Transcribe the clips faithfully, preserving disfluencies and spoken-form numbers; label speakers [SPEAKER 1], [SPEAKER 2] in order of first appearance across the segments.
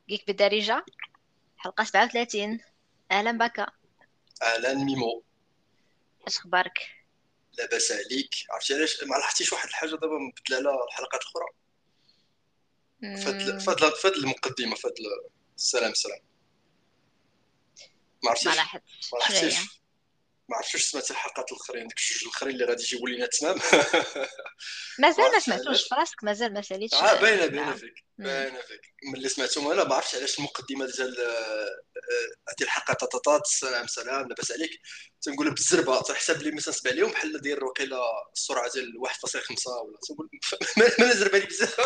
[SPEAKER 1] جيك بالدارجة. حلقة سبعة وثلاثين. أهلا بك.
[SPEAKER 2] اهلا ميمو.
[SPEAKER 1] اش اخبارك؟
[SPEAKER 2] لاباس عليك؟ عرفتي علاش ما لاحظتيش واحد الحاجه دابا مبدله على الحلقات الاخرى؟ فهاد
[SPEAKER 1] مم،
[SPEAKER 2] فهاد فهاد المقدمه فهاد السلام السلام. ما
[SPEAKER 1] ما
[SPEAKER 2] عرفتيش؟
[SPEAKER 1] لاحظتش
[SPEAKER 2] ما
[SPEAKER 1] شنو هي.
[SPEAKER 2] لاحظتيش؟ ما عرفتش واش سمعتي الحلقات الاخرين ديك الجوج الاخرين اللي غادي يجيبوا لينا تمام. ما
[SPEAKER 1] مازال ما
[SPEAKER 2] عرفتش
[SPEAKER 1] سمعتوش
[SPEAKER 2] علاش.
[SPEAKER 1] فراسك، مازال ما ساليتش
[SPEAKER 2] اه
[SPEAKER 1] آه،
[SPEAKER 2] باينه باينه
[SPEAKER 1] تسمع.
[SPEAKER 2] فيك
[SPEAKER 1] مم.
[SPEAKER 2] باينه فيك ملي سمعتهم انا ما عرفتش علاش المقدمه ديال آه، آه، هذه الحلقه طاطاطات السلام سلام لاباس عليك. تنقول بالزربه تنحسب لي مثلا سبع اليوم بحال داير وقيله السرعه ديال واحد فاصلة خمسة ولا تنقول ما نزرب بالي بزاف.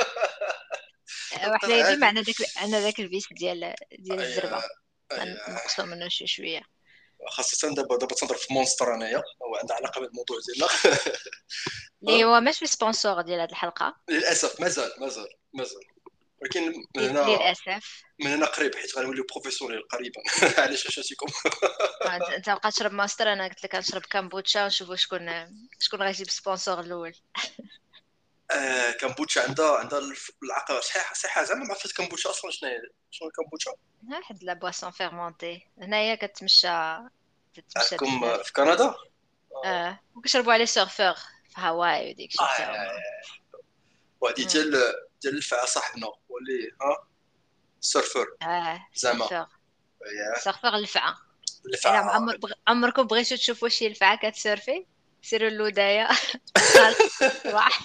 [SPEAKER 1] آه،
[SPEAKER 2] نقطه
[SPEAKER 1] وحنا ديما
[SPEAKER 2] عادي.
[SPEAKER 1] عندنا داك عندنا داك الفيس ديال ديال
[SPEAKER 2] اي
[SPEAKER 1] الزربة.
[SPEAKER 2] اي
[SPEAKER 1] نقصوا منه شي شويه.
[SPEAKER 2] خاصه دابا دابا تنضرب في مونستر انايا وعندها علاقه بالموضوع ديالنا.
[SPEAKER 1] اللي
[SPEAKER 2] ها؟
[SPEAKER 1] هو ماشي سبونسور ديال هذه الحلقه.
[SPEAKER 2] للاسف مازال مازال مازال. ولكن من
[SPEAKER 1] لل-
[SPEAKER 2] هنا
[SPEAKER 1] للاسف.
[SPEAKER 2] من هنا قريب حيت غنوليو بروفيسيونيل قريبا على شاشاتكم.
[SPEAKER 1] آه، انت أنت بقى تشرب ماستر، انا قلت لك غنشرب كامبوتشا ونشوفوا شكون شكون غيجيب سبونسور الاول.
[SPEAKER 2] آه كامبوتشا عندها عندها الف- العقل صحيح صحيح زعما ما عرفت كامبوتشا اصلا شنو هي. شنو الكامبوتشا؟
[SPEAKER 1] واحد لا بواسون فيرمونتي هنايا كتمشى تتمشى
[SPEAKER 2] عندكم
[SPEAKER 1] بزاف.
[SPEAKER 2] في كندا؟
[SPEAKER 1] اه وكيشربوا عليه سيرفور في هاواي وديك
[SPEAKER 2] اه
[SPEAKER 1] الشيء حتى هما.
[SPEAKER 2] آه، وهذه
[SPEAKER 1] مم.
[SPEAKER 2] ديال ديال الفعا صاحبنا هو اللي ها سيرفر
[SPEAKER 1] اه
[SPEAKER 2] زعما.
[SPEAKER 1] سيرفور.
[SPEAKER 2] اييه
[SPEAKER 1] سيرفور الفعة. إلا
[SPEAKER 2] الفعا.
[SPEAKER 1] عمر بغ... عمركم بغيتوا تشوفوا شي الفعة كتسيرفي؟ سيروا اللودايا. نهار الصباح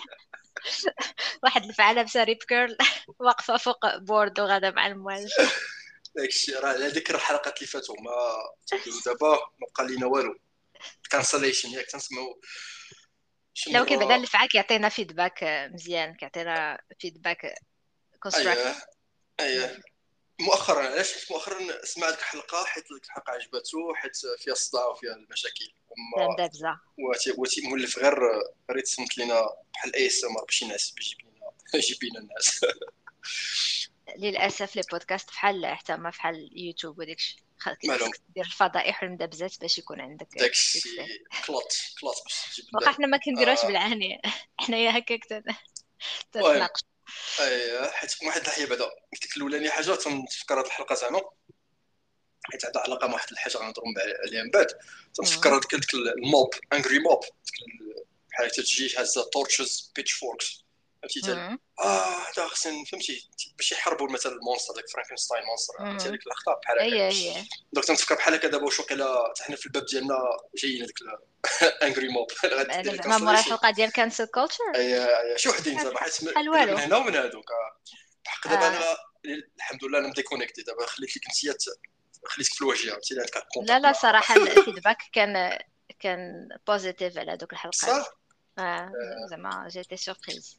[SPEAKER 1] واحد الفعة لابسة ريب كيرل واقفة فوق بورد وغادا مع المواج.
[SPEAKER 2] داكشي راه على ذكر الحلقات اللي فاتوا ما تنديروا دابا ما بقى لينا والو. كانسليشن ياك تنسمعوا شي
[SPEAKER 1] لا ولكن بعدا
[SPEAKER 2] مره.
[SPEAKER 1] الفعة كيعطينا فيدباك مزيان، كيعطينا فيدباك
[SPEAKER 2] اييه
[SPEAKER 1] كونستراكتيف.
[SPEAKER 2] اييه مؤخرا علاش حيت مؤخرا سمع ديك الحلقه حيت ديك الحلقه عجباتو حيت فيها الصداع وفيها المشاكل
[SPEAKER 1] فهم
[SPEAKER 2] اما
[SPEAKER 1] دابزة.
[SPEAKER 2] واتي واتي مولف غير غير يتصنت لينا بحال اي اس ام ار باش ينعس باش يجيب لينا يجيب لينا الناس.
[SPEAKER 1] للاسف لي بودكاست بحال حتى ما بحال يوتيوب وداكشي،
[SPEAKER 2] معلوم
[SPEAKER 1] خاصك دير الفضائح والمدابزات باش يكون عندك
[SPEAKER 2] داكشي
[SPEAKER 1] سكسي.
[SPEAKER 2] كلوت كلوت باش تجيب
[SPEAKER 1] واخا
[SPEAKER 2] الناس.
[SPEAKER 1] حنا ما كنديروهاش
[SPEAKER 2] آه.
[SPEAKER 1] بالعاني. حنايا هكاك تن-
[SPEAKER 2] المهم
[SPEAKER 1] تنتناقش.
[SPEAKER 2] اي حيت واحد الحيه بعدا قلت لك الاولانيه حاجه تنفكر هذه الحلقه زعما حيت عندها علاقه مع واحد الحاجه غنهضروا عليها من بعد. تنفكر
[SPEAKER 1] مم.
[SPEAKER 2] هذيك ديك الموب انجري موب بحال تجي هازه تورتشز بيتش فوركس فهمتي تال.
[SPEAKER 1] مم.
[SPEAKER 2] اه هذا خصنا فهمتي باش يحاربوا مثلا المونستر داك فرانكنستاين مونستر فهمتي
[SPEAKER 1] مم.
[SPEAKER 2] هذيك اللقطه بحال هكا.
[SPEAKER 1] اي اي.
[SPEAKER 2] دونك تنفكر بحال هكا دابا واش وقيلا حتى حنا في الباب ديالنا جايين هذيك انجري موب
[SPEAKER 1] بعدا
[SPEAKER 2] غادير
[SPEAKER 1] زعما مورا
[SPEAKER 2] كانسليشن.
[SPEAKER 1] الحلقه ديال كانسل كولتشر.
[SPEAKER 2] اي أي، شي وحدين زعما حيت
[SPEAKER 1] بحال
[SPEAKER 2] قريب من
[SPEAKER 1] والو.
[SPEAKER 2] هنا ومن هذوك آه. بحق دابا
[SPEAKER 1] آه.
[SPEAKER 2] انا الحمد لله انا مديكونيكتي دابا خليت لك انت خليتك في الواجهه عرفتي اللي عندك
[SPEAKER 1] لا
[SPEAKER 2] كونتاكت
[SPEAKER 1] لا
[SPEAKER 2] مع
[SPEAKER 1] صراحه الفيدباك كان كان بوزيتيف على دوك الحلقات.
[SPEAKER 2] بصح.
[SPEAKER 1] آه. زعما جيتي سوربريز.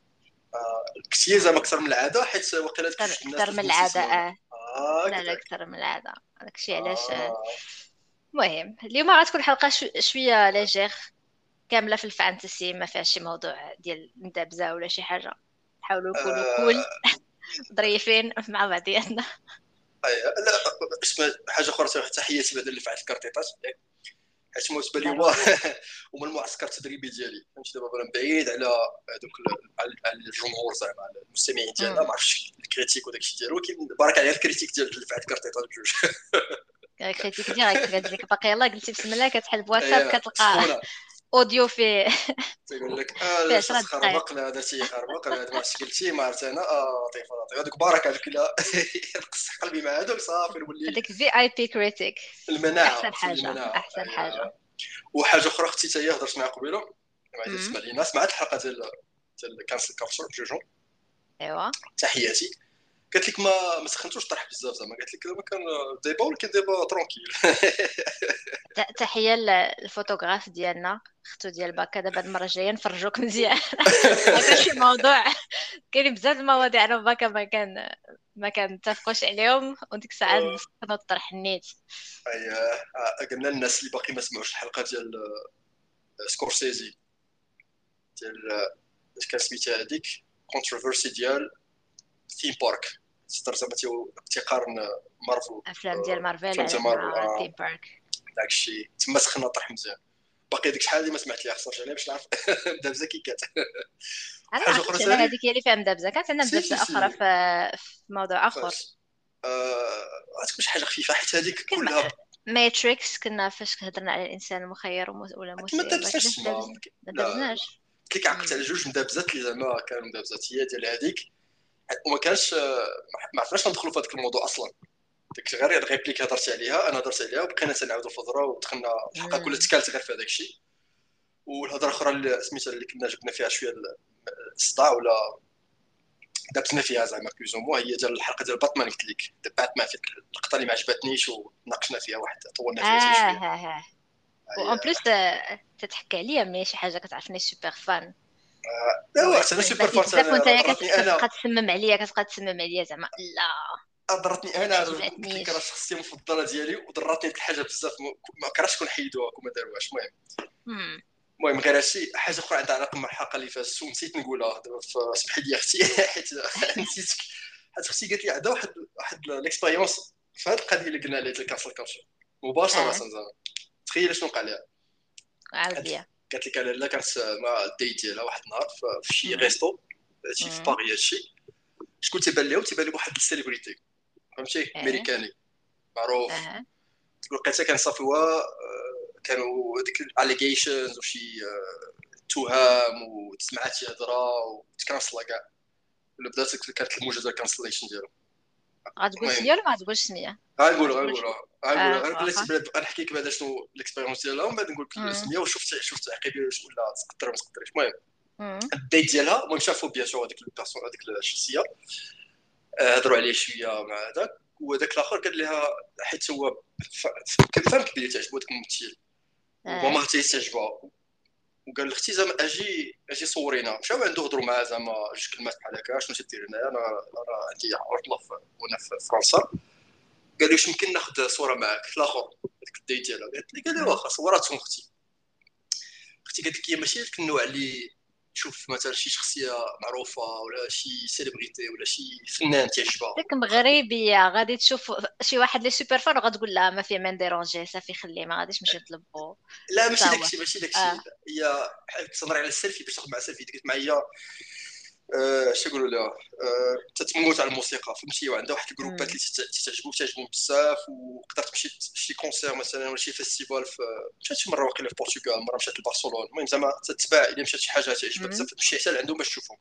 [SPEAKER 2] كثير زعما اكثر من العاده حيت وقيلا ديك
[SPEAKER 1] اكثر
[SPEAKER 2] جوج الناس
[SPEAKER 1] اكثر
[SPEAKER 2] اللي
[SPEAKER 1] من
[SPEAKER 2] هما
[SPEAKER 1] العاده
[SPEAKER 2] تيسمعونا.
[SPEAKER 1] اه.
[SPEAKER 2] اه
[SPEAKER 1] لا لا
[SPEAKER 2] كذاك.
[SPEAKER 1] اكثر من العاده. داكشي علاش آه،
[SPEAKER 2] اه
[SPEAKER 1] المهم اليوم غتكون حلقه شو شويه ليجير، كامله في الفانتسي، ما فيهاش شي موضوع ديال ندابزه ولا شي حاجه. نحاولوا نكونوا كول
[SPEAKER 2] آه،
[SPEAKER 1] ظريفين مع بعضياتنا.
[SPEAKER 2] أي لا اسمع حاجه اخرى تحياتي بعدا اللي فعلت الكارتيطات ياك. حيت بالنسبه لي هو
[SPEAKER 1] ضروري.
[SPEAKER 2] هما المعسكر التدريبي ديالي فهمتي دابا انا بعيد على هذوك على على الجمهور زعما على المستمعين ديالنا
[SPEAKER 1] امم.
[SPEAKER 2] ما عرفتش الكريتيك وداك الشيء ديالو ولكن بارك عليها الكريتيك ديال اللي فعلت الكارتيطات بجوج.
[SPEAKER 1] كريتيك ديريكت قالت لك باقي يلاه قلتي بسم الله كتحل بواتساب
[SPEAKER 2] هي
[SPEAKER 1] كتلقى
[SPEAKER 2] سخونه
[SPEAKER 1] اوديو فيه
[SPEAKER 2] تيقول لك اه
[SPEAKER 1] فيه
[SPEAKER 2] لا
[SPEAKER 1] عشر دقائق.
[SPEAKER 2] تخربق لا درتي يخربق لا ما عرفتش قلتي ما عرفت انا اه لطيف لطيف هذوك بارك هذوك لا نقص قلبي مع هذوك صافي نولي
[SPEAKER 1] هذاك في اي بي كريتيك.
[SPEAKER 2] المناعه
[SPEAKER 1] احسن
[SPEAKER 2] تولي
[SPEAKER 1] حاجه
[SPEAKER 2] المناعه
[SPEAKER 1] احسن حاجه.
[SPEAKER 2] أيوة. وحاجه اخرى اختي حتى هي هضرت معها قبيله ما عرفتش
[SPEAKER 1] امم.
[SPEAKER 2] تسمع لينا سمعت الحلقه ديال ديال كانسل كابتشر بجوجو
[SPEAKER 1] ايوا.
[SPEAKER 2] تحياتي. قالت لك ما ما سخنتوش الطرح بزاف زعما قالت لك دابا كان ديبا ولكن ديبا ترونكيل.
[SPEAKER 1] ت- تحيه للفوتوغراف ديالنا اختو ديال باكا، دابا المره الجايه نفرجوك مزيان. هكا شي موضوع. كاين بزاف المواضيع انا وباكا ما كان ما كنتفقوش عليهم، وديك الساعه نسخنوا الطرح النيت.
[SPEAKER 2] اييه قلنا للناس اللي باقي ما سمعوش الحلقه ديال سكورسيزي ديال اش كان سميتها هذيك كونتروفيرسي ديال ثيم بارك تقدر زعما تيقارن مارفل
[SPEAKER 1] افلام ديال
[SPEAKER 2] فيلم
[SPEAKER 1] مارفل
[SPEAKER 2] ديال مارفل
[SPEAKER 1] مع
[SPEAKER 2] اه
[SPEAKER 1] ثيم بارك.
[SPEAKER 2] داك الشيء تما سخنا طرح مزيان. باقي ديك شحال اللي ما سمعت ليها خسرت عليها باش نعرف دابزه كي كات.
[SPEAKER 1] انا ما
[SPEAKER 2] حاجه اخرى
[SPEAKER 1] عرفتش انا
[SPEAKER 2] ثاني
[SPEAKER 1] هذيك هي اللي فيها مدابزه، كانت عندنا
[SPEAKER 2] سي سي
[SPEAKER 1] مدابزه اخرى
[SPEAKER 2] سي
[SPEAKER 1] في في موضوع اخر.
[SPEAKER 2] فاش غتكون شي حاجه خفيفه حيت هذيك
[SPEAKER 1] كلمة
[SPEAKER 2] كلها
[SPEAKER 1] ماتريكس كنا فاش هضرنا على الانسان المخير ومس- ولا
[SPEAKER 2] ما
[SPEAKER 1] مسير، ما
[SPEAKER 2] دابزتش
[SPEAKER 1] كناش
[SPEAKER 2] تما.
[SPEAKER 1] دابز ما
[SPEAKER 2] لا
[SPEAKER 1] دابزناش.
[SPEAKER 2] قلت لك عقلت
[SPEAKER 1] مم.
[SPEAKER 2] على جوج مدابزات اللي زعما كانوا مدابزات هي ديال هذيك، وما كانش ما عرفناش ندخلوا في هذاك الموضوع اصلا. ديك غير الريبليك هضرت عليها انا هضرت عليها وبقينا تنعاودوا في الهضره ودخلنا الحلقه كلها
[SPEAKER 1] مم.
[SPEAKER 2] تكالت غير في هذاك الشيء. والهضره الاخرى اللي سميتها اللي كنا جبنا فيها شويه الصداع ولا دابزنا فيها زعما بلوز مو هي ديال الحلقه ديال باتمان قلت لك باتمان فيك اللقطه اللي ما عجبتنيش وناقشنا فيها واحد طولنا
[SPEAKER 1] اه
[SPEAKER 2] فيها حتى شويه.
[SPEAKER 1] ها ها وان
[SPEAKER 2] هي
[SPEAKER 1] بليس تتحكى عليا ملي شي حاجه كتعرفني سوبر فان
[SPEAKER 2] لا وقت انا سوبر
[SPEAKER 1] وعجبتني
[SPEAKER 2] فان
[SPEAKER 1] بزاف وانت
[SPEAKER 2] هضرتني
[SPEAKER 1] كتبقى
[SPEAKER 2] انا
[SPEAKER 1] تسمم عليا كتبقى تسمم عليا زعما لا
[SPEAKER 2] هضرتني
[SPEAKER 1] ما
[SPEAKER 2] انا قلت لك راه
[SPEAKER 1] عجبتنيش.
[SPEAKER 2] الشخصيه المفضله ديالي وضراتني ديك الحاجه بزاف ما كرهتش كون حيدوها كون ما داروهاش. المهم
[SPEAKER 1] مم.
[SPEAKER 2] المهم غير هادشي حاجه اخرى عندها علاقه مع الحلقه اللي فاتت ونسيت نقولها دابا سمحي لي اختي حيت نسيتك. حيت اختي قالت لي عندها واحد واحد ليكسبيريونس في هذه القضيه اللي قلنا عليها ديال الكاسل كالتشر مباشره
[SPEAKER 1] اه
[SPEAKER 2] زعما. تخيل شنو وقع لها.
[SPEAKER 1] عاود
[SPEAKER 2] قالت
[SPEAKER 1] ليا.
[SPEAKER 2] قالت لك انا لا كانت مع الديت ديالها واحد النهار في شي
[SPEAKER 1] مم.
[SPEAKER 2] ريستو هادشي في
[SPEAKER 1] مم.
[SPEAKER 2] باغي هادشي. شكون تيبان لهم تيبان لهم واحد السيليبريتي فهمتي
[SPEAKER 1] اه
[SPEAKER 2] امريكاني معروف.
[SPEAKER 1] اه
[SPEAKER 2] تقول لقيتها كان صافيوا كانوا ديك الاليجيشنز وشي تهم وتسمعات شي هضره وتكنسلا كاع ولا بدات كانت الموجه ديال الكانسليشن ديالو.
[SPEAKER 1] غتقول
[SPEAKER 2] المهم
[SPEAKER 1] سميه ولا ما غتقولش سميه؟
[SPEAKER 2] غنقول
[SPEAKER 1] غتقول
[SPEAKER 2] غنقول
[SPEAKER 1] شي.
[SPEAKER 2] غنقول
[SPEAKER 1] اه
[SPEAKER 2] غير بلاتي
[SPEAKER 1] واخا.
[SPEAKER 2] بلاتي غنحكي لك بعدا شنو الاكسبيريونس ديالها ومن بعد نقول لك
[SPEAKER 1] مم.
[SPEAKER 2] السميه وشفت شفت تعقيبي ولا تقدر ما تقدرش. المهم
[SPEAKER 1] مم.
[SPEAKER 2] الديت ديالها المهم شافوا بيان سور هذيك البيرسون هذيك الشخصيه هضروا عليه شويه مع هذاك وهذاك الاخر قال لها حيت هو كان فاهم كبير تعجبو داك الممثل
[SPEAKER 1] اه
[SPEAKER 2] وماما حتى تعجبها وقال لاختي زعما اجي اجي صورينا مشاو عنده هضروا معاه زعما جوج كلمات بحال هكا شنو تدير هنايا انا انا عندي عطله وانا في فرنسا. قال لي واش يمكن ناخذ صوره معك الاخر هذيك الديت ديالها قالت لي قال لي
[SPEAKER 1] مم.
[SPEAKER 2] واخا صوراتهم اختي. اختي قالت لك هي ماشي داك النوع اللي تشوف مثلا شي شخصيه معروفه ولا شي سيليبريتي ولا شي فنان تعجبها.
[SPEAKER 1] ديك مغربيه غادي تشوف شي واحد لي سوبر فان وغتقول لا ما في من ديرونجي صافي خليه ما غاديش نمشي نطلبو
[SPEAKER 2] لا ماشي
[SPEAKER 1] تصاور.
[SPEAKER 2] داكشي ماشي داكشي
[SPEAKER 1] اه
[SPEAKER 2] هي بحال تهضري على السيلفي باش تاخذ مع سيلفي قلت معايا آه، اش يقولوا لها آه، تتموت على الموسيقى فهمتي وعندها واحد الجروبات
[SPEAKER 1] مم.
[SPEAKER 2] اللي تعجبو تعجبهم بزاف وقدر تمشي شي كونسير مثلا ولا شي فيستيفال في مشات شي مره واقيلا في البرتغال مره مشات لبرشلونه. المهم زعما تتباع الا مشات شي حاجه تعجبها
[SPEAKER 1] مم.
[SPEAKER 2] بزاف تمشي حتى لعندهم باش تشوفهم.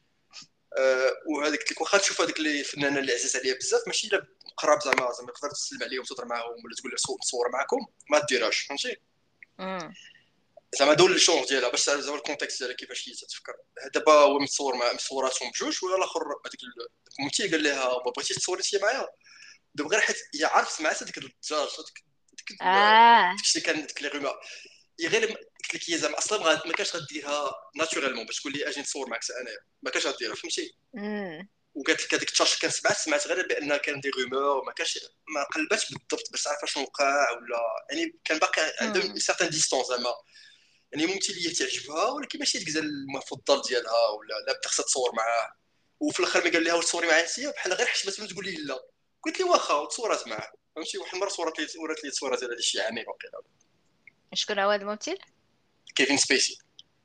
[SPEAKER 2] أه وهذيك قلت لك واخا تشوف هذيك اللي الفنانه اللي عزيز عليها بزاف ماشي الا قراب زعما زعما تقدر تسلم عليهم وتهضر معاهم ولا تقول لهم نصور معاكم ما ديرهاش فهمتي.
[SPEAKER 1] مم.
[SPEAKER 2] زعما دول الشونغ ديالها باش تعرف زعما الكونتكست ديالها كيفاش هي تتفكر. دابا هو متصور مع مصوراتهم بجوج ولا الاخر هذيك الممثل قال لها ما بغيتيش تصوري انت معايا دابا غير حيت هي عارف سمعت هذيك الضجاج هذيك ديك
[SPEAKER 1] اه
[SPEAKER 2] داكشي كان ديك لي رومور هي غير قلت لك هي زعما اصلا ما كانش غديرها ناتورالمون باش تقول لي اجي نتصور معك انايا ما كانش غديرها فهمتي.
[SPEAKER 1] مم.
[SPEAKER 2] وقالت لك هذيك التشارج كان سمعت سمعت غير بان كان دي رومور ما كانش ما قلباتش بالضبط باش تعرف شنو وقع ولا يعني كان باقي عندهم
[SPEAKER 1] مم.
[SPEAKER 2] سيغتان ديستونس زعما يعني ممثليه تعجبها ولكن ماشي ديك المفضل ديالها ولا لا بدا خصها تصور معاه. وفي الاخر ما قال لها واش تصوري معايا انت بحال غير حشمت من تقول لي لا قلت لي واخا وتصورات معاه فهمتي. واحد المره صورت لي ورات لي الصوره ديال شي عامين وقيلا
[SPEAKER 1] شكون هو هذا الممثل؟
[SPEAKER 2] كيفين سبيسي.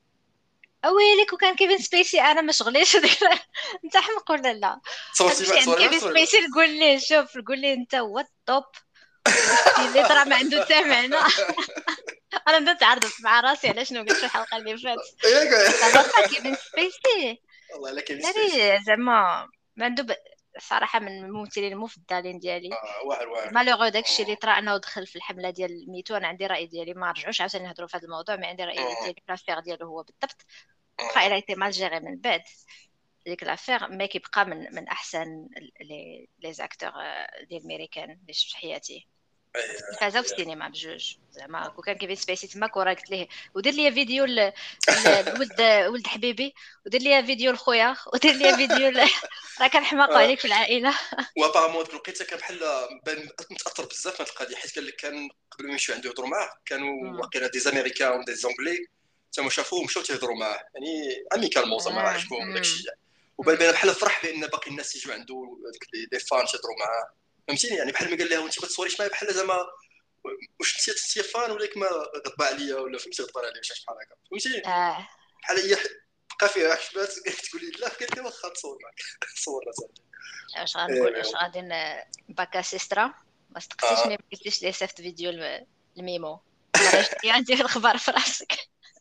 [SPEAKER 1] اويليك وكان كيفن سبيسي انا ما شغليش ديك انت حمق ولا لا؟
[SPEAKER 2] صورتي
[SPEAKER 1] غتمشي
[SPEAKER 2] مع
[SPEAKER 1] عند
[SPEAKER 2] تصوري مع
[SPEAKER 1] كيفن
[SPEAKER 2] تصوري
[SPEAKER 1] سبيسي تقول ليه شوف قول ليه انت هو الطوب والستيلي راه ما عنده حتى معنى. انا بدات نعرض مع راسي على شنو قلت في الحلقه اللي فاتت.
[SPEAKER 2] ياك
[SPEAKER 1] لا واخا كيفن سبيسي
[SPEAKER 2] والله لا كيفين سبيسي
[SPEAKER 1] يعني زعما ما عنده ب... صراحه من الممثلين المفضلين ديالي.
[SPEAKER 2] اه واعر واعر
[SPEAKER 1] مالوغو داكشي اللي طرا انه دخل في الحمله ديال ميتو. انا عندي راي ديالي ما رجعوش عاوتاني نهضروا في هذا الموضوع مي عندي راي ديالي في لافير ديالو هو بالضبط. واخا الا ايتي مال جيري من بعد ديك لافير ما كيبقى من من احسن لي لي زاكتور ديال الميريكان اللي شفت في حياتي. فازا في السينما بجوج زعما كون كان كيفين سبيسي تما وراه قلت ليه ودير لي فيديو ل- ل- لولد ولد حبيبي ودير لي فيديو لخويا ودير لي فيديو ل... راه كنحماقوا عليك في العائله.
[SPEAKER 2] وابارامون ديك الوقيته كان بحال بان متاثر بزاف من هذه القضيه حيت قال لك كان قبل ما يمشيو عنده يهضروا معاه كانوا
[SPEAKER 1] مم.
[SPEAKER 2] واقيلا دي زاميريكان ودي زونغلي تما شافوه مشاو تيهضروا معاه يعني اميكالمون زعما
[SPEAKER 1] آه.
[SPEAKER 2] عجبهم داك
[SPEAKER 1] مم.
[SPEAKER 2] الشيء. وبان
[SPEAKER 1] مم.
[SPEAKER 2] بان بحال فرح بان باقي الناس يجوا عنده ديك لي فان تيهضروا معاه فهمتيني يعني بحال ما قال لها انت ما تصوريش معايا بحال زعما واش انت انت فان ولا ما غضب عليا ولا فهمتي غضب عليا شي بحال هكا فهمتي.
[SPEAKER 1] آه.
[SPEAKER 2] بحال هي بقى فيها حشمات تقول لي لا قالت لي واخا تصور معك صورنا صافي.
[SPEAKER 1] اش غنقول اش
[SPEAKER 2] ايوا
[SPEAKER 1] غادي ن- باكا سيسترا ما
[SPEAKER 2] اه
[SPEAKER 1] استقسيتني ما قلتيش لي صيفط فيديو الم- الميمو المره الجايه عندي الخبر في راسك.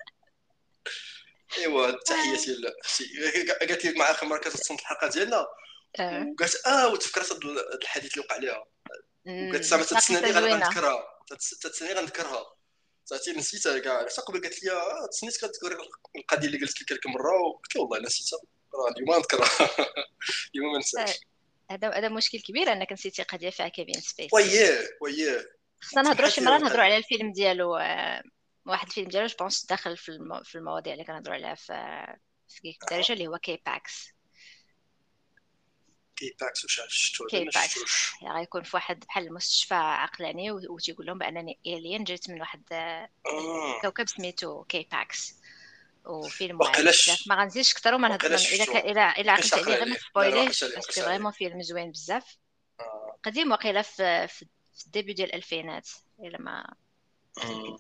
[SPEAKER 2] ايوا تحياتي لاختي. قالت لي مع اخر مره كتصنت الحلقه ديالنا
[SPEAKER 1] اه
[SPEAKER 2] وقالت اه وتفكرت هذا الحديث اللي وقع لها وقالت
[SPEAKER 1] أمم،
[SPEAKER 2] زعما
[SPEAKER 1] لا
[SPEAKER 2] تتسنى لي
[SPEAKER 1] قصه
[SPEAKER 2] غن-
[SPEAKER 1] زوينه.
[SPEAKER 2] غنذكرها تتس- تتسنى غنذكرها صافي نسيتها كاع. حتى قبل قالت لي اه تسنيت كتذكر القضيه اللي قلت لك كم مره وقلت لها والله نسيتها راه اليوم غنذكرها اليوم ما
[SPEAKER 1] آه،
[SPEAKER 2] ننساش.
[SPEAKER 1] هذا هذا مشكل كبير انك نسيتي قضيه فيها كيفين سبيسي.
[SPEAKER 2] وياه وياه
[SPEAKER 1] خصنا نهضروا شي
[SPEAKER 2] سمحت لي
[SPEAKER 1] مره
[SPEAKER 2] هذه
[SPEAKER 1] نهضروا على
[SPEAKER 2] القضيه.
[SPEAKER 1] الفيلم ديالو آه، واحد الفيلم ديالو جو بونس داخل في المو... في المواضيع اللي كنهضروا عليها في في كيك
[SPEAKER 2] اها
[SPEAKER 1] بالدارجه اللي هو كي باكس.
[SPEAKER 2] كي باكس وش شفتو هذا
[SPEAKER 1] كي
[SPEAKER 2] ما
[SPEAKER 1] باكس
[SPEAKER 2] شفتوش.
[SPEAKER 1] يعني غيكون في واحد بحال المستشفى عقلاني و- وتيقول لهم بانني الين جيت من واحد آه،
[SPEAKER 2] اه
[SPEAKER 1] كوكب سميتو كي باكس. وفيلم واعر بزاف
[SPEAKER 2] وقيلاش
[SPEAKER 1] ما غنزيدش كثر وما نهض-
[SPEAKER 2] وقيلاش
[SPEAKER 1] من الا ك...
[SPEAKER 2] شفتو
[SPEAKER 1] الا الا
[SPEAKER 2] ما كنتش
[SPEAKER 1] عقلت
[SPEAKER 2] عاقل
[SPEAKER 1] عليه غير ما
[SPEAKER 2] عليه. لا لا ما عقلتش
[SPEAKER 1] سبويليش
[SPEAKER 2] عليه ما عقلتش
[SPEAKER 1] باسكو
[SPEAKER 2] عليه.
[SPEAKER 1] فريمون فيلم زوين بزاف.
[SPEAKER 2] آه.
[SPEAKER 1] قديم وقيله في في في الديبي ديال الالفينات الا ما
[SPEAKER 2] مم.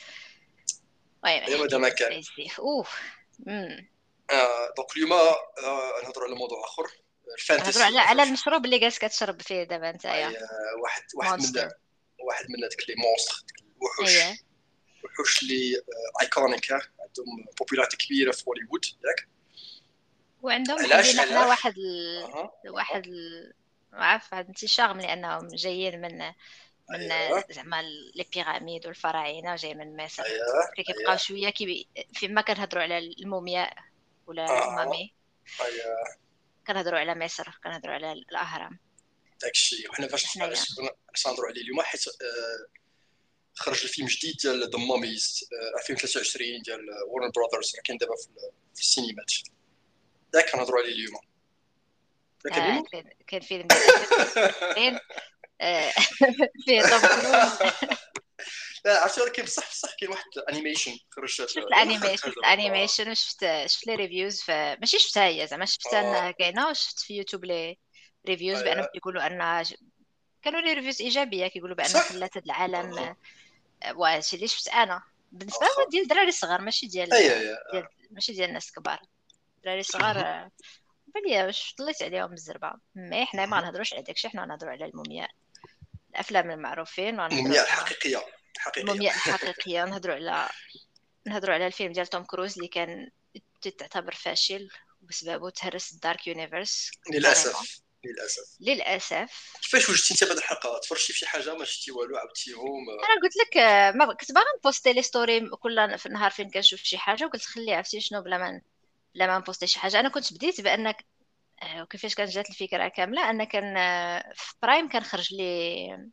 [SPEAKER 1] المهم
[SPEAKER 2] ايوا هذا
[SPEAKER 1] كيفن
[SPEAKER 2] ما كان.
[SPEAKER 1] سبيسي اوه امم
[SPEAKER 2] آه. دونك اليوم آه نهضروا على موضوع اخر
[SPEAKER 1] نهضروا
[SPEAKER 2] الفانتسي
[SPEAKER 1] على على
[SPEAKER 2] عرفتي.
[SPEAKER 1] المشروب اللي جالس كتشرب فيه دابا نتايا.
[SPEAKER 2] هاي واحد واحد من
[SPEAKER 1] مونستر.
[SPEAKER 2] واحد من هذوك لي مونستر
[SPEAKER 1] اييه
[SPEAKER 2] الوحوش وحوش اللي ايكونيك عندهم بوبولاريتي كبيره في هوليوود ياك.
[SPEAKER 1] وعندهم
[SPEAKER 2] علاش
[SPEAKER 1] حدينا حنا
[SPEAKER 2] علاش
[SPEAKER 1] واحد ال...
[SPEAKER 2] اها اها
[SPEAKER 1] واحد ال... ما عارف واحد الانتشار من لانهم جايين من من
[SPEAKER 2] اييه
[SPEAKER 1] زعما لي بيراميد والفراعنه جاي من مصر.
[SPEAKER 2] اييه
[SPEAKER 1] كي كيبقاو
[SPEAKER 2] اييه
[SPEAKER 1] شويه كي فيما كنهضروا على المومياء ولا
[SPEAKER 2] اها
[SPEAKER 1] المامي
[SPEAKER 2] اييه
[SPEAKER 1] كنهضروا على مصر كنهضروا على الاهرام.
[SPEAKER 2] داكشي. وحنا فاش
[SPEAKER 1] حنايا
[SPEAKER 2] علاش علاش نهضروا عليه اليوم حيت آه، خرج الفيلم جديد ديال ذا ماميز ألفين وثلاثة وعشرين ديال وارن براذرز راه كاين دابا في في السينمات. ياك كنهضروا عليه اليوم ياك
[SPEAKER 1] آه
[SPEAKER 2] اليوم.
[SPEAKER 1] كان كان فيلم ديال ألفين وعشرين آه فيه توم كروز.
[SPEAKER 2] لا عرفتي ولكن بصح بصح كاين واحد الانيميشن خرج هذا
[SPEAKER 1] شفت
[SPEAKER 2] يلا خرج
[SPEAKER 1] الانيميشن
[SPEAKER 2] خرج
[SPEAKER 1] شفت
[SPEAKER 2] دابا اه
[SPEAKER 1] الانيميشن وشفت شفت لي ريفيوز ف ماشي شفتها هي زعما شفتها
[SPEAKER 2] اه
[SPEAKER 1] انها كاينه وشفت في يوتيوب لي ريفيوز بانهم
[SPEAKER 2] آه،
[SPEAKER 1] كيقولوا ان كانوا لي ريفيوز ايجابيه كيقولوا بان
[SPEAKER 2] صح
[SPEAKER 1] خلات هذا العالم
[SPEAKER 2] اه
[SPEAKER 1] آه، وهادشي اللي شفت انا بالنسبه
[SPEAKER 2] واخا
[SPEAKER 1] له ديال الدراري الصغار ماشي ديال
[SPEAKER 2] اي اي
[SPEAKER 1] ديال ماشي ديال الناس كبار. الدراري الصغار آه، بلي واش طليت عليهم بالزربه مي حنا ما غنهضروش على داكشي حنا غنهضروا على المومياء الافلام المعروفين وغنهضروا
[SPEAKER 2] المومياء
[SPEAKER 1] على
[SPEAKER 2] الحقيقيه الحقيقيه
[SPEAKER 1] المومياء الحقيقيه نهضروا على نهضروا على الفيلم ديال توم كروز اللي كان تعتبر فاشل وبسببه تهرس الدارك يونيفرس كاريمون
[SPEAKER 2] للاسف للاسف.
[SPEAKER 1] للاسف.
[SPEAKER 2] كيفاش وجدتي انت بعد الحلقه تفرجتي في شي حاجه ما شفتي والو عاودتيهم.
[SPEAKER 1] انا قلت لك آه، ما كنت باغا نبوستي لي ستوري كل في النهار فين كنشوف شي حاجه وقلت خلي عرفتي شنو بلا ما بلا ما نبوستي شي حاجه. انا كنت بديت بانك آه، وكيفاش كانت جات الفكره كامله ان كان آه، في برايم كان خرج لي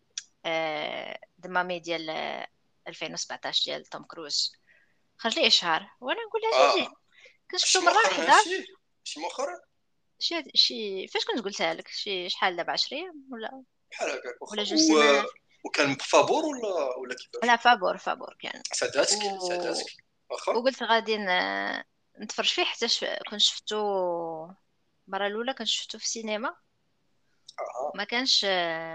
[SPEAKER 1] دمامي ديال آه، ألفين وسبعطاش ديال توم كروز خرج لي اشهار وانا نقول لها جي
[SPEAKER 2] اه
[SPEAKER 1] جي كنت شفتو
[SPEAKER 2] شي
[SPEAKER 1] مره
[SPEAKER 2] مؤخرا
[SPEAKER 1] واحده.
[SPEAKER 2] هادشي شي مؤخرا
[SPEAKER 1] شي شي فاش كنت قلتها لك شي شحال دابا عشرة ايام ولا
[SPEAKER 2] بحال هكاك واخا
[SPEAKER 1] ولا جوج
[SPEAKER 2] و...
[SPEAKER 1] سيمانات.
[SPEAKER 2] وكان بفابور ولا ولا كيفاش.
[SPEAKER 1] لا فابور فابور كان و...
[SPEAKER 2] ساداتك ساداتك واخا
[SPEAKER 1] وقلت غادي ن- نتفرج فيه حتى ش... كنت شفتو المره الاولى كنت شفتو في السينما
[SPEAKER 2] اها
[SPEAKER 1] ما كانش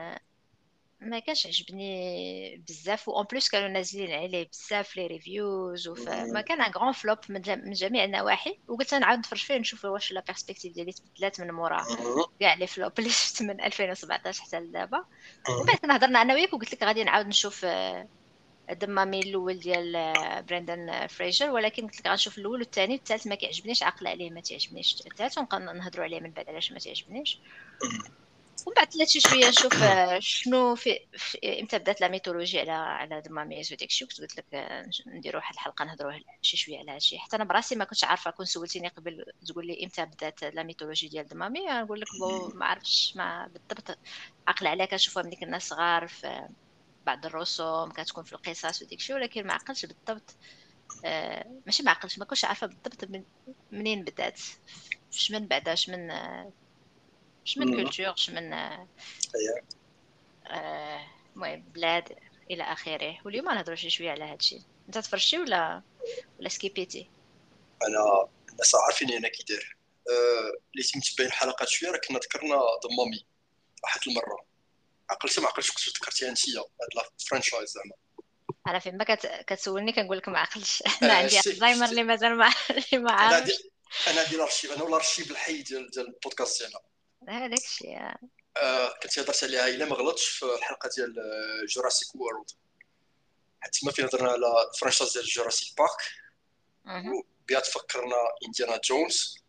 [SPEAKER 1] ما كانش عجبني بزاف وان بليس كانوا نازلين عليه بزاف لي ريفيوز وما
[SPEAKER 2] مم.
[SPEAKER 1] كان ان غران فلوب من, جم... من جميع النواحي وقلت نعاود نتفرج فيه نشوف واش لا بيرسبكتيف ديالي تبدلات من مورا
[SPEAKER 2] مم.
[SPEAKER 1] كاع لي فلوب اللي شفت من ألفين وسبعطاش حتى لدابا. ومن
[SPEAKER 2] مم.
[SPEAKER 1] بعد كنا هضرنا انا وياك وقلت لك غادي نعاود نشوف آه، دمامي الاول ديال آه، بريندن آه، فريجر ولكن قلت لك غنشوف الاول والثاني والثالث ما كيعجبنيش عقل عليه ما تعجبنيش الثالث ونبقى نهضروا عليه من بعد علاش ما تعجبنيش. ومن بعد طلعت شي شويه نشوف آه، شنو في, في امتى بدات لا ميثولوجي على على دماميز وداك الشيء كنت قلت لك آه، نديروا واحد الحلقه نهضروا شي شويه على هادشي حتى انا براسي ما كنتش عارفه كون سولتيني قبل تقول لي امتى بدات لا ميثولوجي ديال دمامي نقول لك بو ما عرفتش ما بالضبط. عقل عليها كنشوفها من ديك الناس صغار في بعض الرسوم كتكون في القصص وديك الشيء ولكن ما عقلتش بالضبط آه، ماشي ما عقلتش ما كنتش عارفه بالضبط من منين بدات اش من بعدا اش من آه، اش من
[SPEAKER 2] مم.
[SPEAKER 1] كولتور اش من آه،
[SPEAKER 2] أييه.
[SPEAKER 1] آه، المهم بلاد الى اخره. واليوم نهضروا شي شويه على هادشي. انت تفرجتي ولا ولا سكيبيتي؟
[SPEAKER 2] انا الناس عارفين انا كي داير. آه، اللي تمتبعين الحلقات شويه راه كنا ذكرنا ضمامي واحد المره. عقلتي ما عقلتش كنت ذكرتيها انت هاد الفرانشايز زعما.
[SPEAKER 1] انا فين ما كت... كتسولني كنقول لك ما عقلتش انا
[SPEAKER 2] آه،
[SPEAKER 1] عندي
[SPEAKER 2] شتي
[SPEAKER 1] الزهايمر اللي
[SPEAKER 2] شتي
[SPEAKER 1] مازال ما اللي ما
[SPEAKER 2] انا عندي
[SPEAKER 1] عارفش.
[SPEAKER 2] انا عندي الارشيف انا ولا الارشيف الحي ديال ديال البودكاست ديالنا.
[SPEAKER 1] هذاك الشيء.
[SPEAKER 2] آه كنت هضرت عليها الا ما غلطش في الحلقه ديال جوراسيك وورلد، حيت ما فين هضرنا على فرانشايز ديال جوراسيك بارك وبيات فكرنا انديانا جونز.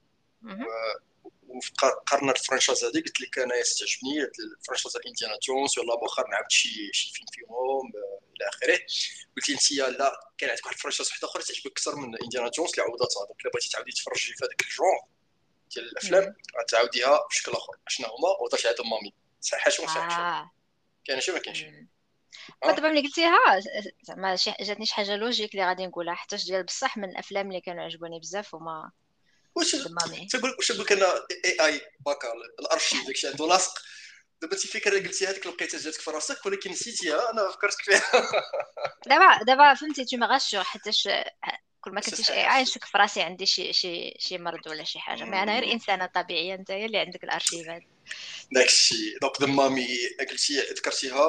[SPEAKER 2] وقارنا الفرانشايز هذه قلت لك انا يستعجبني الفرانشايز انديانا جونز، يلاه بوخر نعاود شي شي فيلم فيهم الى اخره. قلت لي انت لا كان عندك واحد الفرانشايز واحده اخرى تعجبك اكثر من انديانا جونز اللي عوضتها، دونك الا بغيتي تعاودي تفرجي في هذاك الجون ديال الافلام غتعاوديها بشكل اخر. شنو هما وهضرت على مامي صحيح شنو صحيح
[SPEAKER 1] اه
[SPEAKER 2] كاين شي ما كاينش.
[SPEAKER 1] دابا ملي قلتيها زعما شي جاتني شي حاجه لوجيك اللي غادي نقولها، حتى ديال بصح من الافلام اللي كانوا عجبوني بزاف هما
[SPEAKER 2] واش
[SPEAKER 1] دمامي.
[SPEAKER 2] تقول واش نقول لك انا اي اي باكا الارشيف داكشي عنده لاصق. دابا انت الفكره اللي قلتي هذيك لقيتها جاتك في راسك ولكن نسيتيها، انا فكرتك فيها.
[SPEAKER 1] دابا دابا فهمتي تو مغاش حيتاش كل ما كنتيش اي
[SPEAKER 2] صحيح
[SPEAKER 1] اي نشك في راسي عندي شي شي شي مرض ولا شي حاجه، ما انا غير انسانه طبيعيه، انت هي اللي عندك الارشيفات.
[SPEAKER 2] داكشي دونك دمامي قلتي ذكرتيها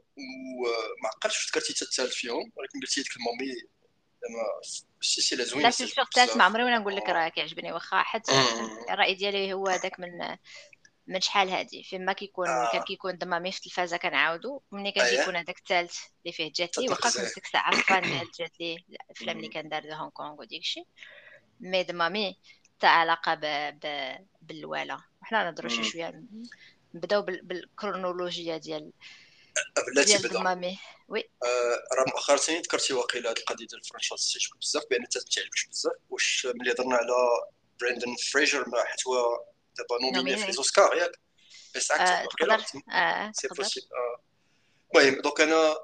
[SPEAKER 2] وما عقلتش واش ذكرتي حتى الثالث فيهم، ولكن قلتي ديك المامي زعما شي شي لا زوين
[SPEAKER 1] لا سي سيغ الثالث ما
[SPEAKER 2] بزاف.
[SPEAKER 1] عمري ولا نقول لك راه كيعجبني، واخا حيت الراي ديالي هو داك من من شحال هادي فيما كيكون كان
[SPEAKER 2] اه
[SPEAKER 1] كيكون دمامي في التلفازه كنعاودو، ملي كان
[SPEAKER 2] اييه
[SPEAKER 1] كيكون هذاك الثالث اللي فيه جات لي،
[SPEAKER 2] تطبق
[SPEAKER 1] واخا كنت
[SPEAKER 2] زين.
[SPEAKER 1] ديك الساعه فان ديال جات لي الافلام اللي كان دار هونغ كونغ وديكشي. مي دمامي تاع علاقه ب... ب... بالوالا، وحنا نهضروا شي شويه نبداو بال... بالكرونولوجيا ديال
[SPEAKER 2] بلاتي
[SPEAKER 1] ديال
[SPEAKER 2] بدا.
[SPEAKER 1] دمامي. وي
[SPEAKER 2] آه راه مؤخرا ذكرتي واقيلا هذه القضيه ديال الفرنشايز تعجبك بزاف بان انت تعجبك بزاف. واش ملي هضرنا على براندن فريجر ما حيت هو دابا نوميني في لي
[SPEAKER 1] نوميني
[SPEAKER 2] زوسكار ياك بيست اكتور
[SPEAKER 1] آه
[SPEAKER 2] واقيلا
[SPEAKER 1] تقدر آه
[SPEAKER 2] سي
[SPEAKER 1] تقدر
[SPEAKER 2] بوسيبل. المهم دوك انا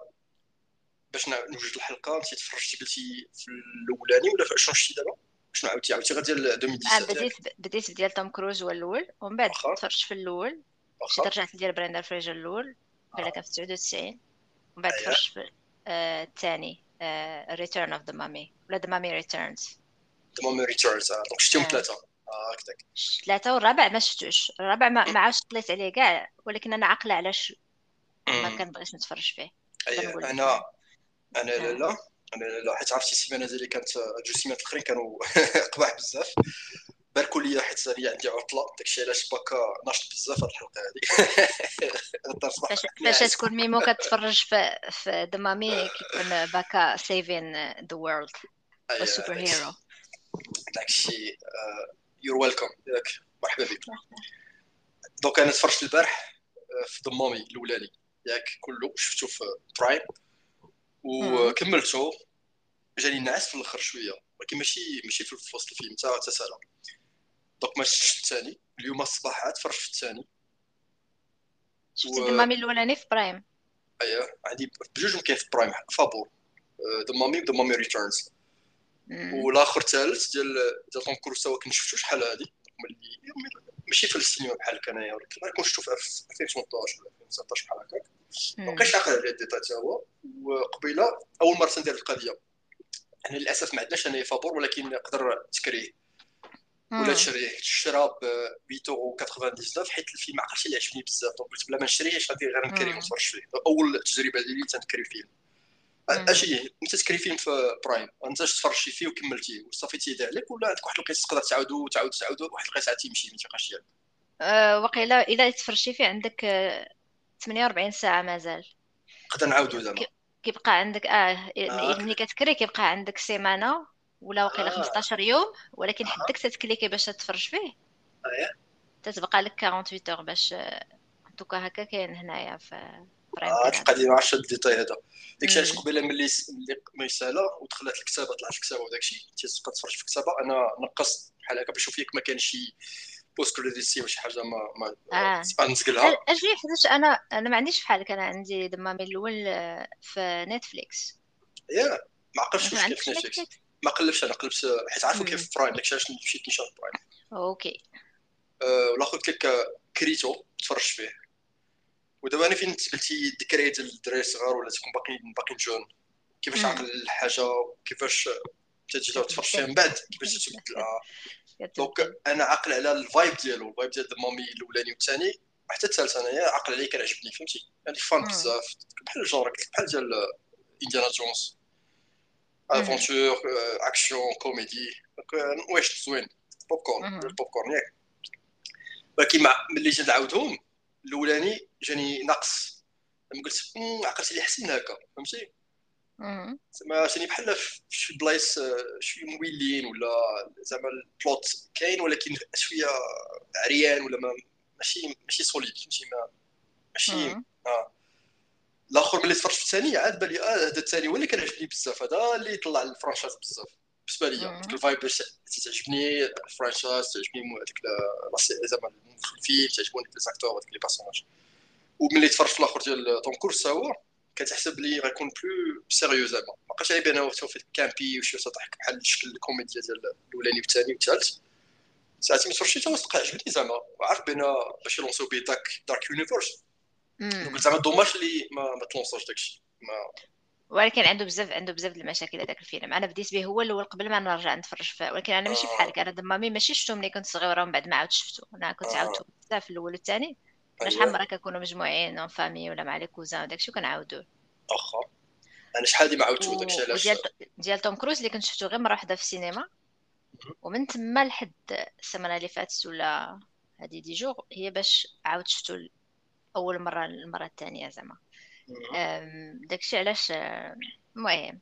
[SPEAKER 2] باش نوجد الحلقه انت تفرجتي قلتي في الاولاني ولا في شنو شتي دابا شنو عاودتي عاودتي غير ديال
[SPEAKER 1] آه
[SPEAKER 2] ألفين وسبعطاش
[SPEAKER 1] بديت
[SPEAKER 2] ياك
[SPEAKER 1] بديت ديال توم كروز هو الاول، ومن بعد
[SPEAKER 2] واخا
[SPEAKER 1] تفرجت في الاول،
[SPEAKER 2] واخا
[SPEAKER 1] مشيت رجعت ديال براندر فريجر الاول قال كان في تسعة وتسعين، ومن بعد
[SPEAKER 2] اييه
[SPEAKER 1] تفرجت في آه الثاني آه ريتيرن اوف ذا مامي ولا ذا مامي ريتيرنز.
[SPEAKER 2] ذا مومي ريتيرنز دونك شتيهم
[SPEAKER 1] آه
[SPEAKER 2] ثلاثه اه هكذاك.
[SPEAKER 1] ثلاثة، والرابع ما شفتوش، الرابع ما, ما عاودش طليت عليه كاع، ولكن انا عاقله علاش ما كنبغيش نتفرج فيه. نقدر
[SPEAKER 2] اييه
[SPEAKER 1] نقول لك
[SPEAKER 2] انا انا لا
[SPEAKER 1] آه.
[SPEAKER 2] لا انا لا لا حيت عرفتي السيمانه ديالي كانت جوج سيمانات الاخرين كانوا قباح بزاف. باركوا لي حيت انا عندي عطله داكشي علاش باكا ناشط بزاف هاد الحلقه هادي. نقدر نصبح
[SPEAKER 1] فاش فاش
[SPEAKER 2] ناعس.
[SPEAKER 1] تكون ميمو كتفرج في في دمامي كيكون باكا سيفين ذا وورلد
[SPEAKER 2] اييه
[SPEAKER 1] والسوبر هيرو.
[SPEAKER 2] داكشي داكشي يور ويلكم ياك مرحبا بك. دونك انا تفرجت البارح في ضمامي الاولاني ياك كله شفتو في برايم وكملته. جاني نعس في الاخر شويه ولكن ماشي ماشي في وسط الفيلم حتى حتى سالا. دونك ما شفتش الثاني اليوم الصباح تفرجت في الثاني.
[SPEAKER 1] شفتي
[SPEAKER 2] و
[SPEAKER 1] دمامي الاولاني في برايم؟
[SPEAKER 2] اييه عندي بجوج كاين في برايم فابور ضمامي ضمامي ريتيرنز. والاخر ثالث ديال ديال طون كروز هو كنت شفتو شحال هادي ملي ماشي في السينما بحال انايا ولكن غنكون شفتو في ألفين وثمنطاش ولا ألفين وتسعطاش بحال هكاك. مابقيتش عاقل على الديتاي حتى هو. وقبيله اول مره ندير القضيه انا للاسف ما عندناش انايا فابور ولكن نقدر تكريه ولا تشريه. شرا ب ثمانية يورو تسعة وتسعين حيت الفيلم عقلتي اللي عجبني بزاف دونك قلت بلا ما نشريهش غادي غير نكري ونتفرج فيه. اول تجربه ديالي تنكري فيلم اجي انت تكري فيلم في برايم انت تفرجتي فيه وكملتيه وصافي تيدا عليك ولا عندك واحد القصه تقدر تعاودو وتعاود تعاودو واحد القصه تيمشي ما تيبقاش ياك.
[SPEAKER 1] أه وقيلا الا تفرجتي فيه عندك آه، ثمانية وأربعين ساعه مازال.
[SPEAKER 2] نقدر نعاودو زعما
[SPEAKER 1] كي- كيبقى عندك اه
[SPEAKER 2] اه
[SPEAKER 1] ملي
[SPEAKER 2] هكذاك
[SPEAKER 1] كتكري كيبقى عندك سيمانه ولا وقيلا
[SPEAKER 2] اه
[SPEAKER 1] خمسطاش يوم، ولكن
[SPEAKER 2] اه
[SPEAKER 1] حدك تتكليكي باش تفرج فيه
[SPEAKER 2] اييه
[SPEAKER 1] تتبقى لك ثمانية وأربعين اور باش توكا هكا كاين هنايا في برايم
[SPEAKER 2] اه هاد
[SPEAKER 1] كندا.
[SPEAKER 2] القضيه ما عرفتش هاد الديتاي هذا. داكشي علاش
[SPEAKER 1] امم
[SPEAKER 2] قبيله ملي ملي ميساله ودخلت الكتابه طلعت الكتابه وداكشي تيبقى تفرج في الكتابه انا نقصت بحال هكا باش نشوف ياك ما كان شي بوست كريديت سي ولا شي حاجه ما ما
[SPEAKER 1] اه
[SPEAKER 2] نسقلها.
[SPEAKER 1] اجي حيتاش انا انا ما عنديش بحالك، انا عندي دمامي الاول آه، في نتفليكس.
[SPEAKER 2] يا ما عقلتش
[SPEAKER 1] انت ما
[SPEAKER 2] واش كاين في
[SPEAKER 1] عندكش
[SPEAKER 2] نتفليكس.
[SPEAKER 1] نتفليكس؟
[SPEAKER 2] ما قلبش انا قلبت حيت عارفو كاين
[SPEAKER 1] امم
[SPEAKER 2] في برايم داكشي علاش مشيت نشوف برايم.
[SPEAKER 1] اوكي.
[SPEAKER 2] أه ولا قلت لك كريتو تفرجت فيه. ودابا انا فين قلتي الذكريات ديال الدراري الصغار ولا تكون باقي باقي جون كيفاش
[SPEAKER 1] امم
[SPEAKER 2] عقل الحاجه وكيفاش تجي تفرج فيها
[SPEAKER 1] كتبدل
[SPEAKER 2] من بعد كيفاش تتبدل. اه دونك
[SPEAKER 1] كتبدل.
[SPEAKER 2] انا عاقل على الفايب ديالو الفايب ديال مامي الاولاني والثاني حتى الثالث انايا عاقل عليه كان عجبني فهمتي يعني فان
[SPEAKER 1] امم
[SPEAKER 2] بزاف بحال الجونر بحال ديال انديانا جونز
[SPEAKER 1] امم
[SPEAKER 2] افونتور اكشن كوميدي دونك واش زوين بوب كورن
[SPEAKER 1] امم
[SPEAKER 2] بوب كورن ياك. ولكن مع ملي جيت نعاودهم الاولاني جاني نقص، لما قلت "مم، عقلت لي احسن من هكا فهمتي
[SPEAKER 1] مم.
[SPEAKER 2] زعما جاني بحال في شي بلايص آه، شويه مويلين ولا زعما البلوت كاين ولكن شويه عريان ولا ما ماشي ماشي سوليد فهمتي ما ماشي
[SPEAKER 1] مم.
[SPEAKER 2] اه الاخر ملي تفرجت في الثاني عاد بالي اه هذا الثاني هو اللي كان بزاف، هذا اللي طلع الفرانشايز بزاف بالنسبه ليا ديك
[SPEAKER 1] مم.
[SPEAKER 2] الفايب باش تعجبني الفرانشايز تعجبني هذيك زعما الفيلم تعجبوني لي زاكتور هذيك لي بيرسوناج. وملي تفرجت في الاخر ديال توم كروز هو كتحسب لي غيكون بلو سيريو زعما ما بقاش غيبان هو في الكامبي وشي تضحك بحال الشكل الكوميديا ديال الاولاني والثاني والثالث. ساعتي ما تفرجتي حتى وصدق عجبني زعما وعارف بان باش يلونسو بيه داك دارك يونيفرس
[SPEAKER 1] مم.
[SPEAKER 2] قلت زعما دوماج اللي ما ما تلونساش داكشي ما
[SPEAKER 1] ولكن عنده بزاف عنده بزاف د المشاكل هذاك الفيلم. انا بديت به هو الاول قبل ما نرجع نتفرج فيه، ولكن انا ماشي
[SPEAKER 2] آه
[SPEAKER 1] بحالك. انا دمامي ماشي شفتو ملي كنت صغيره ومن بعد ما عاودت شفتو. انا كنت
[SPEAKER 2] آه
[SPEAKER 1] عاودته بزاف في الاول والثاني. كنا شحال
[SPEAKER 2] اييه
[SPEAKER 1] مره كنكونوا مجموعين اون فامي ولا مع لي كوزان وداكشي وكنعاودوه.
[SPEAKER 2] واخا انا شحال دي ما عاودتو داكشي
[SPEAKER 1] و-
[SPEAKER 2] علاش.
[SPEAKER 1] وديال ديال توم كروز اللي كنت شفتو غير مره واحده في السينما، ومن تما لحد السمانه اللي فاتت ولا هذه دي جوغ هي باش عاودت شفتو اول مره المره الثانيه زعما. أم، داكشي علاش أم، المهم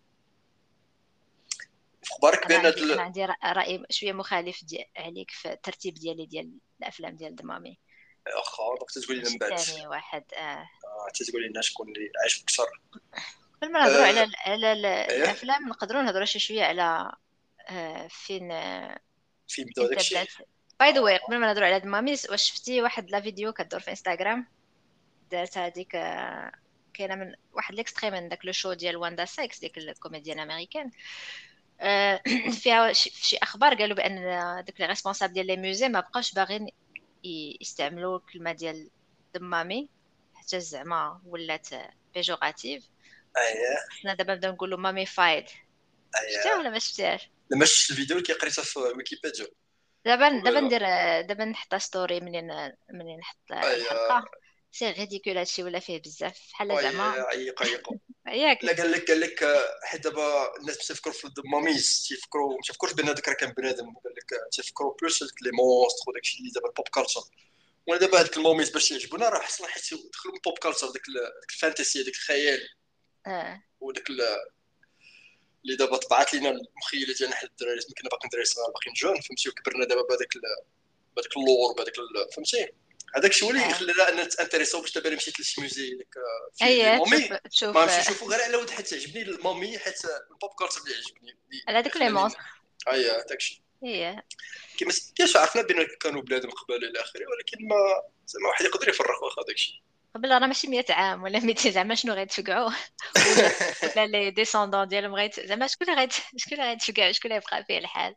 [SPEAKER 2] في اخبارك
[SPEAKER 1] انا
[SPEAKER 2] بان هاد
[SPEAKER 1] عندي انا
[SPEAKER 2] ال-
[SPEAKER 1] عندي رأ- راي شويه مخالف دي عليك في الترتيب ديالي ديال الافلام ديال دمامي.
[SPEAKER 2] واخا دونك تقول لي
[SPEAKER 1] ماشي
[SPEAKER 2] من بعد
[SPEAKER 1] الثاني واحد اه.
[SPEAKER 2] آه، تقول لنا شكون اللي عايش اكثر.
[SPEAKER 1] قبل ما نهضروا على
[SPEAKER 2] آه
[SPEAKER 1] ال- على ال-
[SPEAKER 2] ايه
[SPEAKER 1] الافلام نقدروا نهضروا شي شويه على آه فين آه
[SPEAKER 2] في بداو
[SPEAKER 1] انت
[SPEAKER 2] داكشي.
[SPEAKER 1] بدات. باي ذا واي قبل ما نهضروا على دمامي، واش شفتي واحد لا فيديو كدور في انستغرام دارت هذيك آه، كاينه من واحد ليكستري من داك لو شو ديال واندا سايكس ديك الكوميديان امريكان. آه، فيها شي شي اخبار قالوا بان داك لي ريسبونسابل ديال لي ميوزي ما بقاوش باغيين ي- يستعملوا الكلمه ديال دمامي حتى زعما ولات بيجوراتيف.
[SPEAKER 2] اييه
[SPEAKER 1] حنا دابا نبداو نقولوا مامي فايد. شفتيها
[SPEAKER 2] اييه
[SPEAKER 1] ولا ما شفتيهاش؟
[SPEAKER 2] لما شفت الفيديو اللي قريتها في ويكيبيديا.
[SPEAKER 1] دابا دابا
[SPEAKER 2] ولا
[SPEAKER 1] ندير دابا نحط ستوري منين منين نحط
[SPEAKER 2] اييه
[SPEAKER 1] الحلقه. سي ريديكول هادشي ولا فيه بزاف بحال
[SPEAKER 2] اييه
[SPEAKER 1] زعما
[SPEAKER 2] عيق عيق.
[SPEAKER 1] ياك.
[SPEAKER 2] لا قال لك قال لك آه، حيت دابا الناس تفكروا في الماميز تيفكروا ما تيفكروش بان هذاك راه كان بنادم قال لك آه، تيفكروا بلوس هذوك لي مونستر وداك اللي دابا البوب كالتشر. وانا دابا هذوك الماميز باش يعجبونا راه خصنا حيت يدخلوا من البوب كالتشر داك ال- داك الفانتسي داك الخيال
[SPEAKER 1] اه
[SPEAKER 2] وداك ال- اللي دابا طبعات لينا المخيله ديالنا حنا الدراري كنا باقيين دراري صغار باقيين جون فهمتي وكبرنا دابا بهذاك ال- بهذاك اللور بهذاك ال- فهمتي هذاك الشيء هو اللي
[SPEAKER 1] اه
[SPEAKER 2] خلانا ان نتانتريساو باش دابا مشيت لشي موزي ديك في لي
[SPEAKER 1] اي تشوف
[SPEAKER 2] مامي ما
[SPEAKER 1] تشوف
[SPEAKER 2] نمشي نشوفوا غير على ود حيت تعجبني المامي حيت البوب كالتشر اللي عجبني اللي
[SPEAKER 1] على
[SPEAKER 2] اللي
[SPEAKER 1] داك لي
[SPEAKER 2] خلاني
[SPEAKER 1] مونستر.
[SPEAKER 2] اييه داكشي
[SPEAKER 1] هي
[SPEAKER 2] كيما كاش عرفنا بان كانوا بلادهم قبل الى اخره ولكن ما زعما واحد يقدر يفرق واخا داكشي.
[SPEAKER 1] قبل راه ماشي مية عام ولا ميتين زعما شنو غيتفقعوا ولا ولا لي ديسوندون ديالهم غيت زعما شكون اللي غيت شكون اللي غيتفقع شكون اللي يبقى فيه الحال.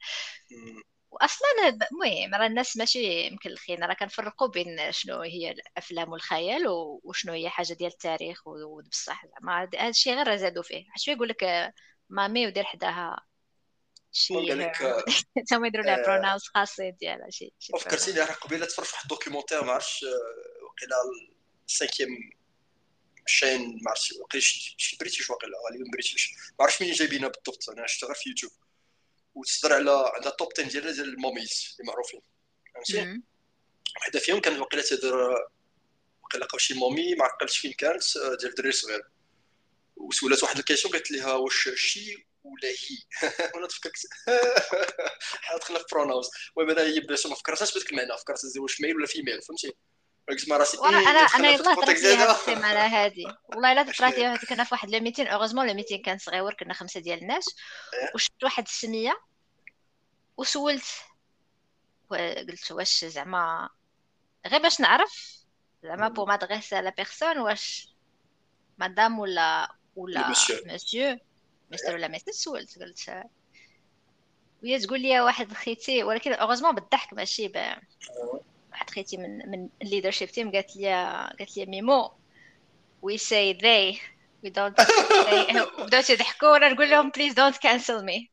[SPEAKER 1] واصلا ب- المهم راه الناس ماشي مكلخين، راه كنفرقوا بين شنو هي الافلام والخيال و- وشنو هي حاجه ديال التاريخ و- وبصح زعما هذا الشيء غير زادوا فيه شويه يقول لك آه، مامي ودير حداها
[SPEAKER 2] المهم
[SPEAKER 1] شي
[SPEAKER 2] قال
[SPEAKER 1] هير
[SPEAKER 2] لك
[SPEAKER 1] حتى هما يديروا لها
[SPEAKER 2] آه،
[SPEAKER 1] بروناونس خاصين ديالها شي شي
[SPEAKER 2] فكرتيني
[SPEAKER 1] بروناونس.
[SPEAKER 2] راه قبيله تفرج في واحد الدوكيومونتير ما عرفتش آه، وقيلا السانكيام شين ما عرفتش وقيلا شي شي بريتيش وقيلا غالبا بريتيش ما عرفتش منين جايبينها بالضبط انا شفتها غير في يوتيوب وتصدر على عندها توب عشرة ديالها ديال الماميز اللي معروفين فهمتي.
[SPEAKER 1] امم
[SPEAKER 2] وحده فيهم كانت وقيلا تهضر وقيلا لقاو شي مامي ما عقلتش فين كانت آه، ديال دري صغير وسولات واحد الكيسيون قالت لها واش شي ولا هي وانا تفكرت حنا دخلنا في بروناوس المهم انا هي باش ما فكرتهاش بهذاك المعنى فكرت زي واش ميل ولا فيميل فهمتي قلت مع راسي
[SPEAKER 1] ورا
[SPEAKER 2] ايه
[SPEAKER 1] انا
[SPEAKER 2] ملي
[SPEAKER 1] انا
[SPEAKER 2] دخلنا في
[SPEAKER 1] يلاه
[SPEAKER 2] الكونتكست
[SPEAKER 1] طرات لي هاد
[SPEAKER 2] هذا
[SPEAKER 1] السيمانه هادي والله الا طرات
[SPEAKER 2] شنو
[SPEAKER 1] لي هاد- كنا في واحد لو ميتين اوغوزمون لو ميتين كان صغيور كنا خمسه ديال الناس. وشفت واحد السميه وسولت وقلت واش زعما غير باش نعرف زعما بو مادغيسي لا بيرسون واش مدام ولا
[SPEAKER 2] لو
[SPEAKER 1] ولا
[SPEAKER 2] مسيو
[SPEAKER 1] مسيو مستر ولا ميسيس. سولت قلت وهي تقول لي واحد خيتي ولكن اوغوزمون بالضحك ماشي ب... واحد خيتي من من الليدرشيب تيم قالت لي قالت لي ميمو we say they we don't say وبداو يضحكوا وانا نقول لهم please don't cancel me.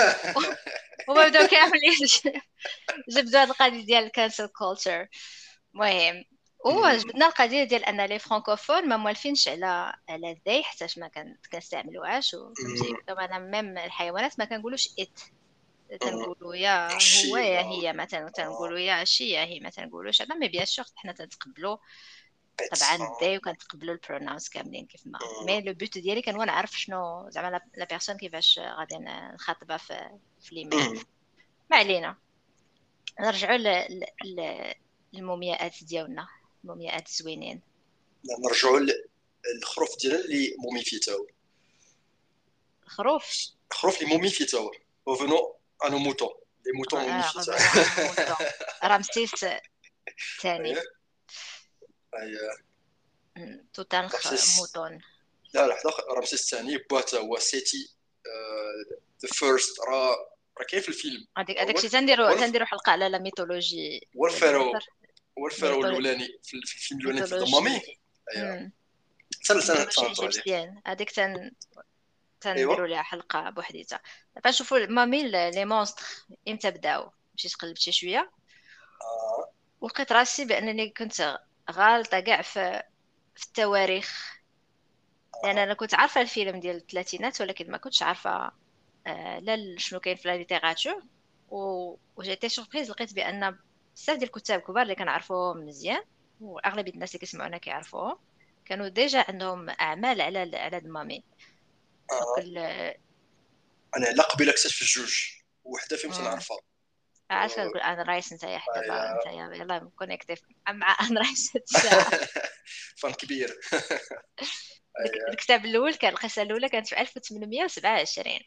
[SPEAKER 1] هما بداو كاملين جبدوا هاد القضيه ديال الكانسل كولتشر. المهم وجبدنا القضيه ديال ان لي فرانكوفون ما موالفينش على على ذي حتىش ما كان كنستعملوهاش وفهمتي. كما انا ميم الحيوانات ما كنقولوش ات تنقولوا يا هو
[SPEAKER 2] الشيء
[SPEAKER 1] يا
[SPEAKER 2] ولا
[SPEAKER 1] هي مثلا، تنقولوا يا شي يا هي ما تنقولوش هذا، مي بيان سور حنا تنتقبلوا طبعا الدي وكنتقبلوا البروناونس كاملين كيف ما، مي لو بوت ديالي كان هو نعرف شنو زعما لا- لا بيرسون كيفاش غادي نخاطبها في في الايميل. ما علينا، نرجعوا ل- ل- للمومياءات ديالنا، المومياءات زوينين.
[SPEAKER 2] نرجعوا للخروف ديالنا اللي موميفيتاو،
[SPEAKER 1] الخروف
[SPEAKER 2] خروف اللي موميفيتاو. revenons à nos moutons les moutons
[SPEAKER 1] آه،
[SPEAKER 2] موميفيتاو.
[SPEAKER 1] revenons à nos moutons. رمسيس الثاني،
[SPEAKER 2] اييه اييه
[SPEAKER 1] توت عنخ
[SPEAKER 2] رمسيس،
[SPEAKER 1] موتون.
[SPEAKER 2] لا لحظه، رمسيس الثاني باتا هو سيتي ذا فيرست، راه راه كاين في الفيلم.
[SPEAKER 1] هذيك
[SPEAKER 2] هو
[SPEAKER 1] هذاك الشيء تنديروا
[SPEAKER 2] هو
[SPEAKER 1] تنديروا حلقه على لا ميثولوجي
[SPEAKER 2] هو
[SPEAKER 1] ديال
[SPEAKER 2] الفارو،
[SPEAKER 1] مصر.
[SPEAKER 2] هو الفارو
[SPEAKER 1] ميثولوجي
[SPEAKER 2] الاولاني في في الفيلم الاولاني في الضمامي.
[SPEAKER 1] ميثولوجي
[SPEAKER 2] اييه
[SPEAKER 1] امم
[SPEAKER 2] سنه سنه
[SPEAKER 1] ميثولوجي
[SPEAKER 2] تنهضروا عليه.
[SPEAKER 1] ايجيبسيان هذيك تن
[SPEAKER 2] ايوا
[SPEAKER 1] تنديروا لها حلقه بوحديتها. دابا نشوفوا مامي لي مونستر امتى بداو. مشيت قلبت شي شويه
[SPEAKER 2] آه.
[SPEAKER 1] ولقيت راسي بانني كنت غالطه كاع في في التواريخ، لان انا كنت عارفه الفيلم ديال الثلاثينات ولكن ما كنتش عارفه آه لا شنو كاين في لا ليتيراتور. و وجيتي سوربريز لقيت بان بزاف ديال الكتاب كبار اللي كنعرفوهم مزيان واغلبيه الناس اللي كيسمعونا كيعرفوهم كانوا ديجا عندهم اعمال على ال- على المامي. دونك
[SPEAKER 2] آه.
[SPEAKER 1] ال
[SPEAKER 2] انا لا قبيله اكتشف الجوج وحده فيهم
[SPEAKER 1] مم.
[SPEAKER 2] تنعرفها.
[SPEAKER 1] عاد كنقول انا رايس نتايا حتى دابا
[SPEAKER 2] آه.
[SPEAKER 1] نتايا يلاه كونيكتي مع ان رايس هاد الساعه.
[SPEAKER 2] فان كبير.
[SPEAKER 1] ديك-
[SPEAKER 2] أيوة.
[SPEAKER 1] الكتاب الاول كان القصه الاولى كانت في ألف وثمانمائة وسبعة وعشرين،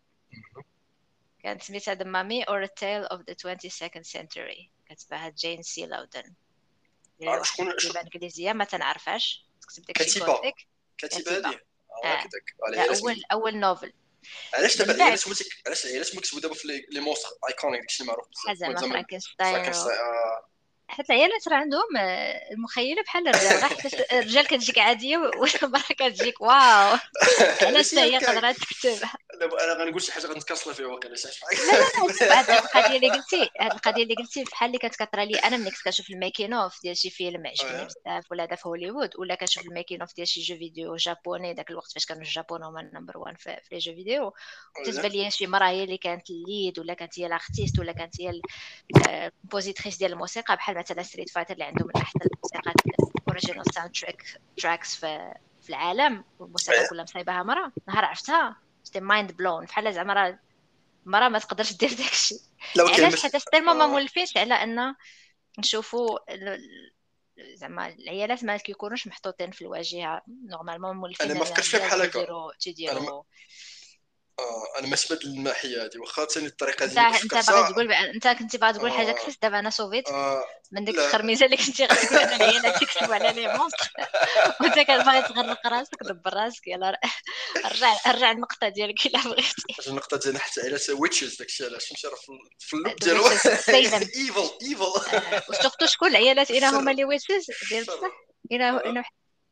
[SPEAKER 1] كانت سميتها The Mummy or a Tale of the twenty-second Century، كتبها جين سي لاودن. ديري
[SPEAKER 2] عارف
[SPEAKER 1] واحد
[SPEAKER 2] شكون
[SPEAKER 1] الكتيبه
[SPEAKER 2] شكون
[SPEAKER 1] انجليزيه ما تنعرفهاش، تكتب داكشي
[SPEAKER 2] كاتبه،
[SPEAKER 1] غوثيك.
[SPEAKER 2] كاتبه
[SPEAKER 1] كاتبه
[SPEAKER 2] هذه اه
[SPEAKER 1] اه،
[SPEAKER 2] كذاك
[SPEAKER 1] لا
[SPEAKER 2] على علاش
[SPEAKER 1] اول اول نوفل.
[SPEAKER 2] علاش دابا
[SPEAKER 1] من بعد
[SPEAKER 2] علاش متك علاش علاش مكتوب دابا في لي مونستر ايكونيك داكشي معروف بزاف
[SPEAKER 1] بحال
[SPEAKER 2] المهم
[SPEAKER 1] زعما
[SPEAKER 2] زعما
[SPEAKER 1] فرانكنشتاين و...
[SPEAKER 2] فرانكنشتاين. آه.
[SPEAKER 1] حيت العيالات راه عندهم آه، المخيله بحال الرجال، غير حيت الرجال كتجيك عاديه والمراه كتجيك واو. علاش
[SPEAKER 2] علاش
[SPEAKER 1] حتى
[SPEAKER 2] هي
[SPEAKER 1] هي
[SPEAKER 2] هكاك؟
[SPEAKER 1] قدرات تكتب.
[SPEAKER 2] دابا انا غنقول شي حاجه غنتكاسل فيها واقيلا شي حاجه.
[SPEAKER 1] لا لا لا شوف، هاد هاد القضيه اللي قلتي هاد القضيه اللي قلتي بحال اللي كانت كطرى لي انا ملي كنت كنشوف الميكين اوف ديال شي فيلم عجبني بزاف ولا هذا في هوليوود، ولا كنشوف الميكين اوف ديال شي جو فيديو جابوني داك الوقت فاش كانوا الجابون هما نمبر وان في في لي جو فيديو، وتتبان لي شي مراه هي اللي كانت الليد ولا كانت هي الارتيست ولا كانت هي الكومبوزيتريس ديال الموسيقى، بحال مثلا ستريت فايتر اللي عندهم من احسن الموسيقى اوريجينال ساوند تراك تراكس في في العالم، والموسيقى كلها مصايبها مرة. نهار عرفتها جيت مايند بلون، بحال زعما راه المراه ما تقدرش دير داكشي.
[SPEAKER 2] لا
[SPEAKER 1] علاش؟
[SPEAKER 2] وكلمه
[SPEAKER 1] حيت تيلمون ما
[SPEAKER 2] آه.
[SPEAKER 1] مولفينش على ان نشوفوا ال- ال- زعما العيالات ما كيكونوش محطوطين في الواجهه نورمالمون،
[SPEAKER 2] انا
[SPEAKER 1] مولفين
[SPEAKER 2] ما
[SPEAKER 1] ان
[SPEAKER 2] فكرت فيها
[SPEAKER 1] الرجال
[SPEAKER 2] بحال هكا.
[SPEAKER 1] تيديروا
[SPEAKER 2] انا ما...
[SPEAKER 1] تيديروا
[SPEAKER 2] آه. انا ماشي بهاد الناحيه هادي، واخا ثاني الطريقه
[SPEAKER 1] انت
[SPEAKER 2] ديالي كيفاش
[SPEAKER 1] انت باغي
[SPEAKER 2] فكرتها.
[SPEAKER 1] تقول بأ... انت كنتي باغي تقول حاجه
[SPEAKER 2] آه.
[SPEAKER 1] كفاش دابا انا صوفيتك
[SPEAKER 2] آه.
[SPEAKER 1] من ديك
[SPEAKER 2] لا
[SPEAKER 1] الخرميزه اللي كنتي غتقول ان العيالات تكتبوا على لي مونستر. وانت كان باغي تغرق راسك دبر راسك. يلا رجع رجع النقطه ديالك الا بغيتي.
[SPEAKER 2] هاد النقطه ديالنا حتى على ويتشز داكشي علاش مشى راه في في اللوب
[SPEAKER 1] ذا
[SPEAKER 2] ديالو.
[SPEAKER 1] ويتشز سيلم.
[SPEAKER 2] ايفل ايفل
[SPEAKER 1] وسورتو شكون العيالات الا
[SPEAKER 2] الشر
[SPEAKER 1] هما اللي ويتشز ديال
[SPEAKER 2] الشر.
[SPEAKER 1] بصح، الا
[SPEAKER 2] آه.
[SPEAKER 1] الا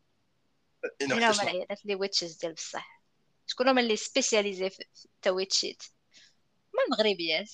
[SPEAKER 2] اين
[SPEAKER 1] الا
[SPEAKER 2] وحده
[SPEAKER 1] هما
[SPEAKER 2] شنو؟
[SPEAKER 1] العيالات اللي ويتشز ديال بصح، شكون هما اللي سبيسياليزي في في التويتشيت؟ هما المغربيات.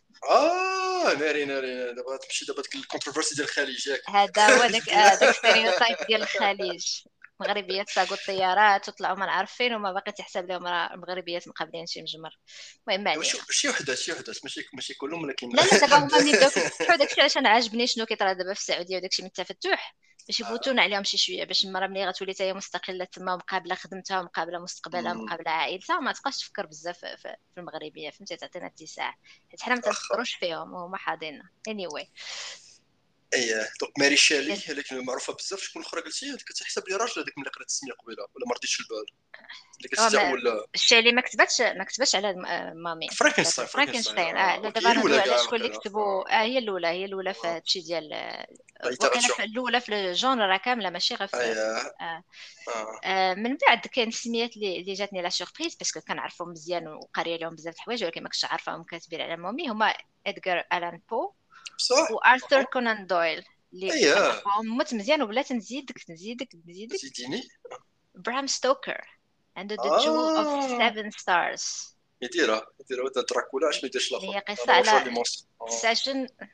[SPEAKER 2] اه ناري ناري دابا تمشي دابا ديك الكونتروفيرسي ديال الخليج ياك.
[SPEAKER 1] هذا هو داك
[SPEAKER 2] جبدينا.
[SPEAKER 1] آه، داك ستيريوتايب ديال الخليج. المغربيات ساقوا الطيارات وطلعوا ما عارفين وما باقي تحسب لهم راه المغربيات مقابلين شي مجمر. المهم ما
[SPEAKER 2] شي
[SPEAKER 1] علينا.
[SPEAKER 2] شي وحدات شي وحدات ماشي ماشي كلهم ولكن.
[SPEAKER 1] لا لا دابا هما ملي بداو كيتفتحوا داكشي علاش انا عاجبني شنو كيطرا دابا في السعوديه وداكشي من التفتح، باش يفوتونا عليهم شي شويه، باش المراه ملي غتولي حتى هي مستقله تما ومقابله خدمتها ومقابله مستقبلها
[SPEAKER 2] مم.
[SPEAKER 1] ومقابله عائلتها، ما تبقاش تفكر بزاف في, في, في المغربيه، فهمتي؟ تعطينا اتساع حيت حنا ما
[SPEAKER 2] واخا
[SPEAKER 1] تنفكروش فيهم وهما حاضيننا. anyway
[SPEAKER 2] اي دونك ماري شالي هذيك معروفه بزاف. شكون الاخرى قلتي هذيك كتحسب لي راجل هذيك ملي قريت السميه قبيله ولا ما رديتش البال اللي
[SPEAKER 1] هو
[SPEAKER 2] قلتي تا
[SPEAKER 1] ما
[SPEAKER 2] اول؟
[SPEAKER 1] الشيء اللي ما كتبتش ما كتبتش على الم- آه، مامي
[SPEAKER 2] فرانكنشتاين
[SPEAKER 1] كتب
[SPEAKER 2] فرانكنشتاين
[SPEAKER 1] فرانكنشتاين. اه
[SPEAKER 2] آه.
[SPEAKER 1] لا
[SPEAKER 2] اوكي
[SPEAKER 1] دابا
[SPEAKER 2] هي
[SPEAKER 1] نهضروا
[SPEAKER 2] الاولى
[SPEAKER 1] على
[SPEAKER 2] كاع
[SPEAKER 1] شكون اللي
[SPEAKER 2] واقيلا
[SPEAKER 1] كتبوا. اه هي الاولى هي الاولى في
[SPEAKER 2] آه.
[SPEAKER 1] هادشي ديال آه، وكاله
[SPEAKER 2] ليتيراتور.
[SPEAKER 1] في الاولى في الجونر راه كامله ماشي غير
[SPEAKER 2] اي
[SPEAKER 1] في آه.
[SPEAKER 2] اه
[SPEAKER 1] آه، من بعد كاين السميات اللي اللي جاتني لا سوربريز باسكو كنعرفهم مزيان وقاريه لهم بزاف د الحوايج ولكن ما كنتش عارفاهم كاتبين على مامي، هما ادغار الان بو
[SPEAKER 2] بصح.
[SPEAKER 1] وارثر كونان دويل اللي
[SPEAKER 2] اييه
[SPEAKER 1] كنعرفهم موت مزيان. وبلات نزيدك نزيدك نزيدك
[SPEAKER 2] زيديني.
[SPEAKER 1] برام ستوكر عنده The Jewel of
[SPEAKER 2] اه
[SPEAKER 1] Seven Stars
[SPEAKER 2] يديرها يديرها ود دراكولا اش ما يديرش
[SPEAKER 1] اللي
[SPEAKER 2] الاخر.
[SPEAKER 1] هي قصة
[SPEAKER 2] انا واش
[SPEAKER 1] على
[SPEAKER 2] لي مونستر. اه
[SPEAKER 1] سجن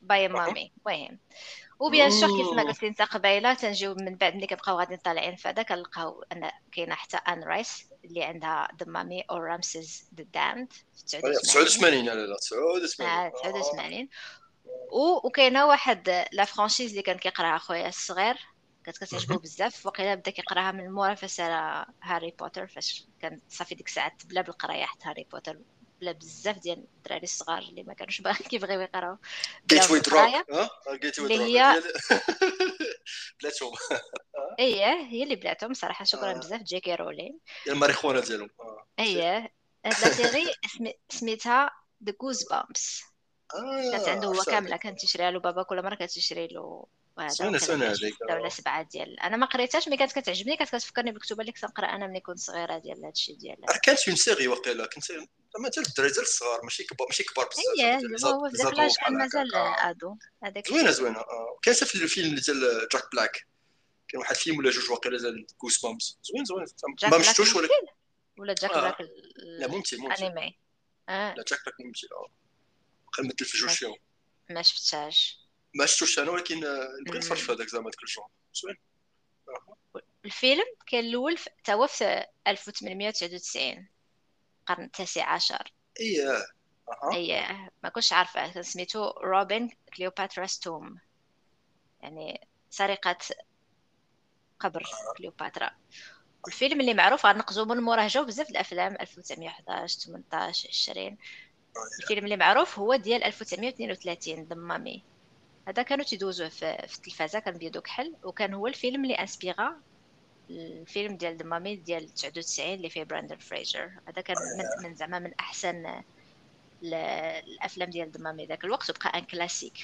[SPEAKER 1] باي
[SPEAKER 2] أها.
[SPEAKER 1] مامي المهم. وبيان سور كيف ما
[SPEAKER 2] أوه.
[SPEAKER 1] قلت انت قبيله تنجيو من بعد ملي كنبقاو غاديين طالعين فهذا كنلقاو ان كاينه حتى ان رايس اللي عندها ذا مامي او رامسيس ذا دامد في
[SPEAKER 2] أيوة،
[SPEAKER 1] تسعة وثمانين.
[SPEAKER 2] تسعة وثمانين. لا لا تسعة وثمانين.
[SPEAKER 1] آه
[SPEAKER 2] آه.
[SPEAKER 1] تسعة وثمانين. و وكاينه واحد لا فرانشيز اللي كان كيقراها خويا الصغير كانت كتعجبو
[SPEAKER 2] مهم.
[SPEAKER 1] بزاف وقيلا بدا كيقراها من مورا فاش راه هاري بوتر فاش كان صافي ديك الساعات بلا بالقرايه حتى هاري بوتر بلا بزاف ديال الدراري الصغار اللي ما كانوش باغي كيبغيو يقراو
[SPEAKER 2] جيت
[SPEAKER 1] بلاو
[SPEAKER 2] واي دروغ.
[SPEAKER 1] بالقرايه
[SPEAKER 2] ها جيت واي
[SPEAKER 1] اللي
[SPEAKER 2] دروغ
[SPEAKER 1] هي
[SPEAKER 2] هي اللي- بلاتهم.
[SPEAKER 1] ايه هي اللي بلاتهم صراحه شكرا
[SPEAKER 2] آه.
[SPEAKER 1] بزاف جي كي رولين.
[SPEAKER 2] ديال الماريخوانا ديالهم. اه سير.
[SPEAKER 1] ايه هاد لا سيري سمي... سميتها ذا جوز بامبس. كانت
[SPEAKER 2] اه
[SPEAKER 1] عنده هو
[SPEAKER 2] عرفتها
[SPEAKER 1] كامله
[SPEAKER 2] هذيك.
[SPEAKER 1] كانت تشريها له بابا كل مره كتشري له وهذا
[SPEAKER 2] زوينه
[SPEAKER 1] وكانوا
[SPEAKER 2] زوينه
[SPEAKER 1] فيها شي
[SPEAKER 2] هذيك.
[SPEAKER 1] ستة ولا
[SPEAKER 2] آه.
[SPEAKER 1] سبعة ديال انا ما قريتهاش مي كانت كتعجبني كانت كتفكرني بالكتب اللي كنت نقرا انا ملي كنت صغيره ديال هادشي ديال.
[SPEAKER 2] راه كانت اون سيري واقيلا كنت زعما ديال الدراري ديال الصغار ماشي كبار ماشي كبار بزاف زعما
[SPEAKER 1] ايه
[SPEAKER 2] ديال لي
[SPEAKER 1] هو
[SPEAKER 2] زاد
[SPEAKER 1] هو في
[SPEAKER 2] لي
[SPEAKER 1] ذاك
[SPEAKER 2] زادو
[SPEAKER 1] لاج كان
[SPEAKER 2] بحال هكاك.
[SPEAKER 1] مازال
[SPEAKER 2] آه.
[SPEAKER 1] ادو هذاك
[SPEAKER 2] زوينه
[SPEAKER 1] الشيء.
[SPEAKER 2] زوينه. اه كاين حتى في الفيلم اللي ديال جاك بلاك كان واحد الفيلم ولا جوج واقيلا ديال جوس بامز زوين زوين.
[SPEAKER 1] جاك
[SPEAKER 2] ما
[SPEAKER 1] بلاك
[SPEAKER 2] مشفتوش ولكن
[SPEAKER 1] ممثل ولا جاك
[SPEAKER 2] اه
[SPEAKER 1] بلاك
[SPEAKER 2] لا ممثل ممثل.
[SPEAKER 1] الانمي. اه
[SPEAKER 2] لا جاك بلاك ممثل. اه كان مثل في جوج
[SPEAKER 1] ما
[SPEAKER 2] فيهم.
[SPEAKER 1] ما شفتهاش.
[SPEAKER 2] ما شفتوش انا ولكن آه، نبغي نتفرج في
[SPEAKER 1] مم.
[SPEAKER 2] هذاك زعما داك الجون زوين. آه.
[SPEAKER 1] الفيلم كان الاول في- توا في ألف وثمانمائة وتسعة وتسعين القرن التاسع عشر.
[SPEAKER 2] اييه. اها.
[SPEAKER 1] اي ما كنتش عارفه كان سميتو روبن كليوباترا ستوم يعني سرقه قبر كليوباترا. والفيلم اللي معروف غنقزو من موراه جاو بزاف الافلام ألف وتسعمائة وإحدى عشر ثمانية عشر عشرين. الفيلم اللي معروف هو ديال ألف وتسعمائة واثنين وثلاثين ذا مامي. هذا كانوا تيدوزوه في, في التلفازه كان بيدو كحل وكان هو الفيلم اللي انسبيغا الفيلم ديال ذا مامي ديال تسعة وتسعين اللي فيه براندن فريزر. هذا كان من, من زعما من احسن ال- الافلام ديال ذا مامي ذاك الوقت وبقى ان كلاسيك.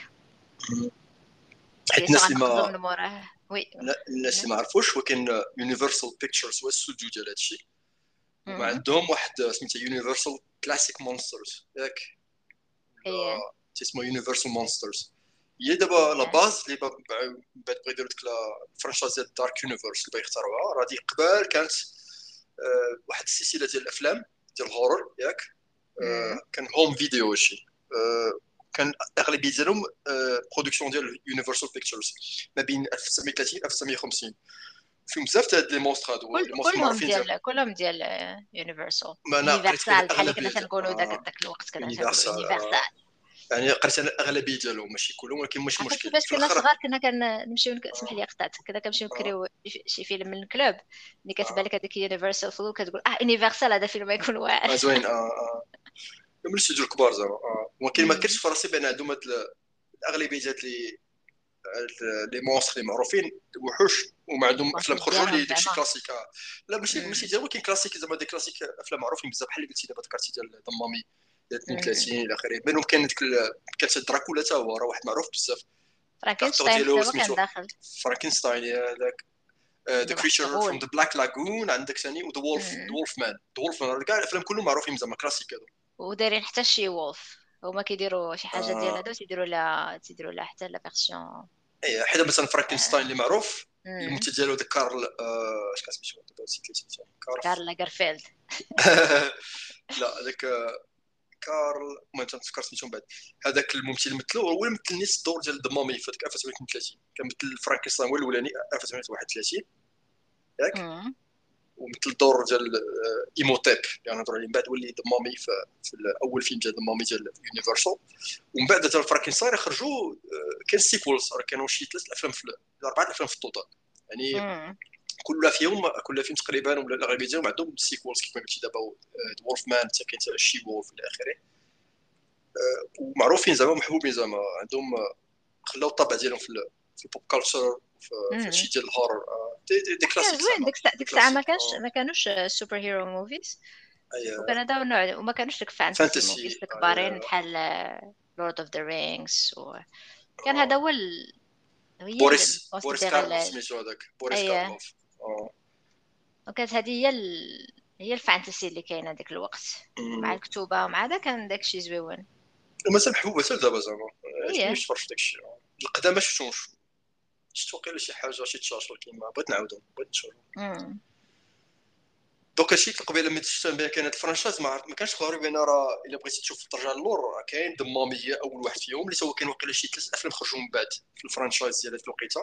[SPEAKER 2] حيت
[SPEAKER 1] بيان سور
[SPEAKER 2] الناس اللي
[SPEAKER 1] غنقزو
[SPEAKER 2] ما
[SPEAKER 1] من موراه وي.
[SPEAKER 2] الناس اللي ما عرفوش ولكن يونيفرسال بيكتشرز هو الاستوديو ديال هادشي وما
[SPEAKER 1] مم.
[SPEAKER 2] عندهم واحد سميتها يونيفرسال كلاسيك مونسترز ياك
[SPEAKER 1] ايه
[SPEAKER 2] اسمه يونيفرسال مونسترز. هي دابا لا
[SPEAKER 1] ايه
[SPEAKER 2] باز اللي با- بعد بغا يديروا ديك الفرانشايز ديال دارك يونيفرس اللي بغا يختاروها راه دي قبل كانت آه، واحد السلسله ديال الافلام ديال الهورر ياك.
[SPEAKER 1] مم.
[SPEAKER 2] آه، كان هوم فيديو هادشي. آه، كان اغلبيه ديالهم برودكسيون ديال يونيفرسال بيكتشرز ما بين ألف وتسعمائة وثلاثين ألف وتسعمائة وخمسين. فيهم بزاف تاع هاد لي مونستر هادو
[SPEAKER 1] كل
[SPEAKER 2] لي مونستر
[SPEAKER 1] كلهم
[SPEAKER 2] معروفين زعما.
[SPEAKER 1] ديال كلهم ديال يونيفرسال
[SPEAKER 2] ما انا قريت بان
[SPEAKER 1] يونيفرسال بحال اللي كنا
[SPEAKER 2] اغلبيه ديال
[SPEAKER 1] تنقولوا ذاك
[SPEAKER 2] آه
[SPEAKER 1] ذاك الوقت كنا تنقولوا
[SPEAKER 2] يونيفرسال.
[SPEAKER 1] يونيفرسال.
[SPEAKER 2] يعني قريت انا الاغلبيه ديالهم ماشي كلهم ولكن ماشي
[SPEAKER 1] عرفتي
[SPEAKER 2] مشكل
[SPEAKER 1] كيفاش
[SPEAKER 2] في
[SPEAKER 1] كنا
[SPEAKER 2] الاخر.
[SPEAKER 1] صغار كنا كنمشيو نك... اسمح
[SPEAKER 2] آه.
[SPEAKER 1] لي قطعت كنا كنمشيو
[SPEAKER 2] آه.
[SPEAKER 1] نكريو شي فيلم من الكلوب اللي كتبان
[SPEAKER 2] آه.
[SPEAKER 1] لك هذيك يونيفرسال فلو كتقول اه يونيفرسال هذا فيلم ما يكون واعر.
[SPEAKER 2] آه. زوين. اه اه من الاستوديو الكبار زعما. اه ولكن ما كنتش
[SPEAKER 1] أمم.
[SPEAKER 2] في راسي بان عندهم هاد ال- الاغلبيه ديال لي لي مونستر اللي معروفين وحوش وما عندهم افلام
[SPEAKER 1] الموسم
[SPEAKER 2] خرجوا
[SPEAKER 1] ديالهم
[SPEAKER 2] لي داكشي
[SPEAKER 1] زعما.
[SPEAKER 2] كلاسيك. آه. لا ماشي ماشي
[SPEAKER 1] أمم.
[SPEAKER 2] ديال ولكن كلاسيك زعما دي كلاسيك افلام معروفين بزاف بحال اللي قلتي دابا ذكرتي ديال ضمامي ديال
[SPEAKER 1] أمم.
[SPEAKER 2] اثنين وثلاثين الى اخره. منهم كان ديك ال- كانت دراكولا حتى هو راه واحد معروف بزاف. الكاركتر
[SPEAKER 1] فرانكنشتاين حتى
[SPEAKER 2] ديالو
[SPEAKER 1] هو كان
[SPEAKER 2] سميتو
[SPEAKER 1] داخل
[SPEAKER 2] فرانكنستاين هذاك. ذا
[SPEAKER 1] عنده واحد
[SPEAKER 2] كريتشر فروم
[SPEAKER 1] الغول.
[SPEAKER 2] ذا بلاك لاجون عندك ثاني وذا وولف ذا
[SPEAKER 1] أمم.
[SPEAKER 2] وولف مان ذا وولف مان كاع الافلام كلهم معروفين زعما كلاسيك هذو.
[SPEAKER 1] ودايرين حتى شي وولف هما كيديروا شي حاجه ديال
[SPEAKER 2] آه.
[SPEAKER 1] هذا تيديروا لها تيديروا لها حتى لا فيرسيون.
[SPEAKER 2] اي حيت مثلا فرانكنستاين
[SPEAKER 1] آه.
[SPEAKER 2] اللي معروف
[SPEAKER 1] أمم.
[SPEAKER 2] الممثل ديالو ذا كارل آه، اش كان سميتو دابا نسيت اسمه كارف.
[SPEAKER 1] كارل لاغرفيلد.
[SPEAKER 2] لا هذاك كارل المهم تنفكر سميتو من بعد. هذاك الممثل اللي مثلو هو اللي مثل نيس الدور ديال ذا مامي في ألف وتسعمائة واثنين وثلاثين كان مثل فرانكنستاين هو الاولاني ألف وتسعمائة وواحد وثلاثين ياك.
[SPEAKER 1] أمم.
[SPEAKER 2] ومثل الدور ديال آه، ايموتيب اللي غنهضروا عليه من بعد ولي ذا مامي في, في الاول فيلم ديال ذا مامي ديال يونيفرسال. ومن بعد حتى فرانكنستاين خرجوا آه، كان سيكولز راه كانوا شي ثلاث افلام في اربعه افلام في التوتال يعني.
[SPEAKER 1] أمم.
[SPEAKER 2] كل فيهم كل فيلم تقريبا ولا الاغلبيه ديالهم عندهم سيكولز كيف ما قلتي دابا ذا وولف مان حتى كاين حتى شي وولف الى اخره. ومعروفين زعما محبوبين زعما عندهم آه، خلاو الطابع ديالهم في ال- في البوب كالتشر في
[SPEAKER 1] أمم.
[SPEAKER 2] هادشي ديال الهورر. آه، دي, دي, دي
[SPEAKER 1] كان
[SPEAKER 2] كلاسيك
[SPEAKER 1] زوين
[SPEAKER 2] زعما
[SPEAKER 1] ديك الساعه
[SPEAKER 2] دي
[SPEAKER 1] ديك الساعه ما
[SPEAKER 2] كلاسيك.
[SPEAKER 1] كانش
[SPEAKER 2] اه
[SPEAKER 1] ما كانوش سوبر هيرو موفيز
[SPEAKER 2] اي
[SPEAKER 1] وكان هذا النوع وما كانوش لك فانتسي موفيز
[SPEAKER 2] فانتسي.
[SPEAKER 1] الكبارين بحال لورد اوف ذا رينجز وكان هذا هو ال... هي
[SPEAKER 2] بوريس بوريس
[SPEAKER 1] الكونسيدير.
[SPEAKER 2] كارلوف سميتو هذاك بوريس
[SPEAKER 1] اي
[SPEAKER 2] كارلوف. اه
[SPEAKER 1] وكانت هذه هي ال... هي الفانتسي اللي كاينه ديك الوقت مع
[SPEAKER 2] أمم.
[SPEAKER 1] الكتوبه ومع هذا كان داكشي زويون.
[SPEAKER 2] ومازال محبوبه حتى دابا زعما. عجبني
[SPEAKER 1] ايه
[SPEAKER 2] نتفرج في داكشي. القدام ما شفتهمش شفت وقيلا شي حاجه شي تشاش ولكن ما بغيت نعاودهم بغيت نشوفهم.
[SPEAKER 1] امم
[SPEAKER 2] دوك هادشي قبيله ملي تشتم بها كانت الفرانشايز ما عرف- ما كانش غريب بان راه الا بغيتي تشوف ترجع للور راه كاين دمامي هي اول واحد فيهم اللي سوا كان واقيلا شي ثلاث افلام خرجوا من بعد في الفرانشايز ديال هاد الوقيته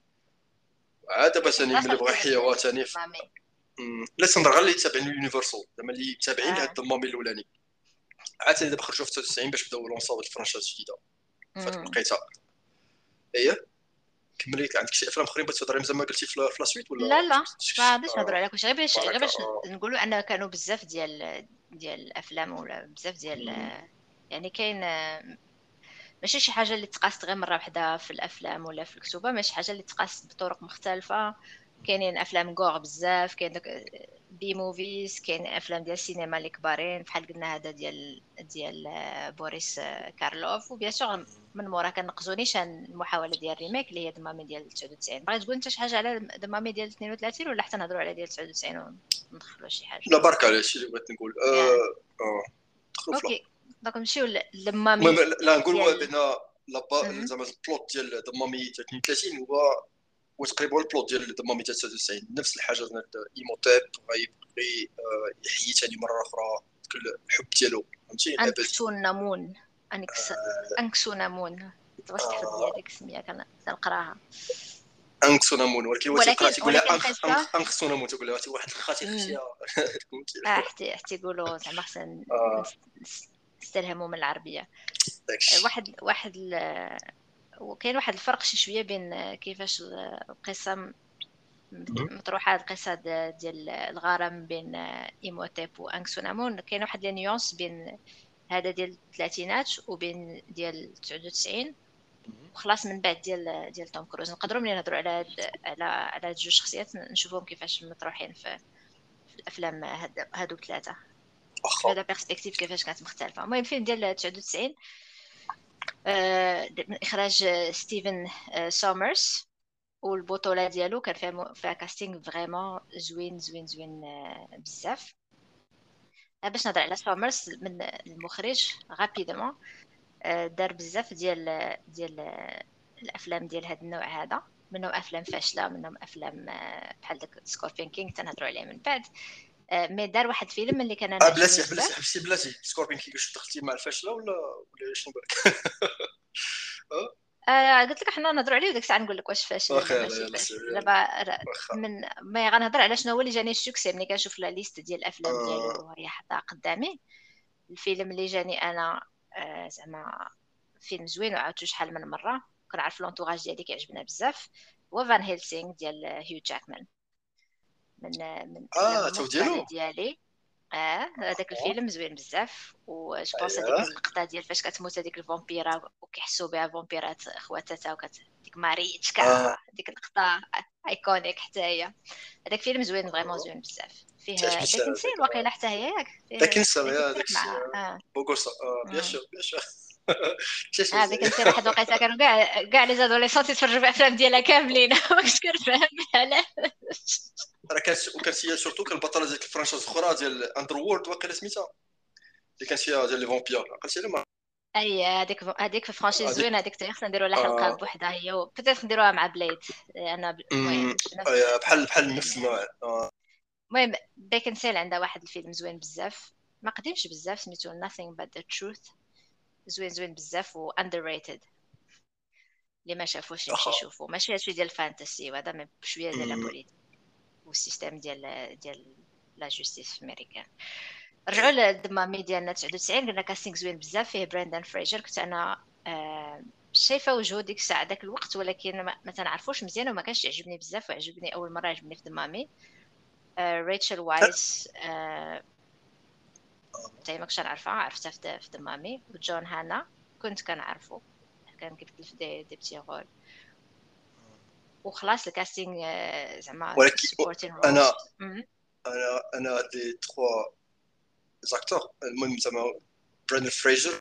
[SPEAKER 2] عاد دابا
[SPEAKER 1] ولكن
[SPEAKER 2] ثاني
[SPEAKER 1] بلاصه
[SPEAKER 2] ملي بغا
[SPEAKER 1] الفيلم
[SPEAKER 2] يحيوها
[SPEAKER 1] ديال
[SPEAKER 2] ثاني
[SPEAKER 1] مامي.
[SPEAKER 2] لا تنظر غير اللي تابعين ليونيفرسال زعما اللي تابعين لهاد
[SPEAKER 1] اه.
[SPEAKER 2] الدمامي الاولاني عاد ثاني دابا خرجوا في تسعة وتسعين باش بداو لونساو الفرانشايز جديده فهاد
[SPEAKER 1] امم
[SPEAKER 2] الوقيته. ايه كملي عندك شي افلام اخرين بغيتي تهضري مزال ما قلتي في لا سويت ولا
[SPEAKER 1] لا لا ما
[SPEAKER 2] شفتي؟
[SPEAKER 1] غاديش نهضروا
[SPEAKER 2] آه
[SPEAKER 1] على كلشي، غير باش غير
[SPEAKER 2] بركه
[SPEAKER 1] باش
[SPEAKER 2] اه.
[SPEAKER 1] نقولوا ان كانوا بزاف ديال ديال الافلام ولا بزاف ديال،
[SPEAKER 2] مم.
[SPEAKER 1] يعني كاين ماشي شي حاجه اللي تقاست غير مره واحده في الافلام ولا في الكتوبه، ماشي حاجه اللي تقاست بطرق مختلفه. كاينين افلام كوغ بزاف، كاين داك بي موفيز، كاين افلام ديال السينما اللي كبارين بحال قلنا هذا ديال ديال آه، بوريس آه، كارلوف. وبيان سور من مورا كنقزونيش عن المحاوله ديال الريميك اللي هي دمامي ديال تسعة وتسعين. بغيت تقول انت شي حاجه على دمامي ديال اثنين وثلاثين ولا حتى نهضروا على ديال تسعة وتسعين وندخلوا شي حاجه؟
[SPEAKER 2] لا بركه على هادشي اللي بغيت نقول
[SPEAKER 1] يا
[SPEAKER 2] اه اه دخلوا في
[SPEAKER 1] اوكي، دونك نمشيو
[SPEAKER 2] المهم
[SPEAKER 1] للمامي
[SPEAKER 2] لا نقولوا
[SPEAKER 1] ديال.
[SPEAKER 2] بان لابا زعما البلوت ديال دمامي اثنين وثلاثين هو هو تقريبا البلوت ديال دمامي تسعة وتسعين نفس الحاجه زعما ايموتيب غيبغي آه، يحيي ثاني مره اخرى ديك الحب ديالو فهمتي الابد.
[SPEAKER 1] أنكسونامون. أنكس أنكسونامون. تبغاش تحفظ لي
[SPEAKER 2] آه
[SPEAKER 1] هذيك السمية كان- كنقراها.
[SPEAKER 2] انك سونامون ولكن هو تيقرا
[SPEAKER 1] ولكن
[SPEAKER 2] تيقول لها
[SPEAKER 1] ولكن
[SPEAKER 2] انخ
[SPEAKER 1] القصة.
[SPEAKER 2] انخ انخ سونامون تيقول لها واحد الخاتي
[SPEAKER 1] امم
[SPEAKER 2] اختيا.
[SPEAKER 1] اه حتى حتى يقولوا زعما خصنا
[SPEAKER 2] اه
[SPEAKER 1] نس- نس- نستلهموا من العربية. آه،
[SPEAKER 2] داكشي.
[SPEAKER 1] واحد واحد ال- وكاين واحد الفرق شي شوية بين آه، كيفاش ال- القصة م- مطروحة. القصة د- ديال الغرام بين آه، إيموتيب وأنكسونامون، كاين واحد لي نيونس بين هذا ديال الثلاثينات وبين ديال تسعة وتسعين. وخلاص من بعد ديال ديال توم كروز نقدروا ملي نهضروا على هاد على على هاد جوج شخصيات نشوفوهم كيفاش مطروحين في, في الافلام هاد هادو ثلاثه
[SPEAKER 2] واخا.
[SPEAKER 1] بهذا بيرسبكتيف كيفاش كانت مختلفه. المهم الفيلم ديال تسعة وتسعين آه، من اخراج آه، ستيفن آه، سومرز. والبطوله ديالو كان فيها م- فيها كاستينغ فريمون زوين زوين زوين آه، بزاف. آه، باش نهضر على سومرز من المخرج غابيدمون. آه، دار بزاف ديال ديال آه، الافلام ديال هذا النوع هذا، منهم افلام فاشله، منهم افلام آه، بحال داك سكوربين كينغ تنهضروا عليه من بعد. آه، مي دار واحد الفيلم اللي كان انا
[SPEAKER 2] اه
[SPEAKER 1] عجبني
[SPEAKER 2] بلاتي بلاتي
[SPEAKER 1] بزاف.
[SPEAKER 2] حبستي بلاتي سكوربين كي واش دخلتي مع الفاشله ولا ولا شنو بالك؟ اه
[SPEAKER 1] آه قلت لك حنا نهضروا عليه وديك الساعه نقول لك واش فاشل ولا
[SPEAKER 2] واخا
[SPEAKER 1] ماشي
[SPEAKER 2] يلا
[SPEAKER 1] فاشل.
[SPEAKER 2] سير يلا
[SPEAKER 1] دابا ر-
[SPEAKER 2] واخا.
[SPEAKER 1] من ما غنهضر على شنو هو اللي جاني السوكسي ملي كنشوف لا ليست ديال الافلام
[SPEAKER 2] آه
[SPEAKER 1] ديالو وهي حطها قدامي. الفيلم اللي جاني انا آه زعما فيلم زوين وعاودته شحال من مره، كنعرف لونتوراج ديالي كيعجبنا بزاف، هو فان هيلسينغ ديال هيو جاكمان. من من الافلام
[SPEAKER 2] اه تو
[SPEAKER 1] المفضله
[SPEAKER 2] ديالو.
[SPEAKER 1] ديالي. اه هذاك
[SPEAKER 2] اه
[SPEAKER 1] الفيلم زوين بزاف. وج بونس هذيك
[SPEAKER 2] اييه
[SPEAKER 1] اللقطه ديال فاش كتموت هذيك الفامبيرا وكيحسوا بها فامبيرات خواتاتها وكت ديك
[SPEAKER 2] اه
[SPEAKER 1] ماريتشكا، ديك اللقطه ايكونيك حتى هي. هذاك الفيلم زوين فريمون
[SPEAKER 2] آه.
[SPEAKER 1] زوين بزاف. فيه
[SPEAKER 2] تعجبني حتى
[SPEAKER 1] بيكنسيل
[SPEAKER 2] هذاك
[SPEAKER 1] واقيلا حتى هي ياك
[SPEAKER 2] داك
[SPEAKER 1] فيه
[SPEAKER 2] نسا يا داك
[SPEAKER 1] بيكنسيل
[SPEAKER 2] الشيء
[SPEAKER 1] مع اه.
[SPEAKER 2] بوغوسا اه بيان
[SPEAKER 1] مم.
[SPEAKER 2] سور بيان سور. شي
[SPEAKER 1] اه
[SPEAKER 2] مزيان.
[SPEAKER 1] بيكنسيل واحد الوقيته كانوا كاع كاع لي زادوليسونت يتفرجوا في افلام ديالها كاملين ما كنتش كنفهم علاش.
[SPEAKER 2] راه كانت وكانت هي سورتو كان البطله ديال الفرانشايز الاخرى ديال اندر وورلد واقيلا سميتها اللي كانت فيها ديال لي فامبير عقلتي على ما
[SPEAKER 1] اي هذيك هذيك في فرانشيز
[SPEAKER 2] هذيك
[SPEAKER 1] زوينه، هذيك خصنا نديروا لها حلقه
[SPEAKER 2] آه
[SPEAKER 1] بوحدها هي، وبتات نديروها مع بليد. انا ب-
[SPEAKER 2] أمم،
[SPEAKER 1] المهم في نفس
[SPEAKER 2] آه،
[SPEAKER 1] في
[SPEAKER 2] بحال
[SPEAKER 1] نفس
[SPEAKER 2] بحال نفس
[SPEAKER 1] يعني.
[SPEAKER 2] النوع آه.
[SPEAKER 1] المهم بيكنسيل عندها واحد الفيلم زوين بزاف، ما قديمش بزاف، سميتو nothing but the truth. زوين زوين بزاف و underrated. اللي ما شافوش يمشي
[SPEAKER 2] واخا.
[SPEAKER 1] يشوفو. ماشي هادشي ديال الفانتسي وهذا، ما بشويه ديال
[SPEAKER 2] أمم،
[SPEAKER 1] لابوليتيك والسيستم ديال ديال لا جوستيس في امريكا. رجعوا للدمامي ديالنا تسعة وتسعين، قلنا كاستينغ زوين بزاف. فيه براندان فريجر. كنت انا آه شايفه وجهه ديك الساعه ذاك الوقت، ولكن ما, ما تنعرفوش مزيان وما كانش يعجبني بزاف. وعجبني اول مره عجبني في دمامي. آه ريتشل وايز آه تاي ما كنتش نعرفها، عرفتها في في دمامي. وجون هانا كنت كنعرفو، كان كيمثل في دي, دي بتي رول. وخلاص الكاستينغ آه زعما
[SPEAKER 2] ولكن
[SPEAKER 1] سبورتين
[SPEAKER 2] انا
[SPEAKER 1] رولز.
[SPEAKER 2] انا انا دي تخوا زاكتور المهم زعما براندن فريزر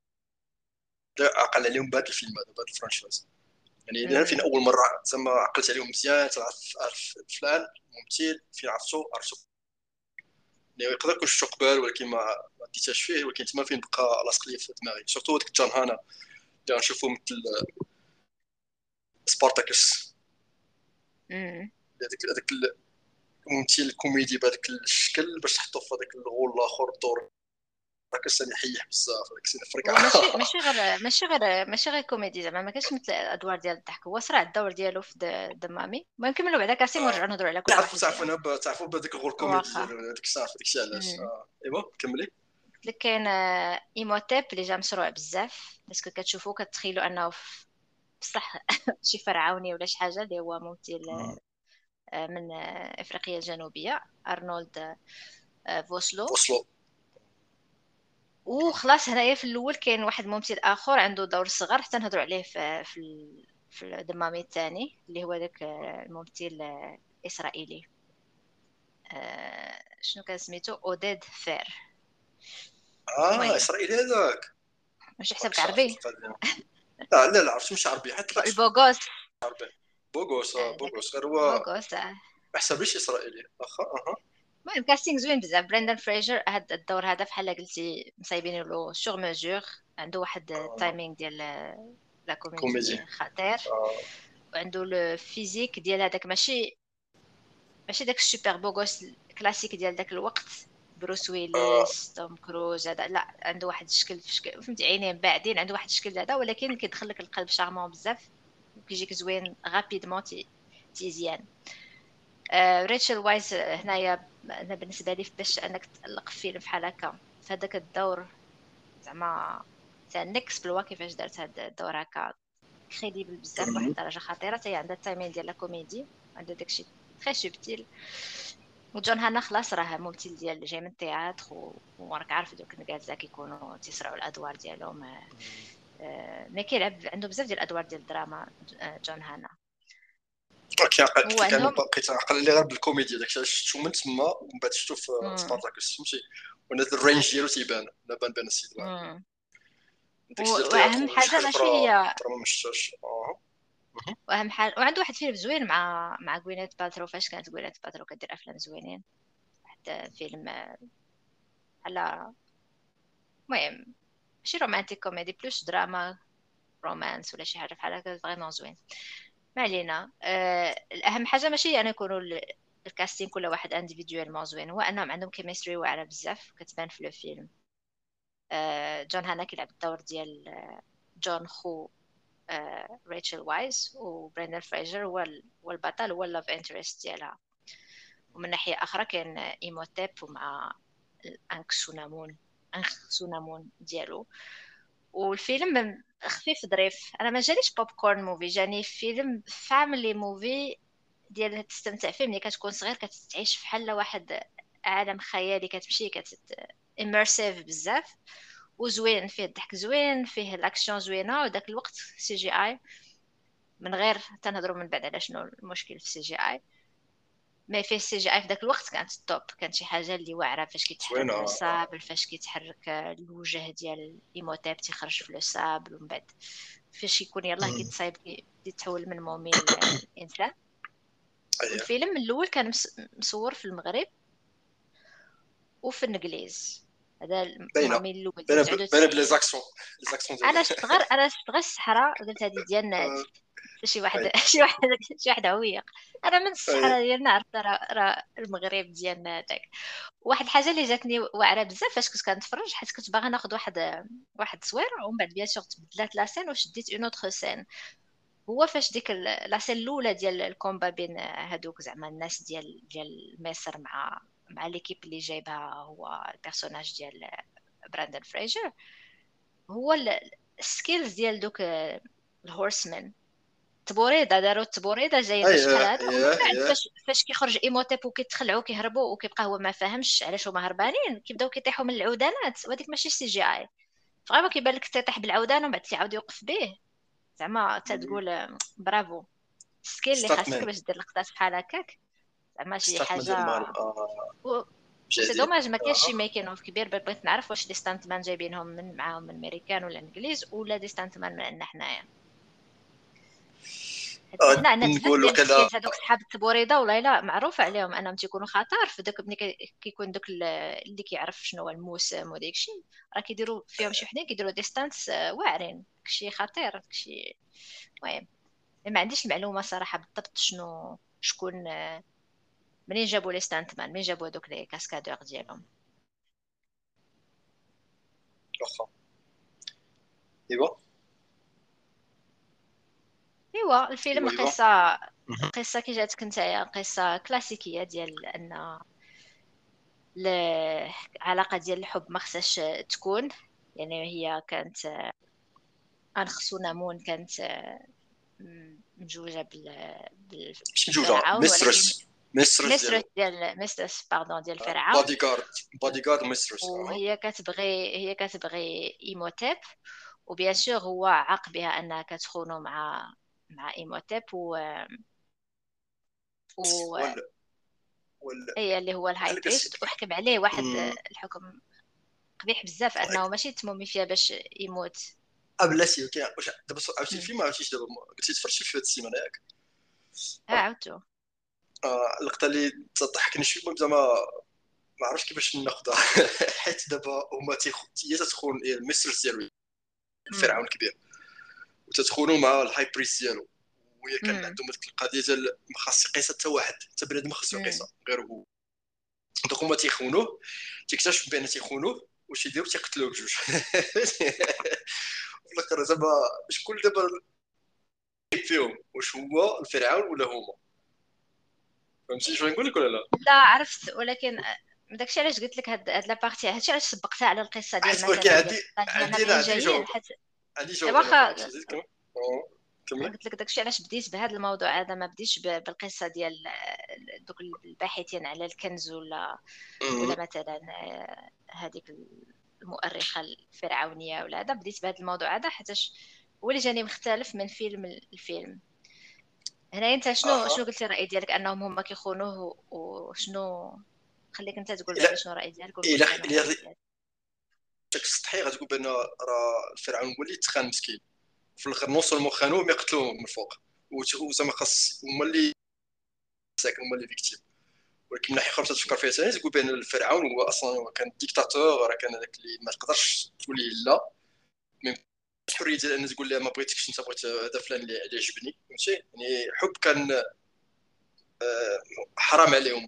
[SPEAKER 2] عقل عليهم بهذا الفيلم هذا بهذا الفرانشايز يعني انا فين اول مره زعما عقلت عليهم مزيان تعرف عارف فلان ممثل فين عرفتو عرفتو يعني يقدر يكون شفتو قبل ولكن ما ما ديتهاش فيه ولكن تما فين بقى لاصق لي في دماغي سورتو هذاك جان هانا اللي غنشوفو مثل سبارتاكس
[SPEAKER 1] امم
[SPEAKER 2] هذاك هذاك ممثل كوميدي بهذاك الشكل باش تحطو في هذاك الغول الاخر الدور، راه كان يحيح بزاف هذاك السيد
[SPEAKER 1] هو ماشي
[SPEAKER 2] فرقع.
[SPEAKER 1] ماشي غير ماشي غير ماشي غير كوميدي زعما، ما كانش مثل الادوار ديال الضحك، هو صرا الدور ديالو في د- دمامي. المهم نكملوا بعدا كاسين ونرجعوا نهضروا على كل
[SPEAKER 2] تعرفوا
[SPEAKER 1] واحد
[SPEAKER 2] تعرفوا
[SPEAKER 1] فيهم.
[SPEAKER 2] انا ب- تعرفوا بهذاك الغول كوميدي
[SPEAKER 1] واخا.
[SPEAKER 2] ديالو هذاك الساعه داك الشيء علاش.
[SPEAKER 1] امم
[SPEAKER 2] آه، ايوا كملي.
[SPEAKER 1] قلت لك كاين آه، ايموتيب اللي جا مشروع بزاف، باسكو كتشوفوا كتخيلوا انه في- بصح شي فرعوني ولا شي حاجه، اللي هو ممثل آه، من آه، افريقيا الجنوبيه، ارنولد آه، فوسلو.
[SPEAKER 2] وصلوا.
[SPEAKER 1] وخلاص هنايا في الاول كاين واحد ممثل اخر عنده دور صغر حتى نهضروا عليه في في ال- في الدمامي الثاني، اللي هو ذاك آه، الممثل آه، الاسرائيلي. آه، شنو كان سميتو؟ اوديد فير.
[SPEAKER 2] اه
[SPEAKER 1] المهم
[SPEAKER 2] اسرائيلي هذاك.
[SPEAKER 1] ماشي
[SPEAKER 2] راك
[SPEAKER 1] حسابك
[SPEAKER 2] عارف
[SPEAKER 1] عربي.
[SPEAKER 2] القضيه. لا لا لا عرفت مش عربي حتى راك شفت
[SPEAKER 1] البوغوس.
[SPEAKER 2] عربي. بوغوس. آه،
[SPEAKER 1] آه، ذاك
[SPEAKER 2] بوغوس غير هو
[SPEAKER 1] بوغوس آه.
[SPEAKER 2] ما حسبليش اسرائيلي واخا. اها.
[SPEAKER 1] المهم كاستينغ زوين بزاف. برندن فريجر هاد الدور هذا بحال قلتي مصايبين له سور ميزور، عنده واحد
[SPEAKER 2] آه،
[SPEAKER 1] التايمينغ ديال لا
[SPEAKER 2] كوميدي.
[SPEAKER 1] كوميدي خطير.
[SPEAKER 2] آه،
[SPEAKER 1] وعنده الفيزيك ديال هذاك، ماشي ماشي داك السوبر بوغوس الكلاسيك ديال داك الوقت، بروس
[SPEAKER 2] آه،
[SPEAKER 1] ويليس، توم كروز، هذا لا، عنده واحد الشكل في شكل فهمتي، عينين باعدين، عنده واحد الشكل هذا، ولكن كيدخل لك القلب شارمون بزاف، وكيجيك زوين غابيدمون تي تيزيان. آه ريتشل وايز آه، هنايا انا بالنسبه لي باش انك تالق في فيلم بحال هكا في هذاك الدور، زعما تنكس بلوا كيفاش دارت هذا الدور هكا، كريديبل بزاف بواحد
[SPEAKER 2] مم.
[SPEAKER 1] الدرجه خطيره. حتى هي عندها التايمين ديال لا كوميدي، عندها داكشي تري سوبتيل. وجون هانا خلاص راه ممثل ديال جاي من التياتر، و- وراك عارف دوك النكازا كيكونوا تيسرعوا الادوار ديالهم. آه، آه، مي كيلعب عنده بزاف ديال الادوار ديال الدراما. آه، جون هانا.
[SPEAKER 2] كيعقل قلت لك انا
[SPEAKER 1] وعندهم
[SPEAKER 2] بقيت نعقل اللي غير بالكوميديا داكشي علاش شفتو من تما ومن بعد شفتو في
[SPEAKER 1] مم.
[SPEAKER 2] سبارتاكوس فهمتي. وانا الرينج ديالو تيبان لا بان بان السيد واعر.
[SPEAKER 1] مم.
[SPEAKER 2] داكشي ديال
[SPEAKER 1] و-
[SPEAKER 2] التياتر
[SPEAKER 1] واهم
[SPEAKER 2] وشي
[SPEAKER 1] حاجه
[SPEAKER 2] حاجه
[SPEAKER 1] ماشي
[SPEAKER 2] اخرى
[SPEAKER 1] هي،
[SPEAKER 2] اخرى ما مشفتهاش. اه. مهم.
[SPEAKER 1] واهم حاجه، وعنده واحد فيلم زوين مع مع غوينيت بالترو. فاش كانت غوينيت بالترو كدير افلام زوينين، واحد فيلم آه، على، المهم ماشي رومانتيك كوميدي، بلوس دراما رومانس ولا شي حاجه بحال هكا، فريمون زوين. ما علينا. آه الاهم حاجه ماشي انا يكونوا ال- الكاستين كل واحد انديفيدوالمون زوين، هو انهم عندهم كيمستري واعره بزاف كتبان في الفيلم. آه جون هانا كيلعب الدور ديال آه، جون خو آه ريتشل وايز، وبريندن فريجر هو ال- هو البطل، هو اللاف انترست ديالها. ومن ناحيه اخرى كاين ايموتيب ومع الانك سونامون، انخ سونامون ديالو. والفيلم خفيف ظريف، انا ما جانيش بوب كورن موفي، جاني فيلم فاميلي موفي ديال تستمتع فيه ملي كتكون صغير، كتعيش بحال واحد عالم خيالي، كتمشي كت اميرسيف بزاف، وزوين فيه الضحك زوين، فيه الاكشن زوينه، وداك الوقت سي جي اي من غير تنهضروا من بعد على شنو المشكل في السي جي اي. ما فيه السي جي اي في ذاك الوقت كانت التوب، كانت شي حاجه اللي واعره، فاش
[SPEAKER 2] زوينه.
[SPEAKER 1] كيتحرك لو سابل، فاش كيتحرك آه، الوجه ديال ايموتيب تيخرج في لو سابل، ومن بعد فاش يكون يلاه
[SPEAKER 2] مم.
[SPEAKER 1] كيتصايب كي- كيتحول من مومي الانسان.
[SPEAKER 2] اييه.
[SPEAKER 1] والفيلم من الاول كان مس- مصور في المغرب وفي الانجليز، هذا
[SPEAKER 2] باينه
[SPEAKER 1] المومي الاول ديال
[SPEAKER 2] باينه ب- باينه بلي
[SPEAKER 1] تسعة وتسعين.
[SPEAKER 2] زاكسيون لي زاكسيون ديال.
[SPEAKER 1] انا شفت غير انا شفت غير الصحراء، قلت هذه ديالنا هذه.
[SPEAKER 2] آه،
[SPEAKER 1] شي واحد
[SPEAKER 2] اي.
[SPEAKER 1] شي واحد شي واحد عويق. انا من
[SPEAKER 2] اي.
[SPEAKER 1] الصحراء ديالنا عرفت راه راه المغرب ديالنا هذاك. واحد الحاجه اللي جاتني واعره بزاف فاش كنت كنتفرج، حيت كنت باغا ناخذ واحد واحد تصوير، ومن بعد بيان سور تبدلات لا سين وشديت اون اوتر سين. هو فاش ديك ال- لا سين الاولى ديال الكومبا بين هادوك زعما الناس ديال ديال مصر مع مع ليكيب اللي جايبها هو البيرسوناج ديال براندن فريجر، هو ال- السكيلز ديال دوك الهورسمان، تبوريده داروا التبوريده جايين باش
[SPEAKER 2] اييه
[SPEAKER 1] بحال هذا، ومن
[SPEAKER 2] اييه
[SPEAKER 1] بعد
[SPEAKER 2] اييه.
[SPEAKER 1] فاش فاش كيخرج ايموتيب وكيتخلعوا كيهربوا، وكيبقى هو ما فاهمش علاش هما هربانين، كيبداو كيطيحوا من العودانات، وهذيك ماشي سي جي اي. فريمون كيبان لك تيطيح بالعودان ومن بعد تيعاود يوقف به، زعما تتقول آه، برافو. السكيل اللي خاصك
[SPEAKER 2] ستاتمان.
[SPEAKER 1] باش دير لقطات بحال هكاك، زعما شي
[SPEAKER 2] ستاتمان ديال
[SPEAKER 1] حاجه.
[SPEAKER 2] المغرب آه،
[SPEAKER 1] و... وسي
[SPEAKER 2] جديد.
[SPEAKER 1] دوماج ما كاينش
[SPEAKER 2] آه.
[SPEAKER 1] شي ميكين اوف كبير، بغيت نعرف واش دي ستانت مان جايبينهم من معاهم من الميريكان ولا الانجليز، ولا دي ستانت مان من عندنا حنايا. حيت
[SPEAKER 2] آه،
[SPEAKER 1] حنا عندنا بزاف
[SPEAKER 2] نقول
[SPEAKER 1] ديال
[SPEAKER 2] وقيلا.
[SPEAKER 1] السكيلز، هذوك صحاب التبوريده ولا لا معروف عليهم انهم تيكونوا خطر في داك ملي كي- كيكون دوك ال- اللي كيعرف شنو هو الموسم وداك الشيء، راه كيديروا فيهم شي وحدين كيديروا ديستانس واعرين، داكشي خطير داكشي. المهم ما عنديش المعلومه صراحه بالضبط شنو شكون منين جابوا لي ستانتمان، منين جابوا دوك لي كاسكادور ديالهم.
[SPEAKER 2] واخا ايوا
[SPEAKER 1] ايوا الفيلم
[SPEAKER 2] ايوا ايوا
[SPEAKER 1] قصه
[SPEAKER 2] مهم.
[SPEAKER 1] قصه كي جاتك نتايا، قصه كلاسيكيه ديال ان العلاقه ديال الحب ما خصهاش تكون. يعني هي كانت انخسو نامون كانت م- مجوجه بال
[SPEAKER 2] مش مجوجه
[SPEAKER 1] بالفرعون، ولكن
[SPEAKER 2] ميسترس ميسترس
[SPEAKER 1] ميسترس
[SPEAKER 2] ديالو
[SPEAKER 1] ديال ميسترس باردون ديال الفرعون.
[SPEAKER 2] بادي جارد بادي جارد ميسترس اه
[SPEAKER 1] وهي كتبغي هي كتبغي ايموتيب، وبيان سور هو عاق بها انها كتخونو مع مع ايموتيب و و
[SPEAKER 2] ولا ولا
[SPEAKER 1] هي اللي هو الهاي
[SPEAKER 2] بحال
[SPEAKER 1] بريست،
[SPEAKER 2] كتبقى
[SPEAKER 1] وحكم عليه واحد
[SPEAKER 2] أمم،
[SPEAKER 1] الحكم قبيح بزاف انه ماشي تمومي فيها باش يموت.
[SPEAKER 2] اه بلاتي اوكي واش دابا عرفتي
[SPEAKER 1] مم.
[SPEAKER 2] الفيلم ما عرفتيش دابا قلتي تفرجتي في هذه السيمانه ياك
[SPEAKER 1] ها عاودتو.
[SPEAKER 2] آه، اللقطه اللي تضحكني شويه المهم زعما ما عرفتش كيفاش ناخذها حيت دابا هما تيخ- هي تتخون الميسترس ديالو
[SPEAKER 1] مم.
[SPEAKER 2] الفرعون الكبير وتتخونوا مع الهاي بريست ديالو، وهي كان
[SPEAKER 1] مم.
[SPEAKER 2] عندهم ديك القضيه ديال ما خاص يقيس حتى واحد، حتى بنادم ما خاصو يقيسها
[SPEAKER 1] مم.
[SPEAKER 2] غير هو. دونك هما تيخونوه، تيكتشفوا بان تيخونوه واش يديروا تيقتلوه بجوج في الاخر زعما شكون دابا فيهم، واش هو الفرعون ولا هما؟ فهمتي شنو نقول لك ولا لا؟
[SPEAKER 1] لا عرفت، ولكن داكشي علاش قلت لك هاد هاد لابارتي، هادشي علاش سبقتها على القصه ديال
[SPEAKER 2] حيت ولكن
[SPEAKER 1] مثلا ديال
[SPEAKER 2] عندي
[SPEAKER 1] القصه ديالنا
[SPEAKER 2] عندي انا
[SPEAKER 1] منين
[SPEAKER 2] عندي
[SPEAKER 1] جايين،
[SPEAKER 2] جواب،
[SPEAKER 1] حيت
[SPEAKER 2] عندي جواب انا
[SPEAKER 1] واخا
[SPEAKER 2] فهمتي زيد كمل. كملي.
[SPEAKER 1] قلت لك داكشي علاش بديت بهذا الموضوع هذا، ما بديتش ب- بالقصه ديال دوك الباحثين على الكنز، ولا ولا مثلا آه، هذيك المؤرخه الفرعونيه ولا هذا. بديت بهذا الموضوع هذا حيتاش هو اللي جاني مختلف من فيلم الفيلم. هنا انت شنو
[SPEAKER 2] اها
[SPEAKER 1] شنو قلتي الراي ديالك انهم هما كيخونوه، وشنو خليك انت تقول
[SPEAKER 2] الا
[SPEAKER 1] بعدا شنو الراي ديالك ونقول
[SPEAKER 2] الا
[SPEAKER 1] لك انا
[SPEAKER 2] الا
[SPEAKER 1] الراي ديالي.
[SPEAKER 2] داك السطحي غتقول بان راه الفرعون هو اللي تخان مسكين، في الاخر نو سولمون خانوه مي قتلوه من الفوق، وزعما خاص هما اللي ساكن هما اللي فيكتيم. ولكن من ناحيه اخرى تفكر فيها ثاني تقول بان الفرعون هو اصلا كان ديكتاتور، راه كان هذاك اللي ما تقدرش تقول ليه لا، ما الحريه ديال ان تقول لها ما بغيتكش انت بغيت هذا فلان اللي اللي عجبني فهمتي. يعني حب كان آه، حرام عليهم،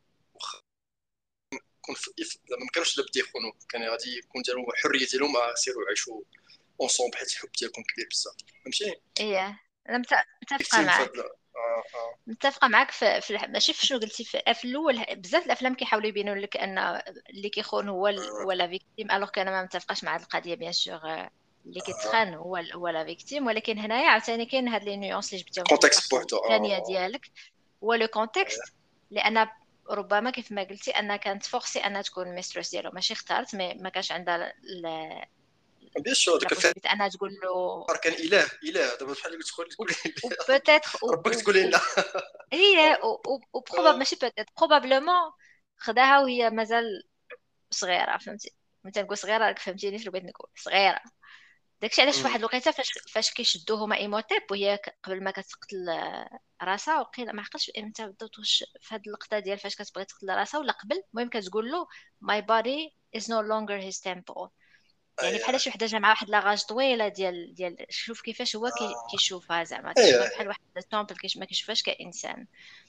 [SPEAKER 2] كون زعما ما كانوش لابد يخونوا، كان غادي يكون ديالهم حريه ديالهم، آه، سيروا عيشوا اونصومبل حيت الحب ديالكم كبير بزاف فهمتي.
[SPEAKER 1] ايه انا مت- متفقه
[SPEAKER 2] فيكتيم في
[SPEAKER 1] معك.
[SPEAKER 2] هذا اه اه
[SPEAKER 1] متفقه معك في, في الح... ماشي في شنو قلتي في, في الاول. بزاف الافلام كيحاولوا يبينوا لك ان اللي كيخون هو ال... هو لا فيكتيم، الوغ كان ما متفقاش مع هذه القضيه. بيان سور اللي
[SPEAKER 2] اه
[SPEAKER 1] كيتخان هو ال... هو لا فيكتيم، ولكن هنايا عاوتاني كاين هاد لي نيونس اللي جبتيهم في
[SPEAKER 2] كونتكست
[SPEAKER 1] اللقطه
[SPEAKER 2] بوحدو
[SPEAKER 1] الثانيه
[SPEAKER 2] اه
[SPEAKER 1] ديالك، هو لو كونتكست. لان ربما كيف ما قلتي انها كانت فورسي انها تكون ميسترس ديالو، ماشي اختارت، ما, ما كانش عندها
[SPEAKER 2] بيان سور
[SPEAKER 1] لا
[SPEAKER 2] داك الفعل
[SPEAKER 1] بوسيبيتي انها تقول له.
[SPEAKER 2] كان اله اله دابا بحال اللي تقول تقول
[SPEAKER 1] وبوتيتر
[SPEAKER 2] ربك تقول لي لا
[SPEAKER 1] هي وبروباب ماشي بوتيت بروبابلومون خداها وهي مازال صغيره، فهمتي. متى نقول صغيره راك فهمتيني شنو بغيت نقول صغيره. داكشي علاش واحد الوقيته فاش فاش كيشدوه هما ايموتيب، وهي ك- قبل ما كتقتل آه، راسها، وقيلا ما عقلتش امتى بالضبط، واش في هذه اللقطه ديال فاش كتبغي تقتل راسها ولا قبل. المهم كتقول له my body is no longer his temple. يعني بحال
[SPEAKER 2] اييه
[SPEAKER 1] شي وحده جا مع واحد لاغاج طويله ديال ديال شوف كيفاش هو كي-
[SPEAKER 2] آه.
[SPEAKER 1] كيشوفها، زعما
[SPEAKER 2] اييه
[SPEAKER 1] كيشوفها بحال واحد التومبل كيش ما كيشوفهاش كانسان.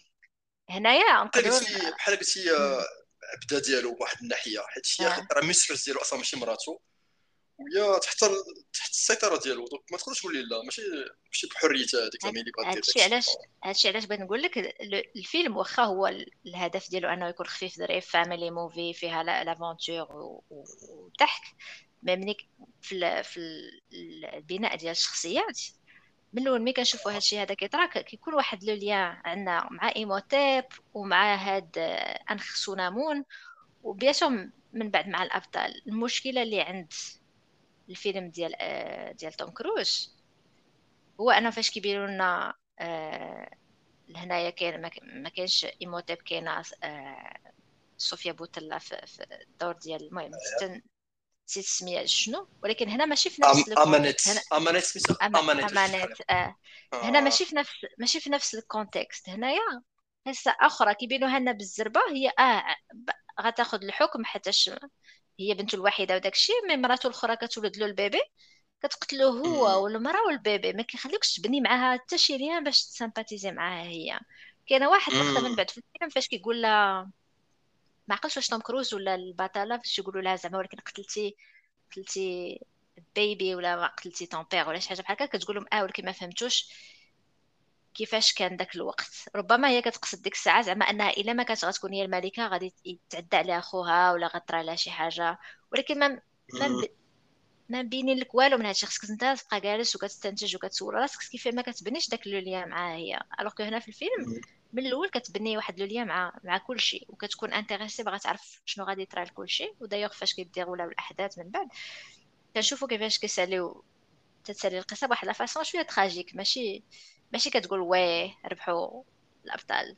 [SPEAKER 1] هنايا
[SPEAKER 2] بحال
[SPEAKER 1] نقدروا ن-
[SPEAKER 2] قلتي بحال قلتي
[SPEAKER 1] مم.
[SPEAKER 2] آه، بدا ديالو بواحد الناحيه حيت هي
[SPEAKER 1] اه
[SPEAKER 2] راه ميسترس ديالو اصلا ماشي مراته، وهي تحت ال- تحت السيطره ديالو، دونك ما تقدرش تقول لي لا، ماشي ماشي بحريتها هذيك زعما
[SPEAKER 1] هاد-
[SPEAKER 2] اللي بغات دير
[SPEAKER 1] هادشي
[SPEAKER 2] داكشي
[SPEAKER 1] علاش هادشي علاش بغيت نقول لك ال- الفيلم واخا هو ال- الهدف ديالو انه يكون خفيف ظريف فاميلي موفي فيها لا- لافونتور و- و- وضحك. مي مني ك- في ال في ال- البناء ديال الشخصيات من الاول ملي كنشوفوا هادشي هذا كيطرا، ك- كيكون واحد لو ليان عندنا مع ايموتيب ومع هاد آه، انخ سونامون، وبيان سور من بعد مع الابطال. المشكله اللي عند الفيلم ديال آه، ديال توم كروز هو انه فاش كيبينوا لنا آه، هنايا كاين ما ك- ما كاينش ايموتيب، كاينه آه، صوفيا بوتلا في, في الدور ديال المهم نسيت نسيت السميه شنو، ولكن هنا ماشي في
[SPEAKER 2] أم
[SPEAKER 1] نفس
[SPEAKER 2] امانيت
[SPEAKER 1] الكونتكست. هنا
[SPEAKER 2] امانيت سميتو
[SPEAKER 1] أما
[SPEAKER 2] امانيت واش
[SPEAKER 1] امانات
[SPEAKER 2] بحال
[SPEAKER 1] آه. هنا
[SPEAKER 2] آه.
[SPEAKER 1] ماشي في نفس ماشي في نفس الكونتكست. هنايا قصه اخرى كيبينوها لنا بالزربه، هي اه ب- غتاخذ الحكم حيتاش هي بنته الوحيده وداك الشيء، مي مراته الاخرى كتولد له البيبي كتقتلو هو
[SPEAKER 2] أمم.
[SPEAKER 1] والمراه والبيبي، ما كيخليكش تبني معاها حتى شي ليان باش تسامباتيزي معاها هي. كاينه واحد لقطه من
[SPEAKER 2] مم.
[SPEAKER 1] بعد في الفيلم فاش كيقول لها، ما عقلتش واش توم كروز ولا البطله، فاش يقولوا لها زعما ولكن قتلتي قتلتي بيبي ولا ما قتلتي طون بيغ ولا شي حاجه بحال هكا، كتقول لهم اه ولكن ما فهمتوش كيفاش كان داك الوقت. ربما هي كتقصد ديك الساعه زعما انها الا ما كانت غتكون هي الملكه غادي يتعدى عليها خوها ولا غطرى لها شي حاجه. ولكن ما ما
[SPEAKER 2] مم.
[SPEAKER 1] ب... ما بينين لك والو من هادشي. خصك انت تبقى جالس وكتستنتج وكتسول راسك كيف ما كتبنيش داك لوليا معاها هي. الوغ كو هنا في الفيلم
[SPEAKER 2] مم.
[SPEAKER 1] من الاول كتبني واحد لوليا مع مع كل شيء، وكتكون انتريسي باغا تعرف شنو غادي يطرى لكل شيء. ودايوغ فاش كيديرولاو الاحداث من بعد كنشوفوا كيفاش كيساليو تتسالي القصه بواحد لا فاصون شويه تراجيك، ماشي ماشي كتقول واه ربحوا الابطال.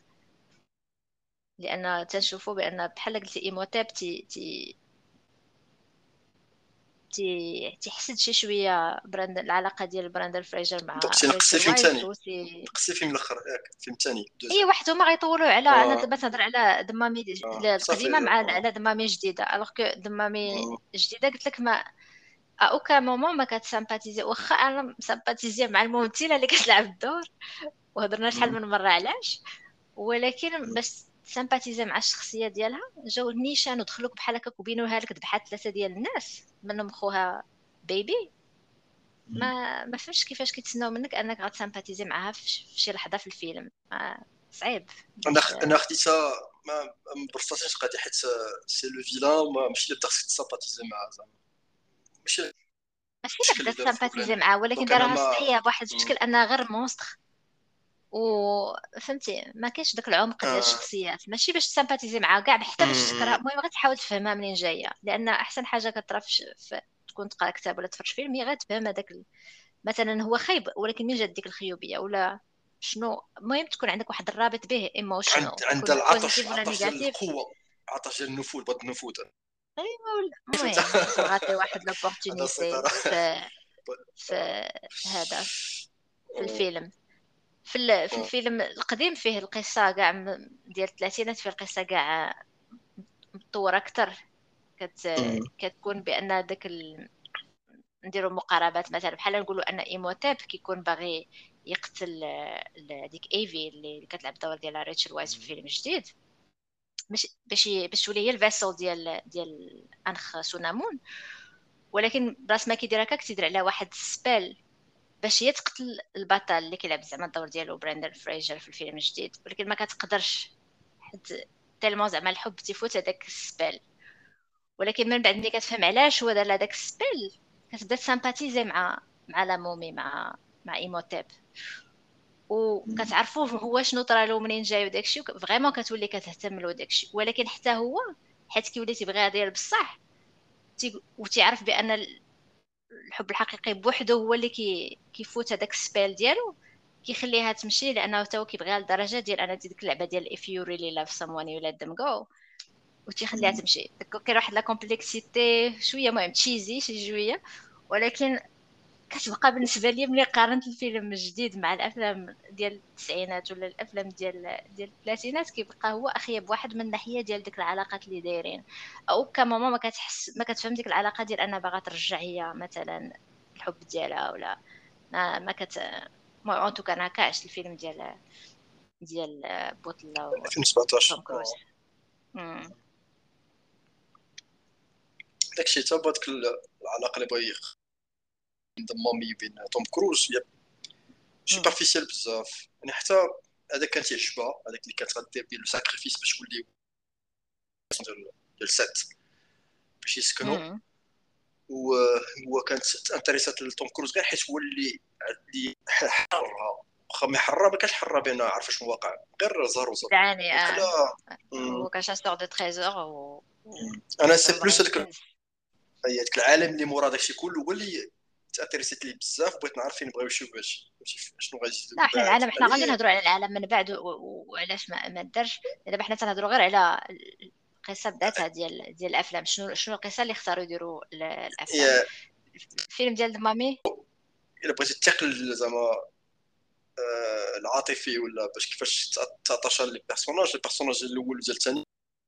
[SPEAKER 1] لان تنشوفوا بان بحال قلتي ايموتاب تي تي تي تيحسد شي شويه براند العلاقه ديال براندن فريجر
[SPEAKER 2] دونك
[SPEAKER 1] مع
[SPEAKER 2] تنقصي
[SPEAKER 1] ريتشل
[SPEAKER 2] فيلم
[SPEAKER 1] وايس
[SPEAKER 2] ثاني،
[SPEAKER 1] و تي
[SPEAKER 2] نقصي فيلم الاخر ياك فيلم ثاني
[SPEAKER 1] اي
[SPEAKER 2] دوزيام.
[SPEAKER 1] واحد هما غيطولوا على انا
[SPEAKER 2] اه
[SPEAKER 1] دابا تنهضر على دمامي
[SPEAKER 2] اه صافي
[SPEAKER 1] القديمه مع
[SPEAKER 2] اه.
[SPEAKER 1] على دمامي جديده. الوغ كو دمامي
[SPEAKER 2] مم.
[SPEAKER 1] جديده قلت لك ما ا اوكا مومون ما كتسامباتيزي، واخا انا مسامباتيزيه مع الممثله اللي كتلعب الدور وهضرنا شحال
[SPEAKER 2] مم.
[SPEAKER 1] من مره علاش. ولكن باش تسامباتيزي مع الشخصيه ديالها جاو نيشان ودخلوك بحال هكاك وبينوها لك بحال ثلاثه ديال الناس منهم خوها بيبي.
[SPEAKER 2] مم.
[SPEAKER 1] ما ما فهمتش كيفاش كيتسناو منك انك غتسامباتيزي معاها في ش- في شي لحظه في الفيلم. ما صعيب
[SPEAKER 2] انا
[SPEAKER 1] باش.
[SPEAKER 2] خ- انا خديتها ما ما برصاتيش قضيه حيت سي لو فيلان، ما ماشي اللي خصك تساباتيزي معاه زعما، ماشي
[SPEAKER 1] ماشي الا
[SPEAKER 2] الشكل اللي
[SPEAKER 1] بدات
[SPEAKER 2] داروا في
[SPEAKER 1] تسامباتيزي
[SPEAKER 2] الاولاني.
[SPEAKER 1] معاه، ولكن
[SPEAKER 2] دونك انا
[SPEAKER 1] داروها
[SPEAKER 2] ما
[SPEAKER 1] سطحيه بواحد
[SPEAKER 2] مم.
[SPEAKER 1] الشكل انها غير مونستر. وفهمتي ما كاينش داك العمق ديال
[SPEAKER 2] آه.
[SPEAKER 1] الشخصيات، ماشي باش تسامباتيزي معاه كاع حتى باش تكرهها.
[SPEAKER 2] مم.
[SPEAKER 1] المهم غير تحاول تفهمها منين جايه، لان احسن حاجه كطرا في, ش- في تكون تقرا كتاب ولا تفرج فيلم هي غير تفهم هذاك ال... مثلا هو خايب ولكن من جات ديك الخيوبيه ولا شنو. المهم تكون عندك واحد الرابط به
[SPEAKER 2] عند
[SPEAKER 1] ايموشنال
[SPEAKER 2] عند
[SPEAKER 1] يكون
[SPEAKER 2] العطش،
[SPEAKER 1] بوزيتيف ولا
[SPEAKER 2] العطش ديال
[SPEAKER 1] نيجاتيف.
[SPEAKER 2] القوه، العطش ديال النفوذ، بغات النفوذ.
[SPEAKER 1] ايوا ولا-
[SPEAKER 2] فهمت.
[SPEAKER 1] المهم تتغاطي واحد
[SPEAKER 2] هذا
[SPEAKER 1] لوبورتونيتي
[SPEAKER 2] السيطره.
[SPEAKER 1] في في هذا في الفيلم. في ال- في الفيلم القديم فيه القصة كاع م- ديال الثلاثينات، فيه القصة كاع متطورة أكثر. كت كتكون بأن داك ال... نديرو مقاربات مثلا بحال نقولوا أن إيموتاب كيكون باغي يقتل ال- ديك ايفي اللي كتلعب الدور ديالها ريتشل وايس في الفيلم الجديد، باش باش ي- باش تولي هي الفيسل ديال ديال انخ سونامون. ولكن براس ما كيدير هكاك تيدير عليها واحد السبيل باش هي تقتل البطل اللي كيلعب زعما الدور ديالو براندن فريجر في الفيلم الجديد. ولكن ما كتقدرش حيت تالمون زعما الحب تيفوت هذاك السبيل. ولكن من بعد ملي كتفهم علاش هو دار هذاك السبيل كتبدا تسامباتيزي مع مع لا مومي مع مع ايموتيب، وكتعرفوا هو شنو طرالو منين جاي وداكشي فريمون كتولي كتهتم له داكشي. ولكن حتى هو حيت كيولي تيبغيها ديال بصح تي... وتيعرف بان الحب الحقيقي بوحده هو اللي كي كيفوت هذاك السبيل ديالو كيخليها تمشي، لانه حتى هو كيبغيها لدرجه ديال انا ديك اللعبه ديال if you really love someone you let them go، وتيخليها تمشي. كاين واحد لا كومبلكسيتي شويه مهم تشيزي شي شويه. ولكن كتبقى بالنسبه لي ملي قارنت الفيلم الجديد مع الافلام ديال التسعينات ولا الافلام ديال ديال الثلاثينات كيبقى هو اخيب واحد من الناحيه ديال ديك العلاقات اللي دايرين. او كماما ما كتحس ما كتفهم ديك العلاقه ديال انا باغا ترجع هي مثلا الحب ديالها ولا ما ما كت ما اون توكا انا كاعش الفيلم ديال ديال بوتلا
[SPEAKER 2] ألفين وسبعطاش
[SPEAKER 1] وتوم كروز.
[SPEAKER 2] اه.
[SPEAKER 1] امم
[SPEAKER 2] داكشي حتى بهاديك العلاقه اللي بغا ينضمامي بين توم كروز هي سوبرفيسيال بزاف يعني. حتى هذاك كان تيعجبها، هذاك اللي كانت غدير دير لو ساكريفيس باش تولي ديال ديال سات باش يسكنوا.
[SPEAKER 1] امم
[SPEAKER 2] وهو كانت انتريسات لتوم كروز غير حيت هو اللي اللي حررها، واخا ما حررها ما كانش حررها بان عارفه شنو واقع، غير زار وزار.
[SPEAKER 1] يعني
[SPEAKER 2] دونك
[SPEAKER 1] اه
[SPEAKER 2] لا.
[SPEAKER 1] هو كان شاستور دو تريزور و...
[SPEAKER 2] انا سي
[SPEAKER 1] وكان باغي
[SPEAKER 2] بلوس هذاك
[SPEAKER 1] الكنز.
[SPEAKER 2] هذاك العالم اللي مورا داكشي كله هو اللي تاثرت ليه بزاف. بغيت نعرف فين بغاو يمشيو باش شنو غيزيدوا
[SPEAKER 1] لا
[SPEAKER 2] من
[SPEAKER 1] احنا
[SPEAKER 2] بعد
[SPEAKER 1] العالم احنا غادي
[SPEAKER 2] علي.
[SPEAKER 1] نهضروا على العالم من بعد و- و- وعلاش ما ما دارش. دابا احنا تنهضروا غير على القصه ذاتها ديال ديال الافلام. شنو شنو القصه اللي اختاروا يديروا ال- الافلام.
[SPEAKER 2] يا
[SPEAKER 1] الفيلم ديال مامي
[SPEAKER 2] الا بغيتي تقل زعما آه، العاطفي ولا باش كيفاش تعطاشا لي بيرسوناج البيرسوناج الاول ديال الثاني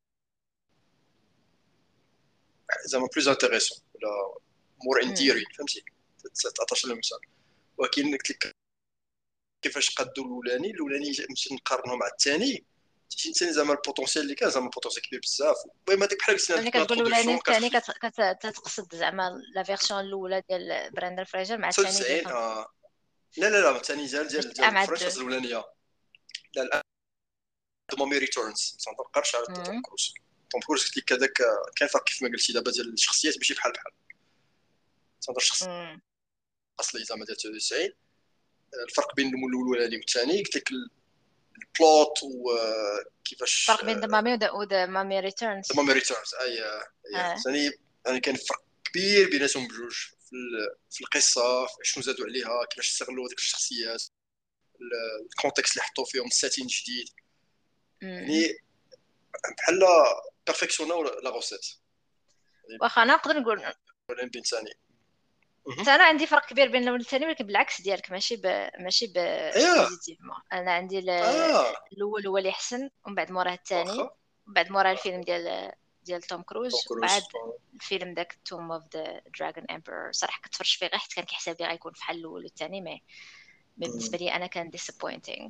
[SPEAKER 2] زعما بلوز انتريسون ولا مور انديري، فهمتي تعطاش لهم مثال. ولكن قلت لك كيفاش قادوا الاولاني الاولاني مشيت نقارنه مع الثاني شي ثاني زعما البوتونسيال اللي كان زعما البوتونسيال كبير بزاف. المهم هذيك بحال قلت
[SPEAKER 1] ملي
[SPEAKER 2] لك
[SPEAKER 1] كتقول الاولاني
[SPEAKER 2] الانتروداكسيون
[SPEAKER 1] الثاني
[SPEAKER 2] كتخفي
[SPEAKER 1] كتقصد زعما لا فيرسيون الاولى ديال براندن فريجر مع الثاني ديال
[SPEAKER 2] تسعة وتسعين.
[SPEAKER 1] توم
[SPEAKER 2] اه لا لا لا الثاني ديال
[SPEAKER 1] باش
[SPEAKER 2] ديال
[SPEAKER 1] تبقى
[SPEAKER 2] ديال
[SPEAKER 1] مع الدو.
[SPEAKER 2] الفرنشايز الاولانيه. لا لا مامي ريتورنز ما تنقرش على توم
[SPEAKER 1] مم.
[SPEAKER 2] كروز. توم كروز قلت لك هذاك كاين فرق كيف ما قلتي دابا ديال الشخصيات ماشي بحال بحال. تنهضر الشخص
[SPEAKER 1] مم.
[SPEAKER 2] الاصلي زعما ديال تسعة وتسعين. الفرق بين الاولاني والثاني قلت لك البلوت وكيفاش
[SPEAKER 1] فرق بين ذا مامي وذا مامي ريتيرنز.
[SPEAKER 2] مامي ريتورنز اي اي
[SPEAKER 1] اه
[SPEAKER 2] ثاني. يعني كاين فرق كبير بيناتهم بجوج في في القصه شنو زادوا عليها كيفاش استغلوا هذيك الشخصيات الكونتكست اللي حطوا فيهم الساتين جديد يعني بحال بيرفكسيوناو لا غوسيت.
[SPEAKER 1] واخا انا نقدر نقول
[SPEAKER 2] ولا بين ثاني
[SPEAKER 1] انا عندي فرق كبير بين الاول والثاني، ولكن بالعكس ديالك ماشي ب... ماشي ب
[SPEAKER 2] اييه
[SPEAKER 1] بوزيتيفمون. انا عندي ل...
[SPEAKER 2] اه
[SPEAKER 1] الاول هو اللي احسن، ومن بعد موراه الثاني،
[SPEAKER 2] واخا
[SPEAKER 1] ومن بعد موراه الفيلم ديال ديال توم
[SPEAKER 2] توم
[SPEAKER 1] كروز،
[SPEAKER 2] كروز
[SPEAKER 1] وبعد الفيلم داك توم اوف ذا دراجون امبرور. صراحه كنت فيه غير حيت كان كيحسب لي غيكون فحال الاول والثاني، مي مي بالنسبه لي انا كان ديسابوينتينغ.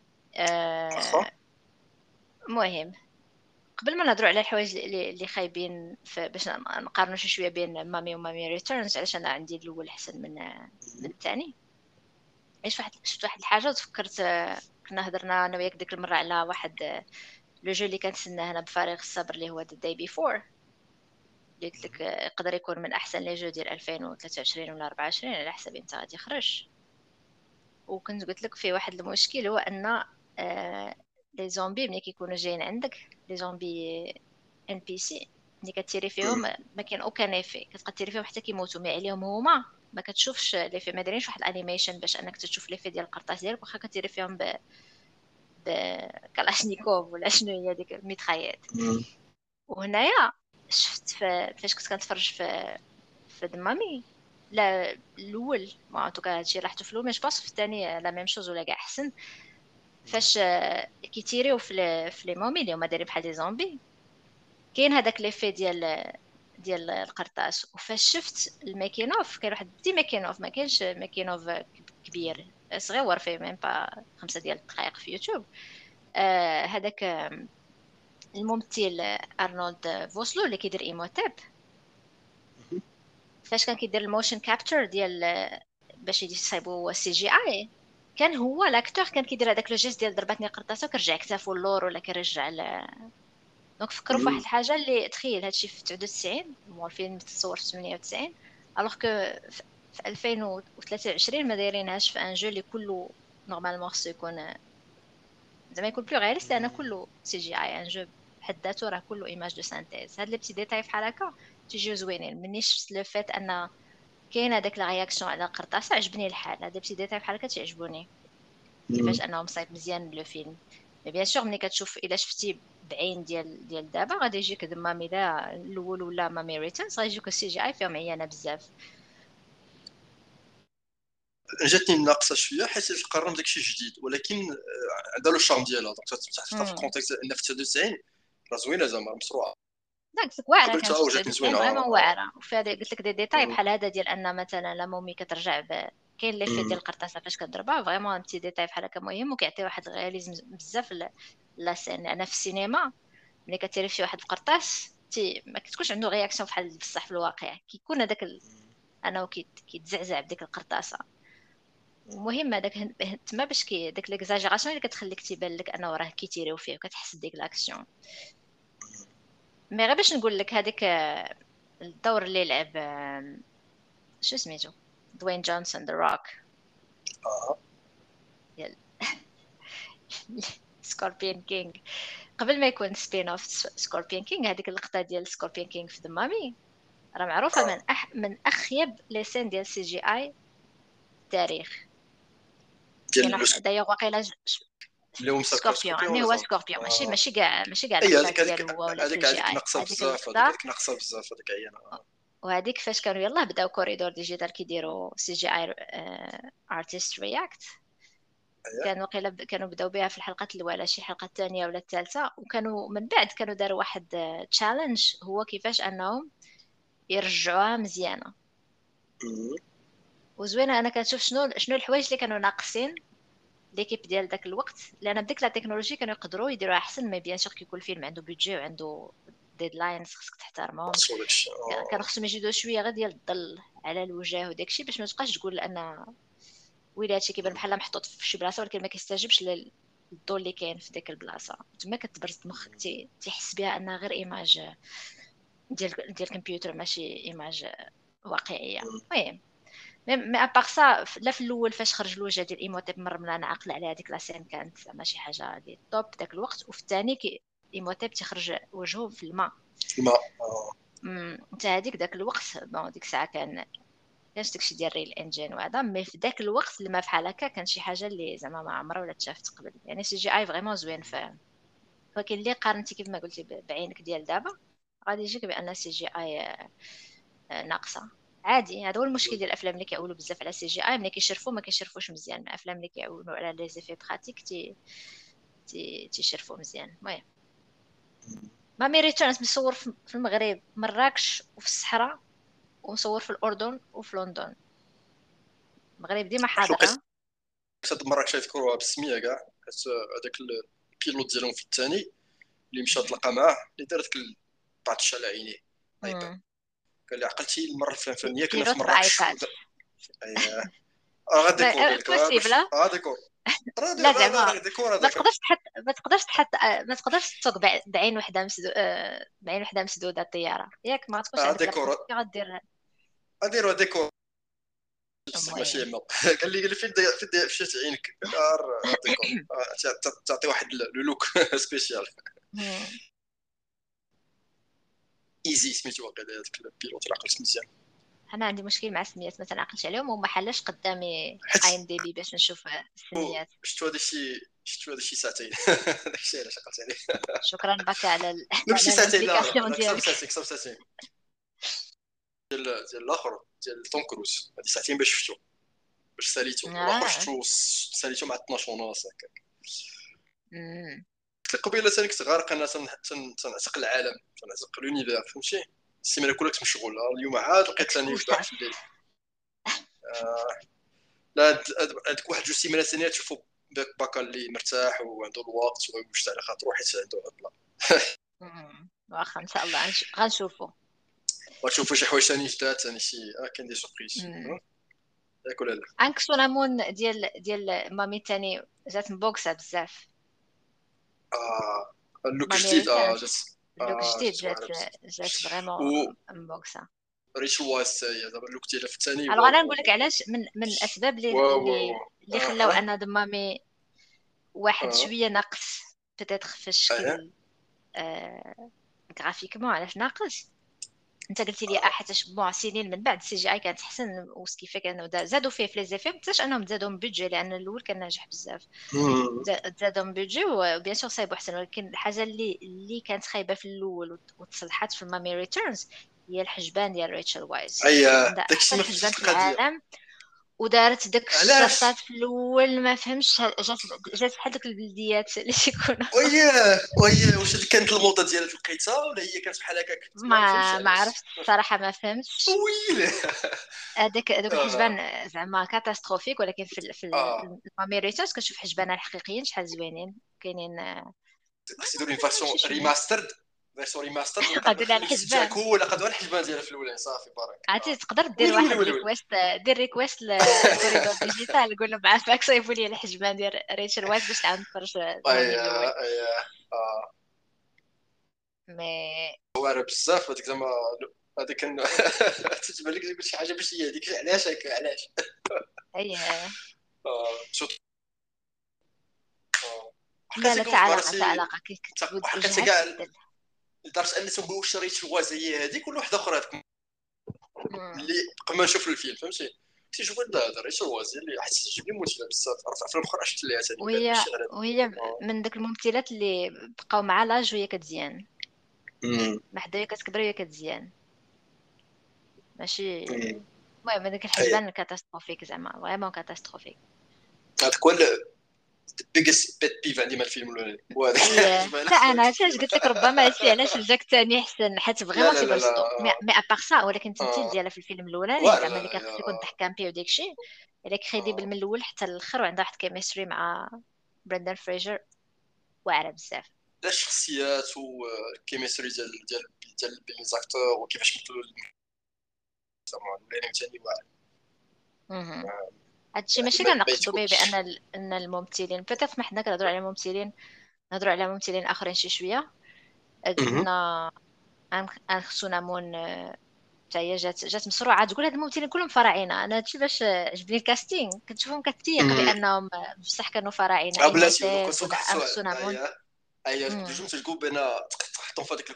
[SPEAKER 2] واخا
[SPEAKER 1] المهم قبل ما نهضروا على الحوايج اللي اللي خايبين باش نقارنوا شي شويه بين مامي ومامي ريتيرنز، علاش انا عندي الاول احسن من من الثاني. عيش واحد شفت واحد الحاجه وتفكرت. كنا هضرنا انا وياك ديك المره على واحد لو جو اللي كنتسناه هنا بفارغ الصبر، اللي هو ذا داي بيفور. قلت لك يقدر يكون من احسن لي جو ديال ألفين وثلاثة وعشرين ولا أربعة وعشرين على حسب انت غادي يخرج. وكنت قلت لك في واحد المشكل، هو ان آه لي زومبي ملي كيكونوا جايين عندك، لي زومبي ان بي سي، ملي كتيري فيهم ما كاين اوكان افي، كتبقى تيري فيهم حتى كيموتوا، مي عليهم هما ما كتشوفش لي في، ما دايرينش واحد الانيميشن باش انك تشوف لي في ديال القرطاس ديالك، واخا كتيري فيهم ب بكلاشنيكوف ولا شنو هي ديك الميتخايات. وهنايا شفت فاش كنت كنتفرج في في دمامي، لا الاول ما توكا هادشي لاحظتو في الاول، مي جوبونس في الثاني لا ميم شوز ولا كاع احسن. فاش كيتيريو في في لي مومي اللي هما دايرين بحال دي زومبي، كاين هذاك ليفي ديال ديال القرطاس. وفاش شفت الماكينوف، كاين واحد دي ماكينوف، ما كاينش ماكينوف كبير صغير فيه ميم با خمسة ديال الدقائق في يوتيوب. آه هذاك الممثل ارنولد فوسلو اللي كيدير ايموتاب، فاش كان كيدير الموشن كابتشر ديال باش يصايبوا سي جي اي، كان هو لاكتور كان كيدير هذاك لو جيست ديال ضرباتني قرطاسه وكيرجع كتافو اللور ولا كيرجع ل... دونك فكروا في واحد الحاجه اللي تخيل هادشي في تسعة وتسعين، هو الفيلم تصور في ثمانية وتسعين، الوغ كو في ألفين وثلاثة وعشرين ما دايرينهاش في ان جو اللي كله نورمالمون خصو يكون زعما يكون بلو غياليست، لان كله سي جي اي. ان جو بحد ذاته راه كله ايماج دو سانتيز. هاد لي بتي ديتاي بحال هكا تيجيو زوينين. مني شفت لو فات ان كاين هذاك لا رياكسيون على قرطاسه، عجبني الحال. هاد بتي ديتاي بحال هكا تيعجبوني، كيفاش انهم صايب مزيان لو فيلم. مي بيان سور ملي كتشوف الا شفتي بعين ديال ديال دابا غادي يجيك مامي لا الاول ولا مامي ريتنز غيجيك السي جي اي فيهم عيانه بزاف.
[SPEAKER 2] جاتني ناقصه شويه حيت القرن داكشي جديد، ولكن عندها لو شارم ديالها. دونك تحطها في الكونتكست ان في تسعة وتسعين راه زوينه زعما مسروعه.
[SPEAKER 1] لا قلت لك واعره،
[SPEAKER 2] قبلتها
[SPEAKER 1] كانت في
[SPEAKER 2] وجاتني
[SPEAKER 1] تسعة وتسعين
[SPEAKER 2] زوينه.
[SPEAKER 1] فريمون واعره. وفي هذا قلت لك دي ديتاي بحال هذا ديال ان مثلا لا مومي كترجع ب... كاين لي في ديال القرطاسه فاش كضربها فريمون بتي ديتاي بحال هكا مهم، وكيعطي واحد الرياليزم بزاف لا سين. انا في السينما ملي كتيري شي واحد بقرطاس تي ما كتكونش عنده رياكسيون بحال بصح في الواقع، كيكون هذاك ال... انه كيتزعزع بديك القرطاسه. المهم هذاك تما باش كي داك ليكزاجيراسيون اللي كتخليك تيبان لك انه راه كيتيريو فيه وكتحس ديك لاكسيون. مي غير باش نقول لك هذيك الدور اللي لعب شو سميتو دوين جونسون ذا روك
[SPEAKER 2] اه
[SPEAKER 1] ديال سكوربيون كينغ، قبل ما يكون سبين اوف سكوربيون كينغ، هذيك اللقطه ديال سكوربيون كينغ في دمامي راه معروفه من أح من اخيب لي سين ديال سي جي اي التاريخ. كاين واحد دايوغ واقيلا
[SPEAKER 2] اللي هو مسكر
[SPEAKER 1] سكوربيون
[SPEAKER 2] سكوربيون
[SPEAKER 1] يعني
[SPEAKER 2] ولا
[SPEAKER 1] هو
[SPEAKER 2] زعما
[SPEAKER 1] سكوربيون، ماشي ماشي كاع ماشي كاع
[SPEAKER 2] اي
[SPEAKER 1] اللقطات
[SPEAKER 2] هذيك هذيك
[SPEAKER 1] ديالو هو ولا سي
[SPEAKER 2] هذيك
[SPEAKER 1] جي
[SPEAKER 2] هذيك
[SPEAKER 1] اي.
[SPEAKER 2] ناقصه
[SPEAKER 1] هذيك
[SPEAKER 2] بزاف، هذيك
[SPEAKER 1] اللقطه
[SPEAKER 2] هذيك ناقصه بزاف هذيك عيانه.
[SPEAKER 1] وهذيك فاش كانوا يلاه بداو كوريدور ديجيتال كيديروا سي جي اي ارتست رياكت، كانوا قيل كانوا بداو بها في الحلقات الاولى شي حلقه الثانيه ولا الثالثه، وكانوا من بعد كانوا داروا واحد تشالنج هو كيفاش انهم يرجعوها مزيانه وزوينه. انا كنشوف شنو شنو الحوايج اللي كانوا ناقصين ليكيب ديال داك الوقت، لان بديك لا تكنولوجي كانوا يقدروا يديروها احسن. مي بيان سور كيكون الفيلم عنده بيدجي وعنده ديدلاينز خصك تحترمهم،
[SPEAKER 2] خصو داكشي
[SPEAKER 1] كان خصهم يزيدوا شويه غير ديال الظل على الوجه وداكشي باش ما تبقاش تقول ان ويلي هادشي كيبان بحال محطوط في شي بلاصه ولكن ما كيستجيبش للضوء اللي كاين في ديك البلاصه. تما كتبرز مخك تي تيحس بها انها غير ايماج ديال ديال الكمبيوتر ماشي ايماج واقعيه. المهم مي ابار سا لا في الاول فاش خرج الوجه ديال ايموتيب مره من انا عاقله على هذيك لا سين كانت زعما شي حاجه اللي توب داك الوقت. وفي الثاني كي ايموتيب تيخرج وجهه في الماء
[SPEAKER 2] الماء
[SPEAKER 1] انت هذيك داك الوقت بون ديك الساعه كان كانش داكشي ديال ريل انجين وهذا. مي في داك الوقت الماء بحال هكا كان شي حاجه اللي زعما ما عمرها ولا تشافت قبل. يعني سي جي اي فريمون زوين فاهم. ولكن اللي قارنتي كيف ما قلتي بعينك ديال دابا غادي يجيك بان سي جي اي ناقصه. عادي هذا هو المشكل ديال الافلام اللي كيعولوا بزاف على سي جي اي، ملي كيشرفوا ما كيشرفوش مزيان. الافلام اللي كيعولوا على لي زيفي براتيك تي تي تيشرفوا مزيان. المهم مامي ريتيرنز مصور في المغرب مراكش وفي الصحراء، ومصور في الاردن وفي لندن. المغرب ديما حاضره.
[SPEAKER 2] هاد المره كيذكروها بالسميه كاع، حيت هذاك البيلوت ديالهم في الثاني اللي مشى تلقى معاه اللي دار داك الباتش على عينيه ايباد، قال لي عقلتي المره الفلانيه كنا في مراكش. اييه غادي ديكور لك اه ديكور
[SPEAKER 1] لا زعما ما تقدرش تحط ما تقدرش تحط ما تقدرش تسوق بعين وحده مسدود بعين وحده مسدوده الطياره ياك ما تكونش عندك
[SPEAKER 2] ديكور
[SPEAKER 1] غدير
[SPEAKER 2] اديروا ديكور ماشي يما. قال لي قال لي فين فين مشات عينك ديكور تعطي واحد لو لوك سبيسيال. ايزي سميتو واقيلا هذاك البيلوت اللي عقلت مزيان.
[SPEAKER 1] انا عندي مشكل مع السميات مثلا عقلت عليهم وما حلاش قدامي اي ام دي بي باش نشوف السميات.
[SPEAKER 2] شفتو هذا الشيء شفتو هذا الشيء ساعتين داك الشيء علاش عقلت عليه.
[SPEAKER 1] شكرا بك على
[SPEAKER 2] ماشي ساعتين لا لا ساعتين ساعتين ديال ديال الاخر ديال توم كروز هذه ساعتين باش شفتو باش ساليتو الاخر شفتو ساليتو مع اثناش ونص هكاك. امم قبيله ثاني كنت غارق انا تنعتق العالم تنعتق لونيفير فهمتي. السيمانه كلها كنت مشغول اليوم عاد لقيت ثاني في الليل. لا هذيك واحد جوج سيمانات ثانيه تشوفوا باكا اللي مرتاح وعنده الوقت ويوجد على خاطرو حيت عنده عطله.
[SPEAKER 1] واخا ان شاء الله غنشوفوا
[SPEAKER 2] غنشوفوا شي حوايج ثاني جداد ثاني شي كاين دي سوربريز ياك ولا لا.
[SPEAKER 1] انك سونامون ديال ديال مامي ثاني جات مبوكسه بزاف.
[SPEAKER 2] اه اللوك جديد اه جات
[SPEAKER 1] اللوك جديد جات جات فريمون مبوكسه.
[SPEAKER 2] ريتشل وايز هي دابا اللوك ديالها في الثاني.
[SPEAKER 1] الوغ انا نقول لك علاش من من الاسباب اللي اللي, اللي خلاو ان مامي واحد شويه ناقص بتاتر في الشكل آه غرافيكمون. علاش ناقص انت قلتي لي اه حتى بون سنين من بعد سي جي اي كانت احسن وكيف كانوا زادوا فيه في لي زيفي حتى انهم زادوا بيدجي لان الاول كان ناجح بزاف. زادوا بيدجي وبيان سور صايبوا احسن. ولكن الحاجه اللي اللي كانت خايبه في الاول وتصلحت في مامي ريتيرنز هي الحجبان ديال ريتشل وايز.
[SPEAKER 2] اييه داكشي ما
[SPEAKER 1] فهمتش العالم ودارت داك الشطات في الاول ما فهمش جات جات بحال داك البلديات اللي تيكونوا.
[SPEAKER 2] وياه وياه واش هذيك كانت الموضه ديال لقيتها ولا هي كانت بحال هكاك
[SPEAKER 1] ما ما عرفتش الصراحه ما فهمتش.
[SPEAKER 2] ويلي
[SPEAKER 1] هذاك هذوك الحجبان زعما كاتاستروفيك. ولكن في في الماميريتاس كتشوف حجبانه الحقيقيين شحال زوينين كاينين.
[SPEAKER 2] خصو يديروا فيرسيون ريماسترد فيرسيون ريماسترد
[SPEAKER 1] قادوا على الحجبان
[SPEAKER 2] هو ولا قادوا على الحجبان ديالها في الاولى صافي بارك.
[SPEAKER 1] عرفتي تقدر دير واحد ريكويست دير ريكويست لكوريدور ديجيتال قول لهم عافاك صايبوا لي الحجبان ديال ريتشل وايز باش نعاود نتفرج.
[SPEAKER 2] اييه اييه اه
[SPEAKER 1] مي
[SPEAKER 2] واعره بزاف هذيك زعما هذيك كان تتبان لك شي حاجه باش هي هذيك علاش هكا علاش.
[SPEAKER 1] اييه
[SPEAKER 2] اه شوف
[SPEAKER 1] لا لا تعالى علاقه كي كتبود
[SPEAKER 2] حكيت كاع لدرجه اني تنقول واش ريت الوازه هي هذيك ولا وحده اخرى هذيك اللي قبل ما نشوف الفيلم فهمتي تيشوف لا هذا ريت الوازه اللي حيت تعجبني ممثله بزاف عرفت افلام اخرى شفت ليها ثاني
[SPEAKER 1] وهي وهي من داك الممثلات اللي بقاو مع لاج وهي كتزيان ما حدا كتكبر وهي كتزيان ماشي. المهم هذاك الحجبان كاتاستروفيك زعما فريمون كاتاستروفيك.
[SPEAKER 2] هذاك هو بيجست بيت بيف عندي مع الفيلم الاولاني وهذا
[SPEAKER 1] حتى انا علاش قلت لك ربما هادشي علاش جاك الثاني احسن حيت فريمون تيبرزطو مي ابار سا. ولكن التمثيل ديالها في الفيلم الاولاني زعما اللي كان خصو يكون ضحكان بيه وداك الشيء الا كريديبل
[SPEAKER 2] آه.
[SPEAKER 1] من الاول حتى الاخر، وعندها واحد كيمستري مع برندن فريجر واعره بزاف.
[SPEAKER 2] لا الشخصيات والكيمستري ديال ديال ديال بين لي زاكتور وكيفاش مثلوا زعما الاولاني والثاني واعر.
[SPEAKER 1] مهم.
[SPEAKER 2] ما
[SPEAKER 1] هادشي ماشي
[SPEAKER 2] ما ما
[SPEAKER 1] كنقصدوا به
[SPEAKER 2] يتقولش.
[SPEAKER 1] بان ال- ان الممثلين بيتيت ما حنا كنهضروا على ممثلين، نهضروا على ممثلين اخرين شي شويه.
[SPEAKER 2] مهم.
[SPEAKER 1] قلنا ان ان خصوصا حتى هي جات جات مسروعه تقول هاد الممثلين كلهم فراعنه. انا هادشي باش عجبني الكاستينغ، كتشوفهم كتيق
[SPEAKER 2] مهم.
[SPEAKER 1] بانهم بصح كانوا فراعنه.
[SPEAKER 2] اه بلاتي دوك
[SPEAKER 1] ايموتيب
[SPEAKER 2] سوق
[SPEAKER 1] ولا ان
[SPEAKER 2] السؤال
[SPEAKER 1] خصوصا.
[SPEAKER 2] هيا هيا
[SPEAKER 1] امم
[SPEAKER 2] نجم تلقوا بين تحطهم في هذيك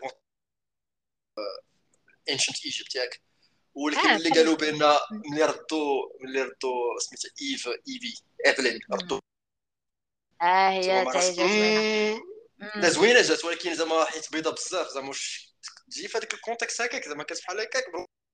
[SPEAKER 2] الانشنت ايجيبت ياك. ولكن
[SPEAKER 1] اه
[SPEAKER 2] ملي
[SPEAKER 1] بحال
[SPEAKER 2] قالوا
[SPEAKER 1] ز-
[SPEAKER 2] بان ملي ردوا ملي ردوا سميتها ايف ايفي ايفلين ردوا
[SPEAKER 1] مم. اه
[SPEAKER 2] زعما
[SPEAKER 1] هي
[SPEAKER 2] ما
[SPEAKER 1] حتى هي
[SPEAKER 2] عرفت
[SPEAKER 1] جات زوينه.
[SPEAKER 2] مم، لا
[SPEAKER 1] امم
[SPEAKER 2] زوينه جات، ولكن زعما حيت بيضه بزاف زعما واش تجي في هذاك الكونتكست هكاك زعما كانت بحال هكاك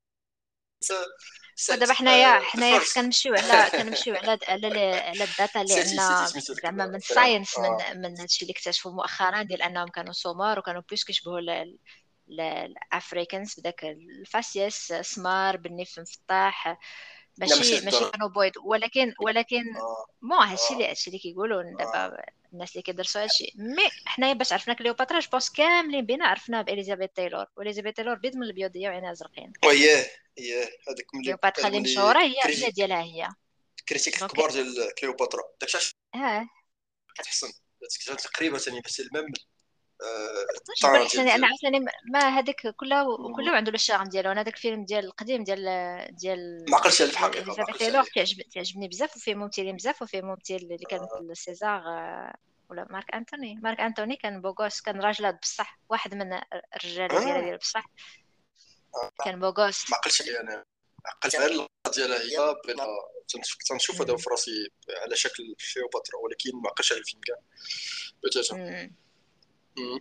[SPEAKER 2] سيت
[SPEAKER 1] ودابا حنايا
[SPEAKER 2] ذا
[SPEAKER 1] حنايا حيت
[SPEAKER 2] فيرست
[SPEAKER 1] كنمشيو على كنمشيو على على ال- على الداتا اللي
[SPEAKER 2] سيتي سيتي
[SPEAKER 1] عندنا
[SPEAKER 2] سميتو ديك
[SPEAKER 1] زعما من
[SPEAKER 2] الفرعون
[SPEAKER 1] الساينس، من
[SPEAKER 2] اه.
[SPEAKER 1] من هادشي اللي اكتشفوا مؤخرا ديال انهم كانوا سمار وكانوا بلوس كيشبهوا ال- ال- الافريكانز بداك الفاسيس سمار بالنيف مفتاح.
[SPEAKER 2] لا ماشي
[SPEAKER 1] ماشي ماشي
[SPEAKER 2] للدرجه.
[SPEAKER 1] كانوا بويض، ولكن ولكن
[SPEAKER 2] اه
[SPEAKER 1] مو هادشي اللي
[SPEAKER 2] اه
[SPEAKER 1] هادشي اللي كيقولوا
[SPEAKER 2] اه
[SPEAKER 1] دابا الناس اللي كيدرسوا هادشي. مي حنايا باش عرفنا كليوباترا جو بونس كاملين بينا عرفنا باليزابيث تايلور، واليزابيث تايلور بيض من البيضيه وعينها زرقين.
[SPEAKER 2] وياه اياه هذاك ملي
[SPEAKER 1] كليوباترا
[SPEAKER 2] هذوك
[SPEAKER 1] اللي
[SPEAKER 2] ملي
[SPEAKER 1] مشهوره هي هي
[SPEAKER 2] كريتيك
[SPEAKER 1] ديالها هي.
[SPEAKER 2] كريتيك
[SPEAKER 1] دونك
[SPEAKER 2] كبار ديال كليوباترا داكشي علاش
[SPEAKER 1] اه
[SPEAKER 2] كتحسن كانت تقريبا ثاني بس الميم
[SPEAKER 1] تقدرش تقول
[SPEAKER 2] طان ديال
[SPEAKER 1] حسن، انا
[SPEAKER 2] ديال
[SPEAKER 1] عاوتاني ما هذاك كله
[SPEAKER 2] مم.
[SPEAKER 1] كله عنده لو شارم ديالو. انا هذاك الفيلم ديال القديم ديال ديال
[SPEAKER 2] ما عقلتش عليه في
[SPEAKER 1] ديال
[SPEAKER 2] الحقيقه ما
[SPEAKER 1] اليزابيث
[SPEAKER 2] عقلتش
[SPEAKER 1] تايلور
[SPEAKER 2] عليه.
[SPEAKER 1] كيعجب تعجبني بزاف، وفيه ممثلين بزاف، وفيه ممثل اللي كان
[SPEAKER 2] آه.
[SPEAKER 1] مثل سيزار آه، ولا مارك انتوني. مارك انتوني كان بوغوس، كان راجل بصح، واحد من الرجاله ديالها
[SPEAKER 2] آه.
[SPEAKER 1] ديال بصح، كان بوغوس.
[SPEAKER 2] ما عقلتش عليه انا. عقلت غير اللقطه ديالها هي بين تنشوف تنشوف هذا
[SPEAKER 1] مم.
[SPEAKER 2] في راسي على شكل كليوباترا، ولكن ما عقلتش على الفيلم كاع بتاتا.
[SPEAKER 1] مم.
[SPEAKER 2] مم.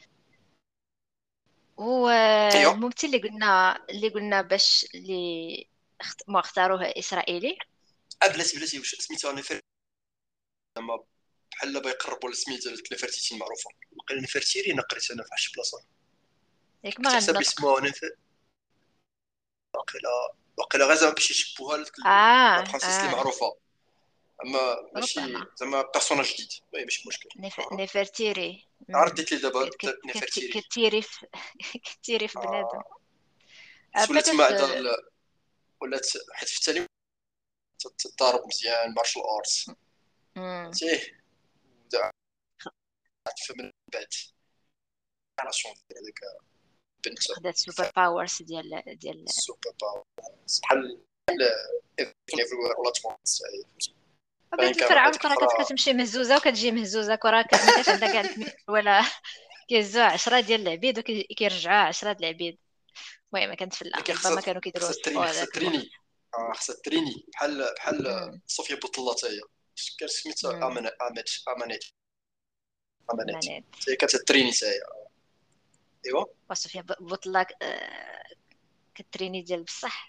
[SPEAKER 2] ايوا
[SPEAKER 1] والممثل اللي قلنا اللي قلنا باش اللي اخت... ما اختاروه اسرائيلي.
[SPEAKER 2] آه، بلاتي بلاتي واش سميتو انا فر زعما بحال بيقربوا للسميت ديال نفرتيتي المعروفه. وقيلا نفرتيري نقريت انا في شي بلاصه
[SPEAKER 1] ياك ما
[SPEAKER 2] كنت
[SPEAKER 1] غادي
[SPEAKER 2] حسب
[SPEAKER 1] النطق.
[SPEAKER 2] اسمه انا وقيلا وقيلا غير زعما باش يشبهوها لك لا
[SPEAKER 1] اه
[SPEAKER 2] برانسيس اللي
[SPEAKER 1] اه
[SPEAKER 2] معروفه، اما
[SPEAKER 1] ربما
[SPEAKER 2] ماشي زعما بيرسوناج جديد ما ماشي مشكل.
[SPEAKER 1] نف...
[SPEAKER 2] أها.
[SPEAKER 1] نفرتيري.
[SPEAKER 2] عرفت لي دابا
[SPEAKER 1] كت... كت... كت...
[SPEAKER 2] نفرتيري.
[SPEAKER 1] كتيري في كتيري في بنادم.
[SPEAKER 2] آه.
[SPEAKER 1] آه
[SPEAKER 2] حيت ولات تما
[SPEAKER 1] بيتيت.
[SPEAKER 2] عندها ال- ولات حيت في الثاني تضارب مزيان مارشال ارتس
[SPEAKER 1] مم.
[SPEAKER 2] فهمتيه. ودا من بعد راسيون ديال هذيك بنت
[SPEAKER 1] خدات سوبر باورز ديال ديال
[SPEAKER 2] سوبر باور بحال ايفريوير ولا تونس فاهم
[SPEAKER 1] بيت
[SPEAKER 2] كان
[SPEAKER 1] الفرعون
[SPEAKER 2] هذيك
[SPEAKER 1] كره
[SPEAKER 2] الاخرى.
[SPEAKER 1] كت... كتمشي مهزوزه وكتجي مهزوزه، كره كت... ما كانش عندها كاع الكمية ولا كيهزوها عشرة ديال العبيد وكيرجعوها عشرة د العبيد. المهم كانت فله،
[SPEAKER 2] ولكن
[SPEAKER 1] ربما
[SPEAKER 2] خصها
[SPEAKER 1] كانوا كيديروها
[SPEAKER 2] خصها
[SPEAKER 1] في
[SPEAKER 2] تريني
[SPEAKER 1] السبور
[SPEAKER 2] خصها
[SPEAKER 1] ذاك الوقت.
[SPEAKER 2] تريني آه، خصها تريني بحال بحال
[SPEAKER 1] مم.
[SPEAKER 2] صوفيا بوطلة حتى هي كان سميتها
[SPEAKER 1] مم.
[SPEAKER 2] امانات امانات امانات امانات
[SPEAKER 1] مانيت.
[SPEAKER 2] هي كانت تريني حتى هي. ايوا
[SPEAKER 1] وصفيا بطلاق آه... كتريني ديال بصح.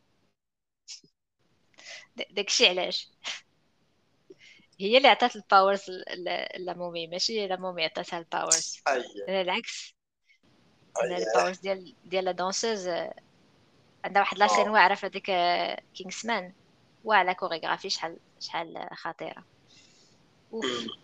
[SPEAKER 1] د- داكشي علاش هي اللي عطات الباورز لامومي، ماشي لامومي عطاتها الباورز.
[SPEAKER 2] اي
[SPEAKER 1] العكس، ان
[SPEAKER 2] اي
[SPEAKER 1] الباورز ديال ديال لا دونسوز عندها واحد لاسين
[SPEAKER 2] اه.
[SPEAKER 1] واعره في هذيك كينغسمان، واعره كوريغرافي شحال شحال خطيره. اوف.
[SPEAKER 2] أمم.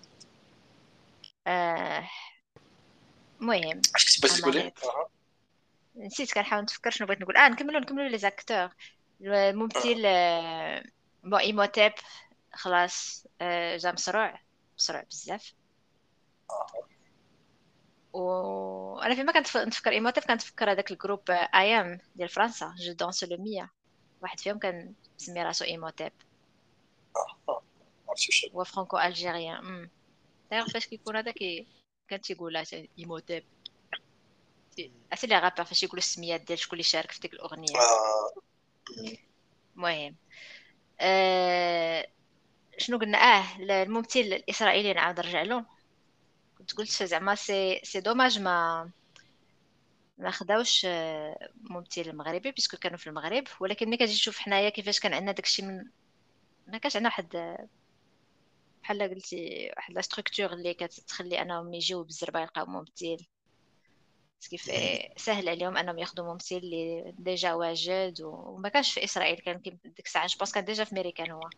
[SPEAKER 1] آه مهم.
[SPEAKER 2] اش كنت باغي تقولي؟
[SPEAKER 1] امانيت.
[SPEAKER 2] اها
[SPEAKER 1] نسيت، كنحاول نتفكر شنو بغيت نقول. اه نكملوا نكملوا لي زاكتور.
[SPEAKER 2] اه
[SPEAKER 1] الممثل آه، بون ايموتيب خلاص آه، جا مسروع، مسروع بزاف.
[SPEAKER 2] اه
[SPEAKER 1] وانا فيما كنت نتفكر ايموتيف كنتفكر هذاك الجروب اي ام ديال فرنسا جو دونس لو مية، واحد فيهم كان مسمي راسو ايموتيب.
[SPEAKER 2] اه عرفتي شي.
[SPEAKER 1] هو فرانكو الجيريان. امم دايوغ فاش كيكون هذا كي كان تيقولها تا- ايموتيب. عرفتي لي غابر فاش يقولوا السميات ديال شكون اللي شارك في ديك الاغنيه.
[SPEAKER 2] اه أمم.
[SPEAKER 1] المهم آه... شنو قلنا؟ اه الممثل الاسرائيلي نعاود نرجع له. كنت قلت زعما سي سي دوماج ما ما خداوش آه، ممثل مغربي بيسكو كانوا في المغرب. ولكن ملي كتجي تشوف حنايا كيفاش كان عندنا داكشي من، ما كانش عندنا واحد بحال قلتي واحد لا ستركتور اللي كتخلي انهم يجيو بالزربه يلقاو ممثل. كيف سهل عليهم انهم ياخذوا ممثل اللي ديجا واجد وما كانش في اسرائيل، كان كيف ديك الساعه جو باسكو كان ديجا في امريكان هو.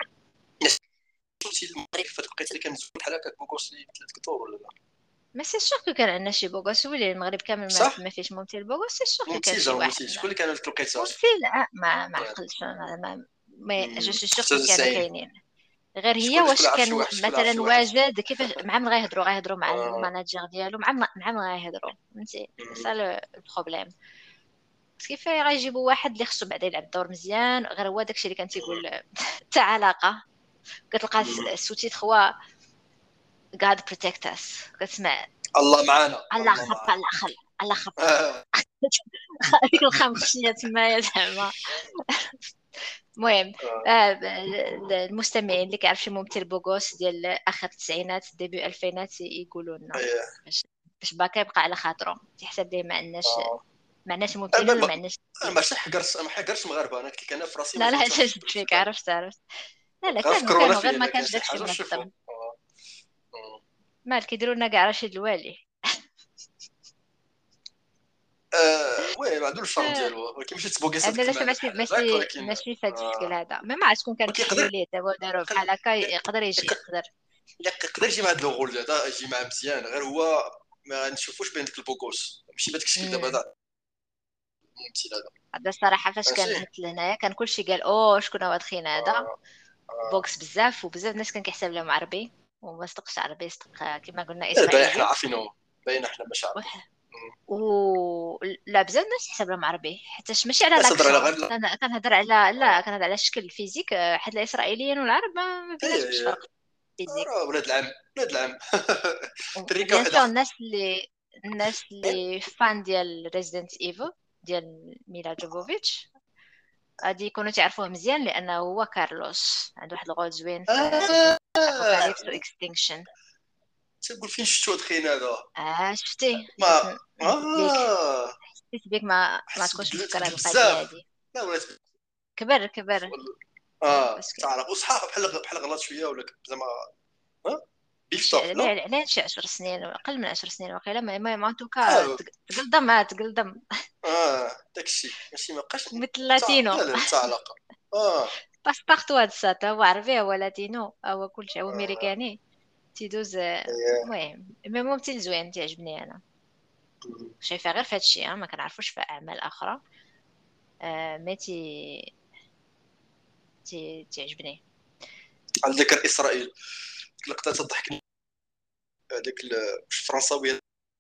[SPEAKER 2] شفتي المغرب في لقيت اللي كان زوج بحال هكاك بوكوسي ثلاث كثور ولا لا؟
[SPEAKER 1] ما سي سور كو كان عندنا شي بوغوس، ولي المغرب كامل ما,
[SPEAKER 2] صح
[SPEAKER 1] ما فيش ممثل بوغوس، سي سور كو كان
[SPEAKER 2] منتجه
[SPEAKER 1] شي واحد
[SPEAKER 2] ومنتج شكون اللي كانوا في الوقيته
[SPEAKER 1] ممثل. آه، ما ما عقلتش انا، ما ما جو سي سور كو كانوا
[SPEAKER 2] ستة وتسعين
[SPEAKER 1] كاينين، غير هي
[SPEAKER 2] شكون شكون
[SPEAKER 1] واش
[SPEAKER 2] عرف شي
[SPEAKER 1] كانوا
[SPEAKER 2] واحد شكون عرف
[SPEAKER 1] مثلا
[SPEAKER 2] شي واحد
[SPEAKER 1] واجد كيفاش مع من غيهضروا غيهضروا مع
[SPEAKER 2] آه.
[SPEAKER 1] الماناجر ديالو مع مع من غيهضروا فهمتي،
[SPEAKER 2] مم.
[SPEAKER 1] سا لو بروبليم. كيف غيجيبوا واحد اللي خصو بعدا يلعب الدور مزيان، غير هو داكشي اللي كان تيقول تاع علاقه، كتلقى
[SPEAKER 2] مم.
[SPEAKER 1] السوتيت هو God protect us، كتسمع
[SPEAKER 2] الله معانا
[SPEAKER 1] الله
[SPEAKER 2] الله
[SPEAKER 1] خط
[SPEAKER 2] معانا
[SPEAKER 1] الله خل الله خط
[SPEAKER 2] آه.
[SPEAKER 1] هذيك الخمخشيه تمايا زعما. المهم
[SPEAKER 2] آه.
[SPEAKER 1] آه، ب- المستمعين اللي كيعرف شي ممثل بوغوس ديال اخر التسعينات ديبي الفينات يقولوا لنا
[SPEAKER 2] أيه.
[SPEAKER 1] باش باش باكا يبقى على خاطرهم، تحسب ليه ما عندناش
[SPEAKER 2] آه.
[SPEAKER 1] ما عندناش
[SPEAKER 2] أنا
[SPEAKER 1] ممثلين ولا
[SPEAKER 2] ما
[SPEAKER 1] ما عندناش
[SPEAKER 2] أنا
[SPEAKER 1] تمثيل.
[SPEAKER 2] ماشي حقرت ما حقرتش مغاربه، انا قلت لك انا في راسي ما
[SPEAKER 1] لا لا
[SPEAKER 2] فهمت واحد
[SPEAKER 1] شفت فيك،
[SPEAKER 2] كان
[SPEAKER 1] عرفت عرفت. لا لا
[SPEAKER 2] غير
[SPEAKER 1] كانوا
[SPEAKER 2] فكرونا
[SPEAKER 1] كانوا غير
[SPEAKER 2] فيه
[SPEAKER 1] ما
[SPEAKER 2] الا كان
[SPEAKER 1] كانش
[SPEAKER 2] شي
[SPEAKER 1] داكشي
[SPEAKER 2] حاجه نشوفو.
[SPEAKER 1] منظم.
[SPEAKER 2] آه. مم.
[SPEAKER 1] مال كيديروا لنا كاع رشيد الوالي.
[SPEAKER 2] آه. وي ما عندوش الشرم
[SPEAKER 1] آه،
[SPEAKER 2] ديالو، ولكن ماشي تبوكيصات
[SPEAKER 1] عندنا
[SPEAKER 2] ديك
[SPEAKER 1] لا
[SPEAKER 2] المعنى
[SPEAKER 1] ماشي
[SPEAKER 2] بحال هذاك،
[SPEAKER 1] ماشي
[SPEAKER 2] ولكن
[SPEAKER 1] ماشي في هذا الشكل
[SPEAKER 2] آه.
[SPEAKER 1] هذا، ما ما عرفت شكون
[SPEAKER 2] ما
[SPEAKER 1] كانوا
[SPEAKER 2] كيقدر
[SPEAKER 1] كيحيوا ليه دابا وداروا
[SPEAKER 2] يقدر
[SPEAKER 1] بحال هكا، يقدر يجي يقدر.
[SPEAKER 2] يقدر يجي مع هذا الغول هذا يجي مع مزيان، غير هو ما نشوفوش بين ديك البوكوس ماشي بهذاك الشكل دابا
[SPEAKER 1] امم
[SPEAKER 2] هذا الممثل هذا
[SPEAKER 1] هذا الصراحه فاش كان
[SPEAKER 2] ماشي.
[SPEAKER 1] مثل هنايا كان كلشي قال اوه شكون هو دخين هذا
[SPEAKER 2] آه. آه.
[SPEAKER 1] بوكس بزاف، وبزاف الناس كان كيحسب لهم عربي وما صدقش عربي، صدق كما قلنا
[SPEAKER 2] لا باين حنا
[SPEAKER 1] اسرائيلي.
[SPEAKER 2] عارفينه، باين حنا ماشي عارفين.
[SPEAKER 1] وح- و لا بزاف الناس يحسب لهم عربي، حتىش ماشي على
[SPEAKER 2] لا تهضر على
[SPEAKER 1] لاكسون،
[SPEAKER 2] غير
[SPEAKER 1] كان كنهضر على لا
[SPEAKER 2] آه.
[SPEAKER 1] كنهضر على الشكل الفيزيك، آه، حيت الاسرائيليين والعرب ما, ما
[SPEAKER 2] اي
[SPEAKER 1] بيناتهمش
[SPEAKER 2] اي
[SPEAKER 1] فرق فيزيك.
[SPEAKER 2] راه ولاد العم ولاد العم تريكا
[SPEAKER 1] وبيان
[SPEAKER 2] واحد
[SPEAKER 1] سور
[SPEAKER 2] اخر.
[SPEAKER 1] الناس اللي الناس اللي فان ديال ريزيدنت ايفل ديال ميلا جوفوفيتش غادي يكونوا تعرفوه مزيان لانه هو كارلوس، عنده واحد الغول زوين في
[SPEAKER 2] آه.
[SPEAKER 1] ابوكاليبس و اكستنكشن.
[SPEAKER 2] تقول فين شفتو دخين هذا
[SPEAKER 1] اه شفتي
[SPEAKER 2] ما
[SPEAKER 1] درت حسيت بيك،
[SPEAKER 2] اه
[SPEAKER 1] حسيت بيك ما ما
[SPEAKER 2] حس
[SPEAKER 1] تكونش
[SPEAKER 2] بدل
[SPEAKER 1] مفكر هاد
[SPEAKER 2] تبدل
[SPEAKER 1] القضيه
[SPEAKER 2] بزاف.
[SPEAKER 1] هادي.
[SPEAKER 2] لا ولات
[SPEAKER 1] كبر كبر آه،
[SPEAKER 2] اه
[SPEAKER 1] باسكو
[SPEAKER 2] تعرف وصحاب بحال بحال غلط شويه ولا زعما ها
[SPEAKER 1] شي
[SPEAKER 2] بيفتح لا
[SPEAKER 1] عليه عليه شي عشر سنين ولا اقل من عشر سنين وقيلا، ما ما ما توكا
[SPEAKER 2] اه
[SPEAKER 1] تقلدم آه، تقلدم
[SPEAKER 2] اه داكشي ماشي ما بقاش
[SPEAKER 1] مثل
[SPEAKER 2] تا
[SPEAKER 1] لاتينو.
[SPEAKER 2] لا لا تا علاقه اه
[SPEAKER 1] باسبارتو هاد الساط هو عربي هو لاتينو هو كلشي هو
[SPEAKER 2] اه
[SPEAKER 1] امريكاني تيدوز. آه،
[SPEAKER 2] ايه.
[SPEAKER 1] المهم مي ممثل زوين تعجبني انا، شايفه غير في هادشي ها، ما كنعرفوش في اعمال اخرى. آه مي تي تي تعجبني.
[SPEAKER 2] على ذكر اسرائيل لقطه تضحكني، هذيك الفرنساوي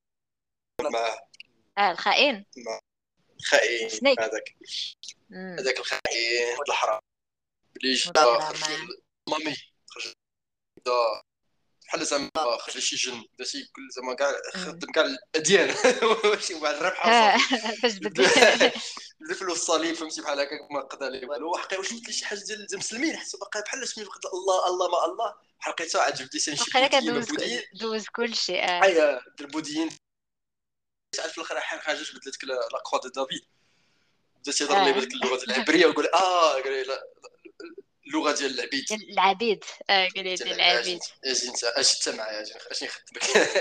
[SPEAKER 2] مع
[SPEAKER 1] اه الخائن
[SPEAKER 2] مع الخائن
[SPEAKER 1] سنيك.
[SPEAKER 2] هذاك
[SPEAKER 1] امم
[SPEAKER 2] هذاك الخائن ولد الحرام اللي جا
[SPEAKER 1] مذاكره
[SPEAKER 2] خرج
[SPEAKER 1] ما
[SPEAKER 2] مامي خرج دا بحال زعما خرج شي جن داكشي كل زعما كاع
[SPEAKER 1] امم
[SPEAKER 2] خدم كاع الاديان ماشي بعد الربحه
[SPEAKER 1] ها
[SPEAKER 2] وصافي.
[SPEAKER 1] باش
[SPEAKER 2] بدل
[SPEAKER 1] بدي.
[SPEAKER 2] بدل فلوس الصليب فهمتي بحال هكاك ما قضى عليه والو. وحقيقه واش مثل شي حاجه ديال المسلمين حتى باقي بحال سميتو قد الله الله ما الله بحال لقيتها عاد جبدي شي
[SPEAKER 1] وقيلا
[SPEAKER 2] بوديين ما
[SPEAKER 1] كدوز
[SPEAKER 2] بوديين
[SPEAKER 1] دوز كلشي اه.
[SPEAKER 2] ايا البوديين تعرف في الاخر حاجه بدلت لا كرو دو دافيد بدات يهضر لي
[SPEAKER 1] اه
[SPEAKER 2] بهذيك اللغه ديال العبريه ويقول اه قال لي لا اللغه ديال العبيد.
[SPEAKER 1] ديال العبيد اه قال لي
[SPEAKER 2] ديال
[SPEAKER 1] ديال
[SPEAKER 2] اجي
[SPEAKER 1] العبيد.
[SPEAKER 2] انت اجي انت اجي انت معايا اجي اجي نخدمك.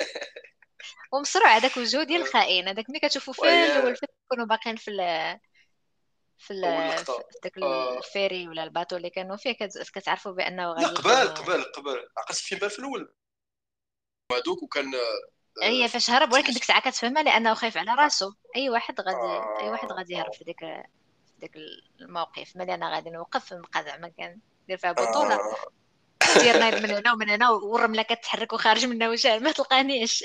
[SPEAKER 1] ومصروع هذاك وجهه ديال الخائن هذاك ملي كتشوفوا في
[SPEAKER 2] وهي
[SPEAKER 1] الاول فين يكونوا باقيين في ال في
[SPEAKER 2] اول
[SPEAKER 1] ال في
[SPEAKER 2] لقطه
[SPEAKER 1] داك
[SPEAKER 2] آه.
[SPEAKER 1] الفيري ولا الباطو اللي كانوا فيه كت- كتعرفوا بانه
[SPEAKER 2] لا
[SPEAKER 1] غادي
[SPEAKER 2] قبال
[SPEAKER 1] يكونوا.
[SPEAKER 2] قبال قبال عقلت فين بان في الاول هذوك وكان آه،
[SPEAKER 1] هي فاش هرب، ولكن ديك
[SPEAKER 2] سميتو
[SPEAKER 1] الساعه كتفهمها لانه خايف على راسو، اي واحد غادي اي واحد
[SPEAKER 2] آه.
[SPEAKER 1] غادي يهرب
[SPEAKER 2] آه.
[SPEAKER 1] في ديك في ديك الموقف، ملي انا غادي نوقف نبقى زعما كندير فيها بطوله،
[SPEAKER 2] آه.
[SPEAKER 1] تير نايض من هنا ومن هنا والرمله كتحرك وخارج منها وجه ما تلقانيش.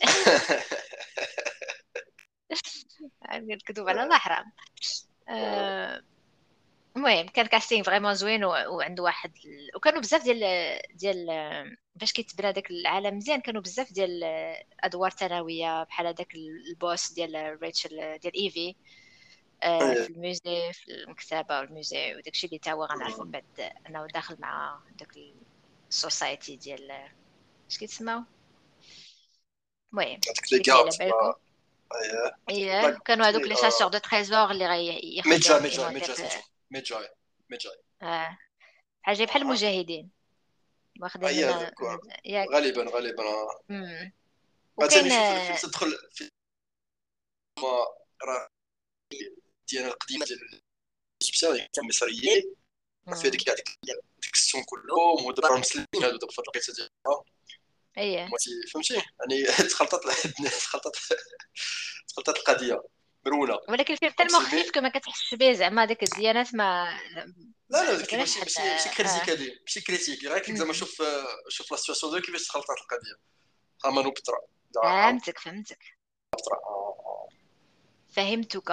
[SPEAKER 1] الكذوب على الله حرام. آه، المهم كان كاستينغ فريمون زوين و- وعنده واحد ال... وكانوا بزاف ديال ديال باش كيتبنى هذاك العالم مزيان، كانوا بزاف ديال ادوار ثانويه بحال هذاك البوس ديال ريتشل ديال ايفي، آه، في الموزي في المكتبه والموزي وداكشي اللي تا هو غنعرفو من بعد انه داخل مع داك السوسايتي ديال اش كيتسماو. المهم
[SPEAKER 2] هذيك لي
[SPEAKER 1] ديك اللي
[SPEAKER 2] كارد
[SPEAKER 1] على بالكم.
[SPEAKER 2] اييه
[SPEAKER 1] اييه
[SPEAKER 2] لا
[SPEAKER 1] كانوا هذوك لي شاسور
[SPEAKER 2] آه.
[SPEAKER 1] دو تريزور اللي
[SPEAKER 2] ميدجاي
[SPEAKER 1] غياخذهم
[SPEAKER 2] ميدجاي
[SPEAKER 1] يمونتي
[SPEAKER 2] ميدجاي
[SPEAKER 1] في
[SPEAKER 2] سميتو ميدجاي ميدجاي
[SPEAKER 1] آه، حاجه بحال
[SPEAKER 2] آه.
[SPEAKER 1] المجاهدين واخدين
[SPEAKER 2] اييه
[SPEAKER 1] منها
[SPEAKER 2] هذوك
[SPEAKER 1] من... ياك.
[SPEAKER 2] غالبا غالبا آه.
[SPEAKER 1] امم
[SPEAKER 2] مثلا
[SPEAKER 1] وكاين
[SPEAKER 2] نشوف فين
[SPEAKER 1] آه،
[SPEAKER 2] تدخل في ما راه ديال القديمه ديال الايجيبسيان كانوا مصريين في هذيك هذيك ديك السون كلهم ودابا مسلمين هادو دابا في الوقيته ديالها
[SPEAKER 1] ايه
[SPEAKER 2] ماتي فهمتي يعني تخلطت تخلطت تخلطت القضيه مرونه
[SPEAKER 1] ولكن الفيلم تالمو
[SPEAKER 2] مسلمين
[SPEAKER 1] خفيف كما كتحسش به زعما ديك الديانات ما
[SPEAKER 2] لا
[SPEAKER 1] ما,
[SPEAKER 2] لا
[SPEAKER 1] ما
[SPEAKER 2] داك
[SPEAKER 1] كايناش
[SPEAKER 2] ماشي
[SPEAKER 1] حد
[SPEAKER 2] ماشي ماشي
[SPEAKER 1] اه
[SPEAKER 2] كريتيك هادي ماشي كريتيك غير كيف زعما
[SPEAKER 1] مم.
[SPEAKER 2] شوف شوف لا سيتواسيون ديال كيفاش تخلطت القضيه هامانو بترا
[SPEAKER 1] فهمتك فهمتك
[SPEAKER 2] بترا اه
[SPEAKER 1] فهمتك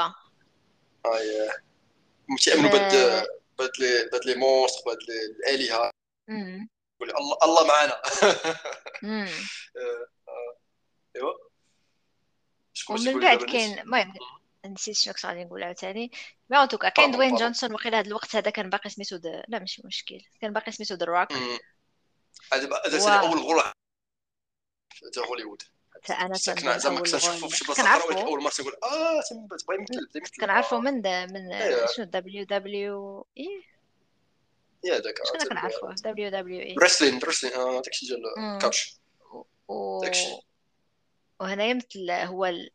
[SPEAKER 2] اه تيامنوا بهاد
[SPEAKER 1] ب...
[SPEAKER 2] بهاد لي بهاد لي مونستر بهاد لي الالهه
[SPEAKER 1] مم.
[SPEAKER 2] يقول الله الله معنا
[SPEAKER 1] مم.
[SPEAKER 2] ايوا شكون باش
[SPEAKER 1] ومن
[SPEAKER 2] تقولي
[SPEAKER 1] بعد
[SPEAKER 2] دابا نيت
[SPEAKER 1] كاين المهم نسيت شنو كنت غادي نقول عاوتاني مي ان توكا كاين
[SPEAKER 2] باردون
[SPEAKER 1] دوين
[SPEAKER 2] باردون
[SPEAKER 1] جونسون وقيلا هذا الوقت هذا كان باقي سميتو د... لا ماشي مشكل كان باقي سميتو ذا روك
[SPEAKER 2] هذا هذا ثاني
[SPEAKER 1] و
[SPEAKER 2] اول غول في هوليوود
[SPEAKER 1] حتى انا
[SPEAKER 2] كنا
[SPEAKER 1] تنظن
[SPEAKER 2] زعما
[SPEAKER 1] اول
[SPEAKER 2] كنت نشوفو
[SPEAKER 1] غول
[SPEAKER 2] في شي بلاصه اخرى ولكن
[SPEAKER 1] كنعرفو
[SPEAKER 2] اول مره تنقول اه تم بغا يمثل بدا يمثل
[SPEAKER 1] كنعرفو
[SPEAKER 2] اه
[SPEAKER 1] من د... من
[SPEAKER 2] ايه
[SPEAKER 1] شنو دبليو دبليو اي
[SPEAKER 2] يا داك
[SPEAKER 1] شكون كنعرفو دبليو دبليو اي
[SPEAKER 2] ريسلين ريسلين اه داكشي ديال الكاتش
[SPEAKER 1] و...
[SPEAKER 2] داكشي
[SPEAKER 1] وهنايا مثل هو ال...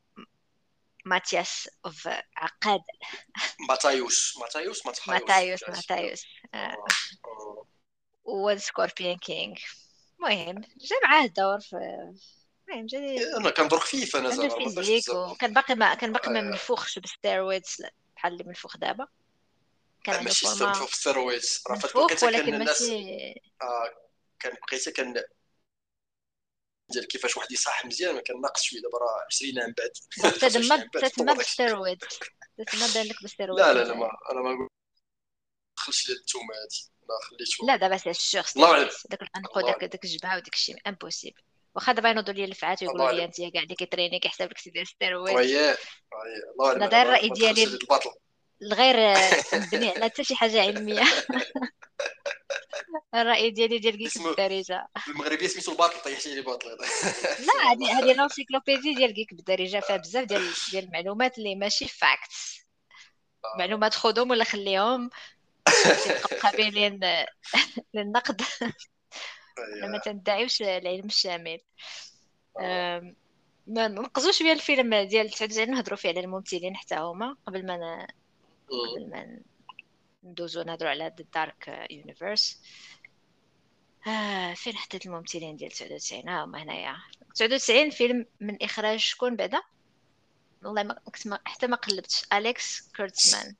[SPEAKER 1] ماتياس اوف عقاد
[SPEAKER 2] ماتايوس ماتايوس ماتايوس
[SPEAKER 1] ماتايوس ماتايوس آه.
[SPEAKER 2] آه، آه.
[SPEAKER 1] والسكوربيون كينغ المهم جا معاه الدور في المهم جا
[SPEAKER 2] انا كنضر خفيف انا
[SPEAKER 1] عنده
[SPEAKER 2] زعما ما بقاش
[SPEAKER 1] الفيزيك
[SPEAKER 2] بزاف
[SPEAKER 1] وكان باقي ما كان باقي ما
[SPEAKER 2] آه،
[SPEAKER 1] منفوخش بالستيرويدز بحال اللي منفوخ دابا كان عنده
[SPEAKER 2] ماشي ستيرم
[SPEAKER 1] فورما
[SPEAKER 2] فوق ستيرويدز راه فهاد
[SPEAKER 1] منفوخ
[SPEAKER 2] الوقيته كان
[SPEAKER 1] ولكن ماشي
[SPEAKER 2] الناس آه، كان بقيته كان ديال كيفاش واحد يصاح مزيان كان ناقص شويه دابا راه عشرين عام بعد
[SPEAKER 1] حتى
[SPEAKER 2] خمسة وعشرين
[SPEAKER 1] تما
[SPEAKER 2] عام بعد
[SPEAKER 1] حتى تما
[SPEAKER 2] تطور داكشي
[SPEAKER 1] بالستيرويدز حتى تما بان لك
[SPEAKER 2] لا
[SPEAKER 1] بالستيرويدز
[SPEAKER 2] لا لا ما
[SPEAKER 1] مزيان
[SPEAKER 2] انا ما نخلش لي التومه هادي انا خليتهم
[SPEAKER 1] لا دابا سي سيغ
[SPEAKER 2] الله اعلم
[SPEAKER 1] ستيرويدز داك الانقو
[SPEAKER 2] الله
[SPEAKER 1] داك
[SPEAKER 2] اعلم
[SPEAKER 1] داك الجبعه وداك الشيء امبوسيبل واخا دابا ينوضوا لي الفعات
[SPEAKER 2] الله
[SPEAKER 1] ويقولوا لي
[SPEAKER 2] اعلم
[SPEAKER 1] انت كاع اللي كيتريني كيحسب لك سيدير ستيرويدز
[SPEAKER 2] وياه وياه الله اعلم
[SPEAKER 1] انا
[SPEAKER 2] انا
[SPEAKER 1] داير
[SPEAKER 2] ما
[SPEAKER 1] الراي
[SPEAKER 2] ما دخلش هذه
[SPEAKER 1] ديالي
[SPEAKER 2] الباطل
[SPEAKER 1] الغير مبني على حتى شي حاجه علميه الراي ديالي ديال جيك
[SPEAKER 2] اسمه
[SPEAKER 1] بالدارجه
[SPEAKER 2] بالمغربيه سميتو الباطل طيحتي لي باطل هذا
[SPEAKER 1] لا
[SPEAKER 2] والله
[SPEAKER 1] هذه هذه لونسيكلوبيدي ديال جيك بالدارجه فيها بزاف ديال ديال المعلومات اللي ماشي فاكتس معلومات خذهم ولا خليهم باش يبقاو قابلين للنقد انا ما تندعيوش العلم الشامل أم، ما ما نقصوش بيا الفيلم ديال تسعة وتسعين نهضروا فيه على الممثلين حتى هما قبل ما ن... قبل ما ندوزو نهضروا على الدارك يونيفرس آه فين حطيت الممثلين ديال تسعة وتسعين ها هما هنايا تسعة وتسعين فيلم من اخراج شكون بعدا والله ما كنت ما... حتى ما قلبتش اليكس كورتسمان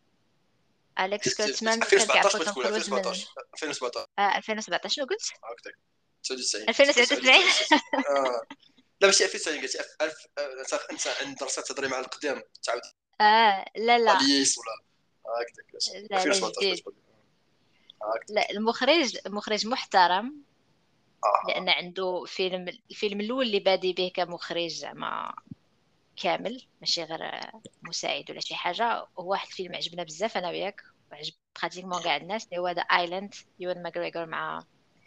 [SPEAKER 1] اليكس كورتسمان كان كيعرفوا
[SPEAKER 2] ألفين وسبعطاش بغيت
[SPEAKER 1] توم
[SPEAKER 2] تقول
[SPEAKER 1] كروز من
[SPEAKER 2] ألفين وسبعطاش ألفين وسبعطاش
[SPEAKER 1] آه ألفين وسبعطاش شنو قلت
[SPEAKER 2] هكذاك تسعة وتسعين
[SPEAKER 1] ألفين وتسعة وتسعين
[SPEAKER 2] تسعة وتسعين اه لا ماشي ألفين وتسعين قلت ألف انت انت عند دراسه تهضري مع القدام تعاود
[SPEAKER 1] اه لا لا
[SPEAKER 2] اليس ولا هكذاك
[SPEAKER 1] لا لا
[SPEAKER 2] ألفين وسبعطاش
[SPEAKER 1] جديد
[SPEAKER 2] كتقول هكذاك
[SPEAKER 1] لا المخرج مخرج محترم
[SPEAKER 2] اه
[SPEAKER 1] لأن عنده فيلم الفيلم الأول اللي بادي به كمخرج زعما كامل ماشي غير مساعد ولا شي حاجة هو واحد الفيلم عجبنا بزاف أنا وياك وعجب براتيكمون كاع الناس اللي هو ذا ايلاند يوان ماغريغور مع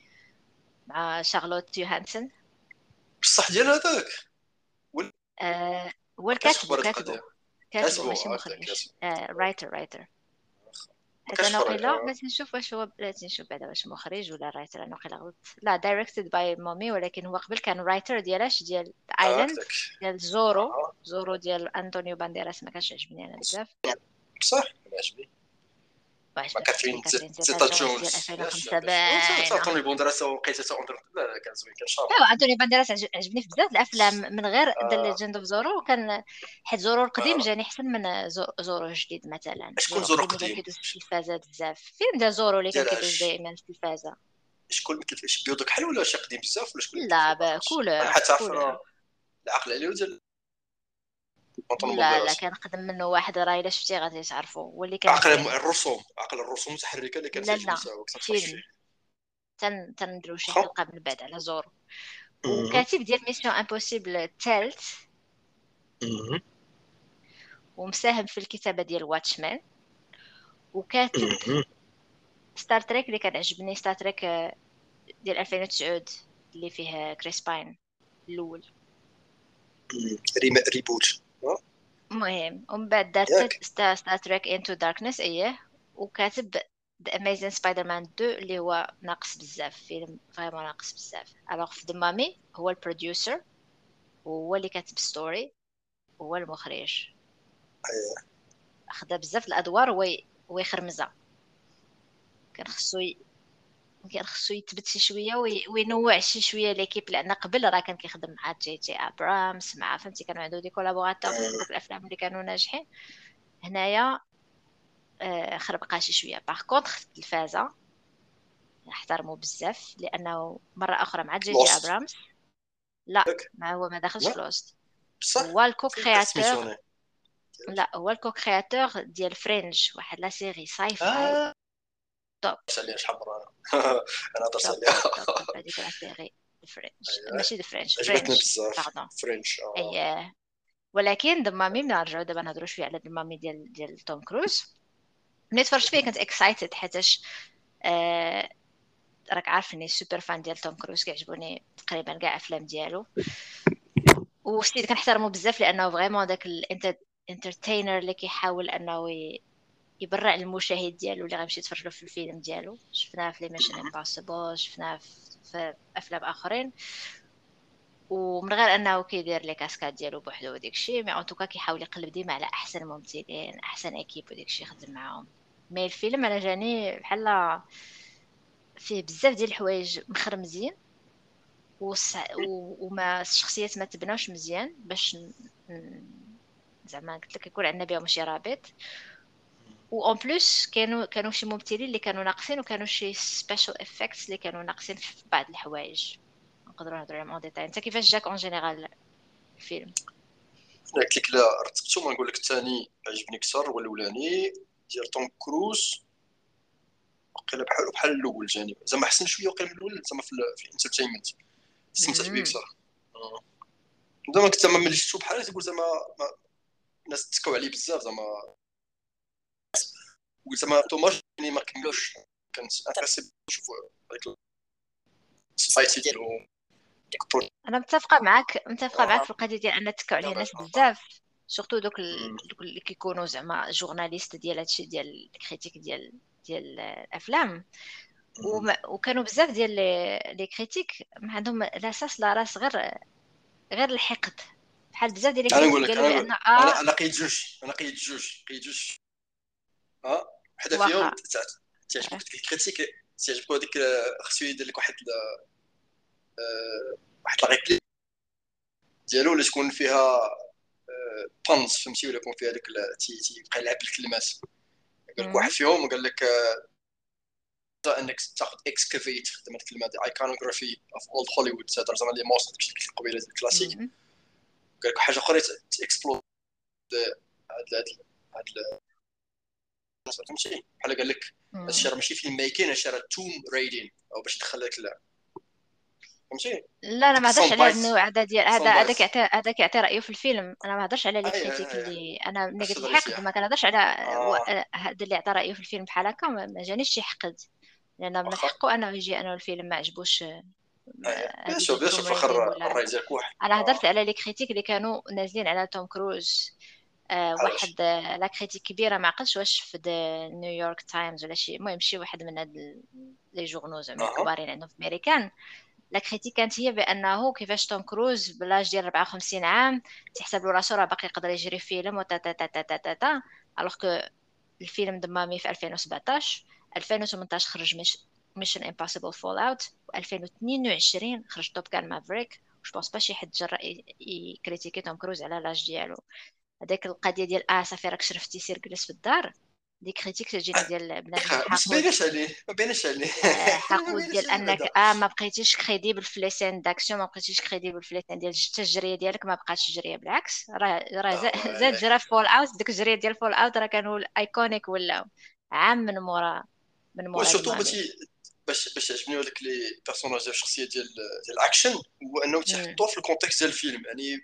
[SPEAKER 1] مع شارلوت يوهانسون
[SPEAKER 2] بصح ديال هذاك ولا
[SPEAKER 1] آه هو
[SPEAKER 2] ما كاش
[SPEAKER 1] الكاتبه
[SPEAKER 2] اخبار هذه
[SPEAKER 1] كاتبه
[SPEAKER 2] القضيه
[SPEAKER 1] كاتبه ماشي
[SPEAKER 2] كاتبو هكذاك
[SPEAKER 1] مخرج
[SPEAKER 2] كاتب
[SPEAKER 1] آه رايتر رايتر
[SPEAKER 2] ما
[SPEAKER 1] حيت
[SPEAKER 2] كاش
[SPEAKER 1] انا
[SPEAKER 2] فرق
[SPEAKER 1] وقيلا
[SPEAKER 2] آه.
[SPEAKER 1] بغيت نشوف واش هو بغيت نشوف بعدا واش مخرج ولا رايتر انا وقيلا غلط لا دايركتد باي مومي ولكن هو قبل كان رايتر ديالاش ديال ايلاند
[SPEAKER 2] هكذاك
[SPEAKER 1] ديال زورو
[SPEAKER 2] اها
[SPEAKER 1] زورو ديال انطونيو بانديراس ما كانش عجبني انا بزاف
[SPEAKER 2] بصح انا عجبني ما
[SPEAKER 1] وعجبني اختي
[SPEAKER 2] كاترين
[SPEAKER 1] كاترين زيتا
[SPEAKER 2] زيتا
[SPEAKER 1] جونز ديال
[SPEAKER 2] جونز ياش
[SPEAKER 1] ألفين وخمسة
[SPEAKER 2] لاباس
[SPEAKER 1] باينه
[SPEAKER 2] تعطوني بوندراس وقيته اندر لا لا كان زوين كان شارمون
[SPEAKER 1] ايوا انطونيو بانديراس عج- عجبني في بزاف الافلام من غير ذا
[SPEAKER 2] آه.
[SPEAKER 1] ليجند اوف زورو كان حيت زورو القديم
[SPEAKER 2] آه.
[SPEAKER 1] جاني احسن من زو- زورو الجديد مثلا
[SPEAKER 2] شكون
[SPEAKER 1] زورو
[SPEAKER 2] زورو
[SPEAKER 1] القديم اللي كان
[SPEAKER 2] قديم
[SPEAKER 1] كيدوز في التلفازه بزاف فيلم ديال زورو اللي كان كيدوز
[SPEAKER 2] ديالاش
[SPEAKER 1] دائما في التلفازه
[SPEAKER 2] شكون مثل شي بيض كحل ولا شي قديم بزاف ولا شكون مثل
[SPEAKER 1] لا
[SPEAKER 2] فيه ما عرفتش انا
[SPEAKER 1] بكولور
[SPEAKER 2] حتى عارف
[SPEAKER 1] كولور
[SPEAKER 2] انا العقل عليه ديال بونطون
[SPEAKER 1] لا لا
[SPEAKER 2] بونديراس
[SPEAKER 1] كان قدم منه واحد راه الا شفتي غادي تعرفو هو اللي كان
[SPEAKER 2] عقل
[SPEAKER 1] مزيان
[SPEAKER 2] الرسوم عقل الرسوم المتحركه اللي كانت
[SPEAKER 1] لا
[SPEAKER 2] تعجبني
[SPEAKER 1] لا
[SPEAKER 2] تا وقت نتفرج
[SPEAKER 1] فيلم
[SPEAKER 2] فيه
[SPEAKER 1] تن تندرو شي
[SPEAKER 2] خا
[SPEAKER 1] حلقه من بعد على زورو
[SPEAKER 2] مهم.
[SPEAKER 1] وكاتب ديال ميسيون امبوسيبل الثالث
[SPEAKER 2] مهم.
[SPEAKER 1] ومساهم في الكتابه ديال واتشمان وكاتب
[SPEAKER 2] مهم.
[SPEAKER 1] ستار تريك اللي كان عجبني ستار تريك ديال ألفين وتسعة اللي فيه كريس باين الاول
[SPEAKER 2] مهم. ريما ريبوت آه.
[SPEAKER 1] المهم ومن بعد دار
[SPEAKER 2] ياك
[SPEAKER 1] ستار ستار تريك انتو داركنس اييه وكاتب ذا اميزين سبايدر مان اثنين اللي هو ناقص بزاف فيلم فريمون ناقص بزاف الوغ في دمامي هو البروديوسر وهو اللي كاتب ستوري هو المخرج
[SPEAKER 2] أيه.
[SPEAKER 1] خدا بزاف الادوار وي ويخرمزها. كان خصو ي... كان خصو يثبت شي شويه وي... وينوع شي شويه ليكيب، لان قبل راه كان كيخدم مع جي جي ابرامس، مع فهمتي كانوا عنده دي كولابوراتور في دوك الافلام اللي كانوا ناجحين. هنايا آه خربقها شي شويه. باغ كونطخ في التلفازه احترموا بزاف، لانه مره اخرى مع جي جي
[SPEAKER 2] لوست
[SPEAKER 1] ابرامس. لا،
[SPEAKER 2] ياك
[SPEAKER 1] ما هو ما دخلش في
[SPEAKER 2] لا
[SPEAKER 1] لوست.
[SPEAKER 2] بصح
[SPEAKER 1] هو الكو
[SPEAKER 2] فين كان
[SPEAKER 1] كرياتور.
[SPEAKER 2] سميتوني
[SPEAKER 1] لا، هو الكو كرياتور ديال فرنج، واحد لا سيري ساي فاي
[SPEAKER 2] اه
[SPEAKER 1] توب
[SPEAKER 2] عليها شحال مره انا انا درت
[SPEAKER 1] توب
[SPEAKER 2] عليها.
[SPEAKER 1] توب توب توب. هذيك لا سيري فرنج،
[SPEAKER 2] اييه
[SPEAKER 1] ماشي دو فرنج،
[SPEAKER 2] عجبتني
[SPEAKER 1] فرنج
[SPEAKER 2] بزاف
[SPEAKER 1] باردون.
[SPEAKER 2] فرنش اه.
[SPEAKER 1] اي، ولكن دمامي من نرجعوا دابا نهضروا شويه على دمامي ديال ديال توم كروز. ملي تفرجت فيه كنت اكسايتد، حيتاش آه راك عارفني سوبر فان ديال توم كروز، كيعجبوني تقريبا كاع افلام ديالو، وستيل كنحترمو بزاف لانه فريمون داك الانترتينر اللي كيحاول انه ي- يبرع المشاهد ديالو اللي غيمشي يتفرج له في الفيلم ديالو. شفناه في لي ميشن امبوسيبل، شفناه في في افلام اخرين، ومن غير انه كيدير لي كاسكاد ديالو بوحدو وديك الشيء، مي ان توكا كيحاول يقلب ديما على احسن ممثلين، احسن اكيب وديك الشيء يخدم معاهم. مي الفيلم انا جاني بحال فيه بزاف ديال الحوايج مخرمزين، وص... و... وما الشخصيات ما تبناوش مزيان باش ن... ن- زعما قلت لك يكون عندنا بهم شي رابط. و اون بليس كانوا كانوا شي ممثلين اللي كانوا ناقصين، وكانوا شي سبيشال افكتس اللي كانوا ناقصين في بعض الحوايج. نقدروا نهضروا عليهم اون ديتاي. انت كيفاش جاك اون جينيرال الفيلم؟
[SPEAKER 2] انا قلت لك لا رتبتو ما نقول لك الثاني عجبني اكثر هو الاولاني ديال توم كروز. وقيلا بحال بحال الاول جاني زعما احسن شويه وقيلا من الاول زعما في, ال- في الانترتينمنت استمتعت به
[SPEAKER 1] امم
[SPEAKER 2] اكثر. آه. زعما كنت زعما ملي شفتو بحال تقول زعما ما- الناس تكاو عليه بزاف زعما وزعما دوماج يعني ما كملوش. كنت انتريسي نشوف هذيك السوسايتي ديالو ديك البروجيكت.
[SPEAKER 1] انا متفقه معك، متفقه معك
[SPEAKER 2] آه.
[SPEAKER 1] في القضيه ديال ان تكعوا عليه
[SPEAKER 2] آه.
[SPEAKER 1] الناس
[SPEAKER 2] آه.
[SPEAKER 1] بزاف، سورتو دوك ال...
[SPEAKER 2] مم.
[SPEAKER 1] دوك اللي كيكونوا زعما جورناليست ديال هادشي ديال الكريتيك ديال ديال الافلام.
[SPEAKER 2] مم.
[SPEAKER 1] وما... وكانوا بزاف ديال لي لي كريتيك ما عندهم لا اساس لا راس، غير غير الحقد. بحال بزاف ديال لي
[SPEAKER 2] انا نقول
[SPEAKER 1] كريتيك
[SPEAKER 2] لك
[SPEAKER 1] قالوا
[SPEAKER 2] انا نقول
[SPEAKER 1] بان
[SPEAKER 2] انا
[SPEAKER 1] اه
[SPEAKER 2] انا قيد جوج انا قيد جوج قيد جوج اه وحده فيهم
[SPEAKER 1] واخا
[SPEAKER 2] تع- تعجبك
[SPEAKER 1] آه.
[SPEAKER 2] ديك الكريتيك تعجبك هذيك خصو يدير لك واحد ال- آه، واحد لا ريبليك ديالو اللي تكون فيها بانز فهمتي ولا يكون فيها داك تيبقى يلعب بالكلمات. قال لك واحد
[SPEAKER 1] مم.
[SPEAKER 2] فيهم قال لك آه، انك تاخذ اكسكافيت خدمه الكلمه دي ايكونوغرافي اوف اولد هوليوود تهضر زعما لي موس داكشي القبيله ديال الكلاسيك.
[SPEAKER 1] مم.
[SPEAKER 2] قال لك حاجه اخرى تاكسبلود هاد هاد هاد فهمتي بحال قال لك هادشي
[SPEAKER 1] مم.
[SPEAKER 2] راه ماشي فيلم ميكين هادشي راه توم رايدين او باش يدخل لك فهمتي
[SPEAKER 1] لا انا
[SPEAKER 2] ديك
[SPEAKER 1] ما هضرش
[SPEAKER 2] الساوند
[SPEAKER 1] على هذا
[SPEAKER 2] بايت
[SPEAKER 1] النوع هذا ديال هذا
[SPEAKER 2] الساوند بايت
[SPEAKER 1] هذاك يعطي هذاك يعطي رايه في الفيلم. انا ما هضرش على لي
[SPEAKER 2] اي
[SPEAKER 1] كريتيك
[SPEAKER 2] اي
[SPEAKER 1] اللي انا ملي
[SPEAKER 2] اش
[SPEAKER 1] قلت
[SPEAKER 2] تهضري
[SPEAKER 1] الحقد
[SPEAKER 2] فيها
[SPEAKER 1] ما كنهضرش على و-
[SPEAKER 2] اه
[SPEAKER 1] هذا اللي عطى رايه في الفيلم بحال هكا. ما ما جانيش شي حقد، لان من
[SPEAKER 2] واخا
[SPEAKER 1] حقه انه يجي انه الفيلم ما عجبوش
[SPEAKER 2] اي
[SPEAKER 1] ما-
[SPEAKER 2] بيان
[SPEAKER 1] هادو
[SPEAKER 2] سور
[SPEAKER 1] ديال
[SPEAKER 2] بيان سور
[SPEAKER 1] توم
[SPEAKER 2] في الاخر
[SPEAKER 1] ريدين ولا
[SPEAKER 2] الراي
[SPEAKER 1] هذا.
[SPEAKER 2] ديالك واحد
[SPEAKER 1] انا
[SPEAKER 2] اه
[SPEAKER 1] هضرت على لي كريتيك اللي كانوا نازلين على توم كروز. آه واحد
[SPEAKER 2] بحالاش
[SPEAKER 1] آه، لا كريتيك كبيره، ما عقلتش واش في نيويورك تايمز ولا شي، المهم شي واحد من هاد ال- لي جورنو زعما
[SPEAKER 2] اها
[SPEAKER 1] الكبارين عندهم في امريكان. لا كريتيك كانت هي بانه كيفاش توم كروز بلاش ديال أربعة وخمسين عام تحسب له راسو راه باقي يقدر يجري فيلم وتا تا تا تا تا تا تا الوغ كو الفيلم دمامي في ألفين وسبعطاش. ألفين وثمنطاش خرج ميشن امبوسيبل فول اوت، و2022 خرج توب كان مافريك. جو بونس با شي حد جرى يكريتيكي توم كروز على لاج ديالو. هذيك القضيه ديال اه صافي راك شرفتي سير جلس في الدار، دي كريتيك تجيني ديال بنادم
[SPEAKER 2] ما
[SPEAKER 1] حقود.
[SPEAKER 2] تبينش عليه ما بينش عليه
[SPEAKER 1] آه،
[SPEAKER 2] ما
[SPEAKER 1] حقود
[SPEAKER 2] بينش
[SPEAKER 1] ديال
[SPEAKER 2] عليه
[SPEAKER 1] انك
[SPEAKER 2] بعدا
[SPEAKER 1] اه ما بقيتيش كريديبل في لي سين داكسيون، ما بقيتيش كريديبل في لي سين ديال حتى الجريه ديالك ما بقاتش جريه، بالعكس راه راه
[SPEAKER 2] اه
[SPEAKER 1] زا- زاد
[SPEAKER 2] والله
[SPEAKER 1] جرى في فول اوت. ديك الجريه ديال فول اوت راه كانوا ايكونيك ولاو عام من مورا من مورا
[SPEAKER 2] وسورتو
[SPEAKER 1] دمامي.
[SPEAKER 2] باتي باش باش عجبني هذاك لي بيرسوناج ديال الشخصيه ديال ديال الاكشن هو انه
[SPEAKER 1] مم.
[SPEAKER 2] تيحطوه في الكونتكست ديال الفيلم يعني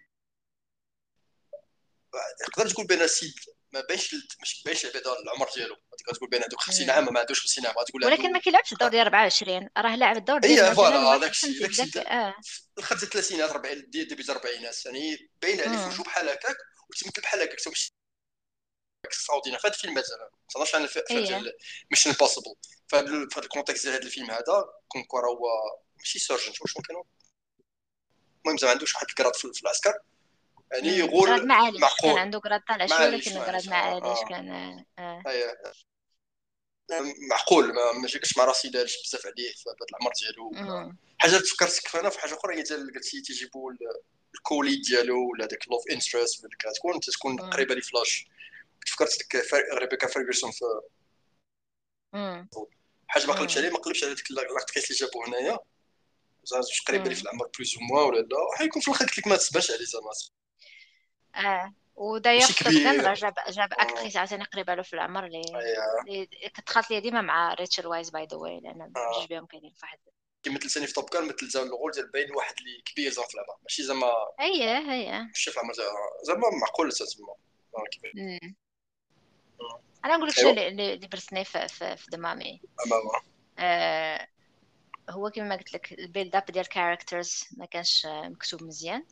[SPEAKER 2] تقدر تقول بان سيد ما بانش ماشي باينش بعدا العمر ديالو تقدر تقول بان عنده خمسين
[SPEAKER 1] مم.
[SPEAKER 2] عام ما عندوش خمسين عام غتقول
[SPEAKER 1] ولكن ما
[SPEAKER 2] عنده
[SPEAKER 1] كيلعبش الدور ديال أربعة وعشرين، راه لاعب الدور ديال
[SPEAKER 2] هي
[SPEAKER 1] مثلا
[SPEAKER 2] فوالا
[SPEAKER 1] واحد
[SPEAKER 2] داكشي
[SPEAKER 1] فهمتي
[SPEAKER 2] داكشي
[SPEAKER 1] بداك اه.
[SPEAKER 2] دخلت الثلاثينات أربعين ديال ديبي الاربعينات يعني باين عليه في
[SPEAKER 1] مم.
[SPEAKER 2] وجهه بحال هكاك وتمثل بحال هكاك سو ماشي اكستراوردينير في هذا الفيلم مثلا ما تهضرش عن الفيلم
[SPEAKER 1] ايه.
[SPEAKER 2] ديال ميشن امبوسيبل في هذا في هذا الكونتكست ديال هذا الفيلم هذا كون كوا راه هو ماشي سيرجنت واش كانوا المهم زعما عندوش واحد الكراد في في العسكر يعني
[SPEAKER 1] غراد
[SPEAKER 2] غول
[SPEAKER 1] معاليش كان
[SPEAKER 2] معقول.
[SPEAKER 1] عنده غراد طالع شويه
[SPEAKER 2] معليش
[SPEAKER 1] ولكن غراد
[SPEAKER 2] معليش اه
[SPEAKER 1] معاليش
[SPEAKER 2] اه
[SPEAKER 1] كان اه
[SPEAKER 2] اييه معقول. ما ماشي كنت مع راسي دارش بزاف عليه في هذا العمر ديالو ولا
[SPEAKER 1] مم.
[SPEAKER 2] حاجه. تفكرتك انا في حاجه اخرى، هي ديال قلتي تيجيبوا الكولي ديالو ولا داك لوف انترست ولا كتكون تكون
[SPEAKER 1] مم.
[SPEAKER 2] قريبه لي فلاش. تفكرت ديك ريبيكا فيرغسون في
[SPEAKER 1] مم.
[SPEAKER 2] حاجه ما قلبش
[SPEAKER 1] مم.
[SPEAKER 2] عليه، ما قلبش على ديك لاكتريس اللي جابو هنايا زعما واش قريبه لي في
[SPEAKER 1] مم.
[SPEAKER 2] العمر بلوز او موان ولا لا. حيكون في الاخر قلت لك ما تسباش عليه زعما
[SPEAKER 1] اه ودايوغ
[SPEAKER 2] ماشي
[SPEAKER 1] في توب كان
[SPEAKER 2] كبير.
[SPEAKER 1] راه جاب جاب
[SPEAKER 2] آه.
[SPEAKER 1] اكتريس عاوتاني قريبه له في العمر اللي
[SPEAKER 2] اييه
[SPEAKER 1] اللي كتخاط لي ديما مع ريتشل وايز باي ذا واي، لان
[SPEAKER 2] آه.
[SPEAKER 1] بجوج بهم كاينين في واحد.
[SPEAKER 2] كيما مثل ثاني في طوب كان مثل زعما الغول ديال باين واحد اللي كبير زعما في العمر، ماشي زعما
[SPEAKER 1] اييه هي.
[SPEAKER 2] ماشي في العمر زعما زعما معقول تما. آه، كيفاش.
[SPEAKER 1] مم.
[SPEAKER 2] آه.
[SPEAKER 1] انا نقول لك شنو
[SPEAKER 2] ايوا
[SPEAKER 1] اللي اللي اللي برسني في في, في دمامي.
[SPEAKER 2] اما هو
[SPEAKER 1] آه هو كما ما قلت لك البيلد اب ديال الكاركترز ما كانش آه، مكتوب مزيان.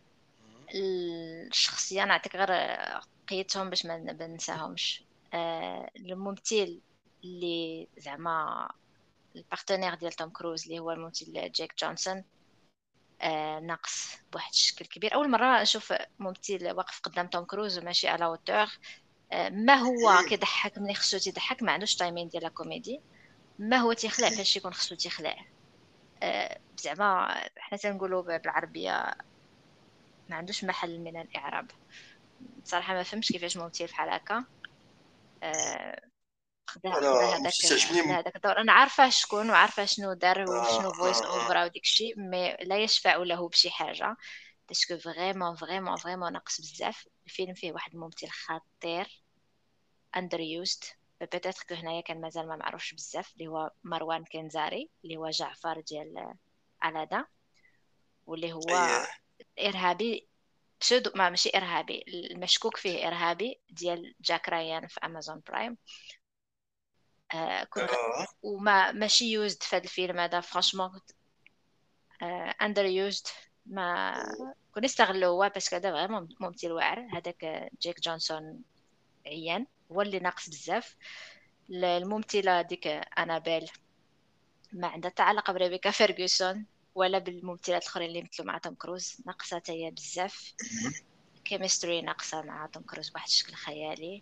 [SPEAKER 1] الشخصيه نعطيك غير قيتهم باش ما ما ننساهمش. آه الممثل اللي زعما البارتنير ديال توم كروز اللي هو الممثل جيك جونسون، آه ناقص بواحد الشكل كبير. اول مره نشوف ممثل واقف قدام توم كروز وماشي على اوتور. آه ما هو كيضحك ملي خصو تيضحك، ما عندوش تايمين ديال لا كوميدي. ما هو تيخلع فاش يكون خصو تيخلع. آه زعما حنا تنقولوا بالعربيه ما عندوش محل من الاعراب. بصراحه ما فهمتش كيفاش ممثل بحال هكا آه، خدا خدا
[SPEAKER 2] انا
[SPEAKER 1] هذاك
[SPEAKER 2] مش تعجبني.
[SPEAKER 1] خدا هذاك الدور. انا عارفه شكون وعارفه شنو دار
[SPEAKER 2] آه
[SPEAKER 1] وشنو فويس
[SPEAKER 2] آه آه.
[SPEAKER 1] اوفر وديك الشيء، مي لا يشفع له بشي حاجه. باسكو فريمون فريمون فريمون ناقص بزاف. الفيلم فيه واحد الممثل خطير اندر يوزد. بيتيتر كو هنايا كان مازال ما معروفش بزاف، اللي هو مروان كنزاري اللي هو جعفر ديال علادة، واللي هو
[SPEAKER 2] ايه
[SPEAKER 1] ارهابي بسودو، ما ماشي ارهابي، المشكوك فيه ارهابي ديال جاك رايان في امازون برايم. آه كون غ...
[SPEAKER 2] اه
[SPEAKER 1] وما ماشي يوزد في هذا الفيلم هذا فرانشمون. اندر يوزد ما كون يستغلوا هو باسكو هذا فريمون ممثل واعر. هذاك آه، جيك جونسون عيان هو اللي ناقص بزاف. ال- الممثله ديك آه، انابيل ما عندها حتى علاقه بريبيكا فيرغسون ولا بالممثلات الاخرين اللي مثلوا مع توم كروز. ناقصه حتى هي بزاف. كيمستري ناقصه مع توم كروز بواحد الشكل خيالي.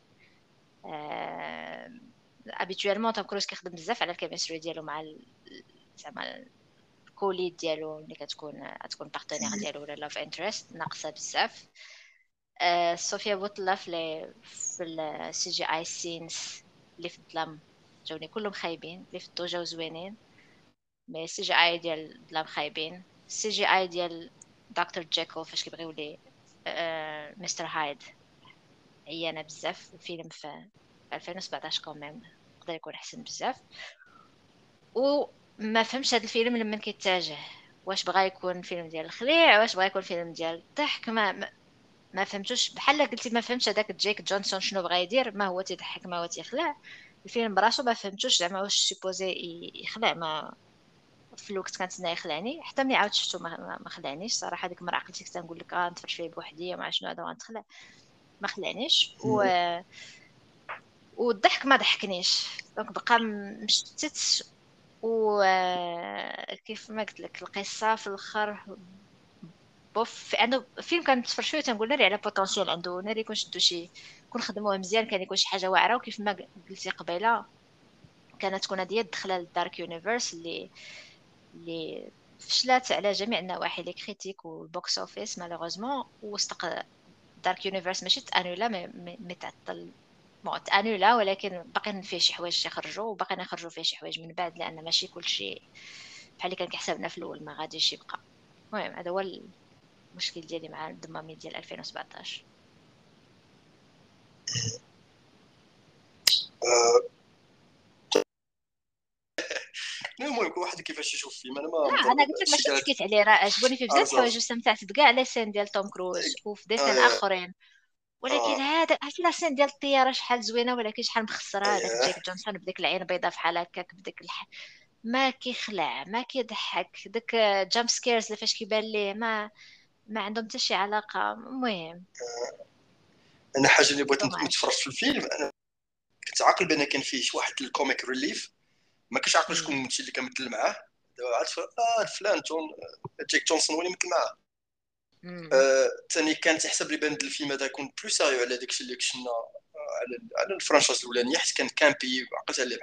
[SPEAKER 1] ابيتوالمون توم كروز كيخدم بزاف على الكيمستري ديالو مع ال- زعما الكوليد ديالو اللي كتكون تكون بارتنير ديالو ولا لاف انترست. ناقصه بزاف. آه، صوفيا بوطلة في لي في السي جي اي سينز اللي في الظلام جاوني كلهم خايبين. اللي في الضو جاو زوينين، مي السي جي اي ديال الظلام خايبين. السي جي اي ديال دكتور جيكل فاش كيبغيو لي آه، مستر هايد عيانه بزاف. الفيلم في ألفين وسبعطاش كوميم يقدر يكون احسن بزاف. وما فهمش هذا الفيلم لما كيتجه واش بغى يكون فيلم ديال الخليع واش بغى يكون فيلم ديال الضحك. ما ما, ما فهمتوش. بحال قلتي ما فهمتش هذاك جيك جونسون شنو بغى يدير، ما هو تيضحك ما هو تيخلع. الفيلم براسو ما فهمتوش زعما واش سيبوزي يخلع. ما في الوقت كنتسنى يخلعني، حتى ملي عاود شفتو ما, ما, ما خلعنيش صراحه. ديك المره عقلتي كنت نقول لك اه نتفرج فيه بوحدي ما شنو هذا غنتخلع. ما خلعنيش و... والضحك ما ضحكنيش. دونك بقى مشتت. وكيف ما قلت لك القصه في الاخر بوف. عنده فيلم كنتفرج فيه تنقول ناري على بوتونسيال عنده، ناري يكون شدو شي يكون خدموه مزيان كان يكون شي حاجه واعره. وكيف ما قلتي قبيله كانت تكون هذه الدخله للدارك يونيفرس اللي اللي فشلات على جميع النواحي، لي كريتيك والبوكس اوفيس مالوغوزمون. وسط دارك يونيفرس ماشي تانولا مي مي تعطل. بون تانولا ولكن باقيين فيه شي حوايج يخرجوا وباقيين يخرجوا فيه شي حوايج من بعد، لان ماشي كلشي بحال اللي كان كيحسبنا في الاول ما غاديش يبقى. المهم هذا هو المشكل ديالي مع الدمامي ديال ألفين وسبعطاش.
[SPEAKER 2] آه، المهم كل واحد كيفاش يشوف فيلم. انا
[SPEAKER 1] لا
[SPEAKER 2] ما
[SPEAKER 1] انا
[SPEAKER 2] مضرب
[SPEAKER 1] قلت لك
[SPEAKER 2] الشيء
[SPEAKER 1] ماشي
[SPEAKER 2] قال
[SPEAKER 1] حكيت عليه، راه عجبوني فيه بزاف الحوايج
[SPEAKER 2] ارزاز.
[SPEAKER 1] واستمتعت بكاع لي سين ديال توم كروز وفي دي سين
[SPEAKER 2] اه
[SPEAKER 1] اخرين. ولكن
[SPEAKER 2] اه
[SPEAKER 1] هذا عرفتي لا سين ديال الطياره شحال زوينه ولكن شحال مخسره. هذاك
[SPEAKER 2] ايه
[SPEAKER 1] جيك جونسون بديك العين بيضاء فحال هكاك بديك الح... ما كيخلع ما كيضحك. داك جامب سكيرز اللي فاش كيبان ليه ما ما عندهم حتى شي علاقه. المهم
[SPEAKER 2] انا حاجه اللي بغيت
[SPEAKER 1] دوماج.
[SPEAKER 2] نتفرج في الفيلم، انا كنت عاقل بان كان فيه شي واحد الكوميك ريليف، ما كنتش عاقل شكون الممثل اللي كنمثل معاه. دابا عرفت اه فلان جون جيك جونسون هو اللي مثل معاه.
[SPEAKER 1] امم
[SPEAKER 2] ثاني كان تحسب لي بان الفيلم هذا يكون بلو سيريو على داكشي اللي كشنا على على الفرانشايز الاولانيه، حيت كان كامبي عقلت عليه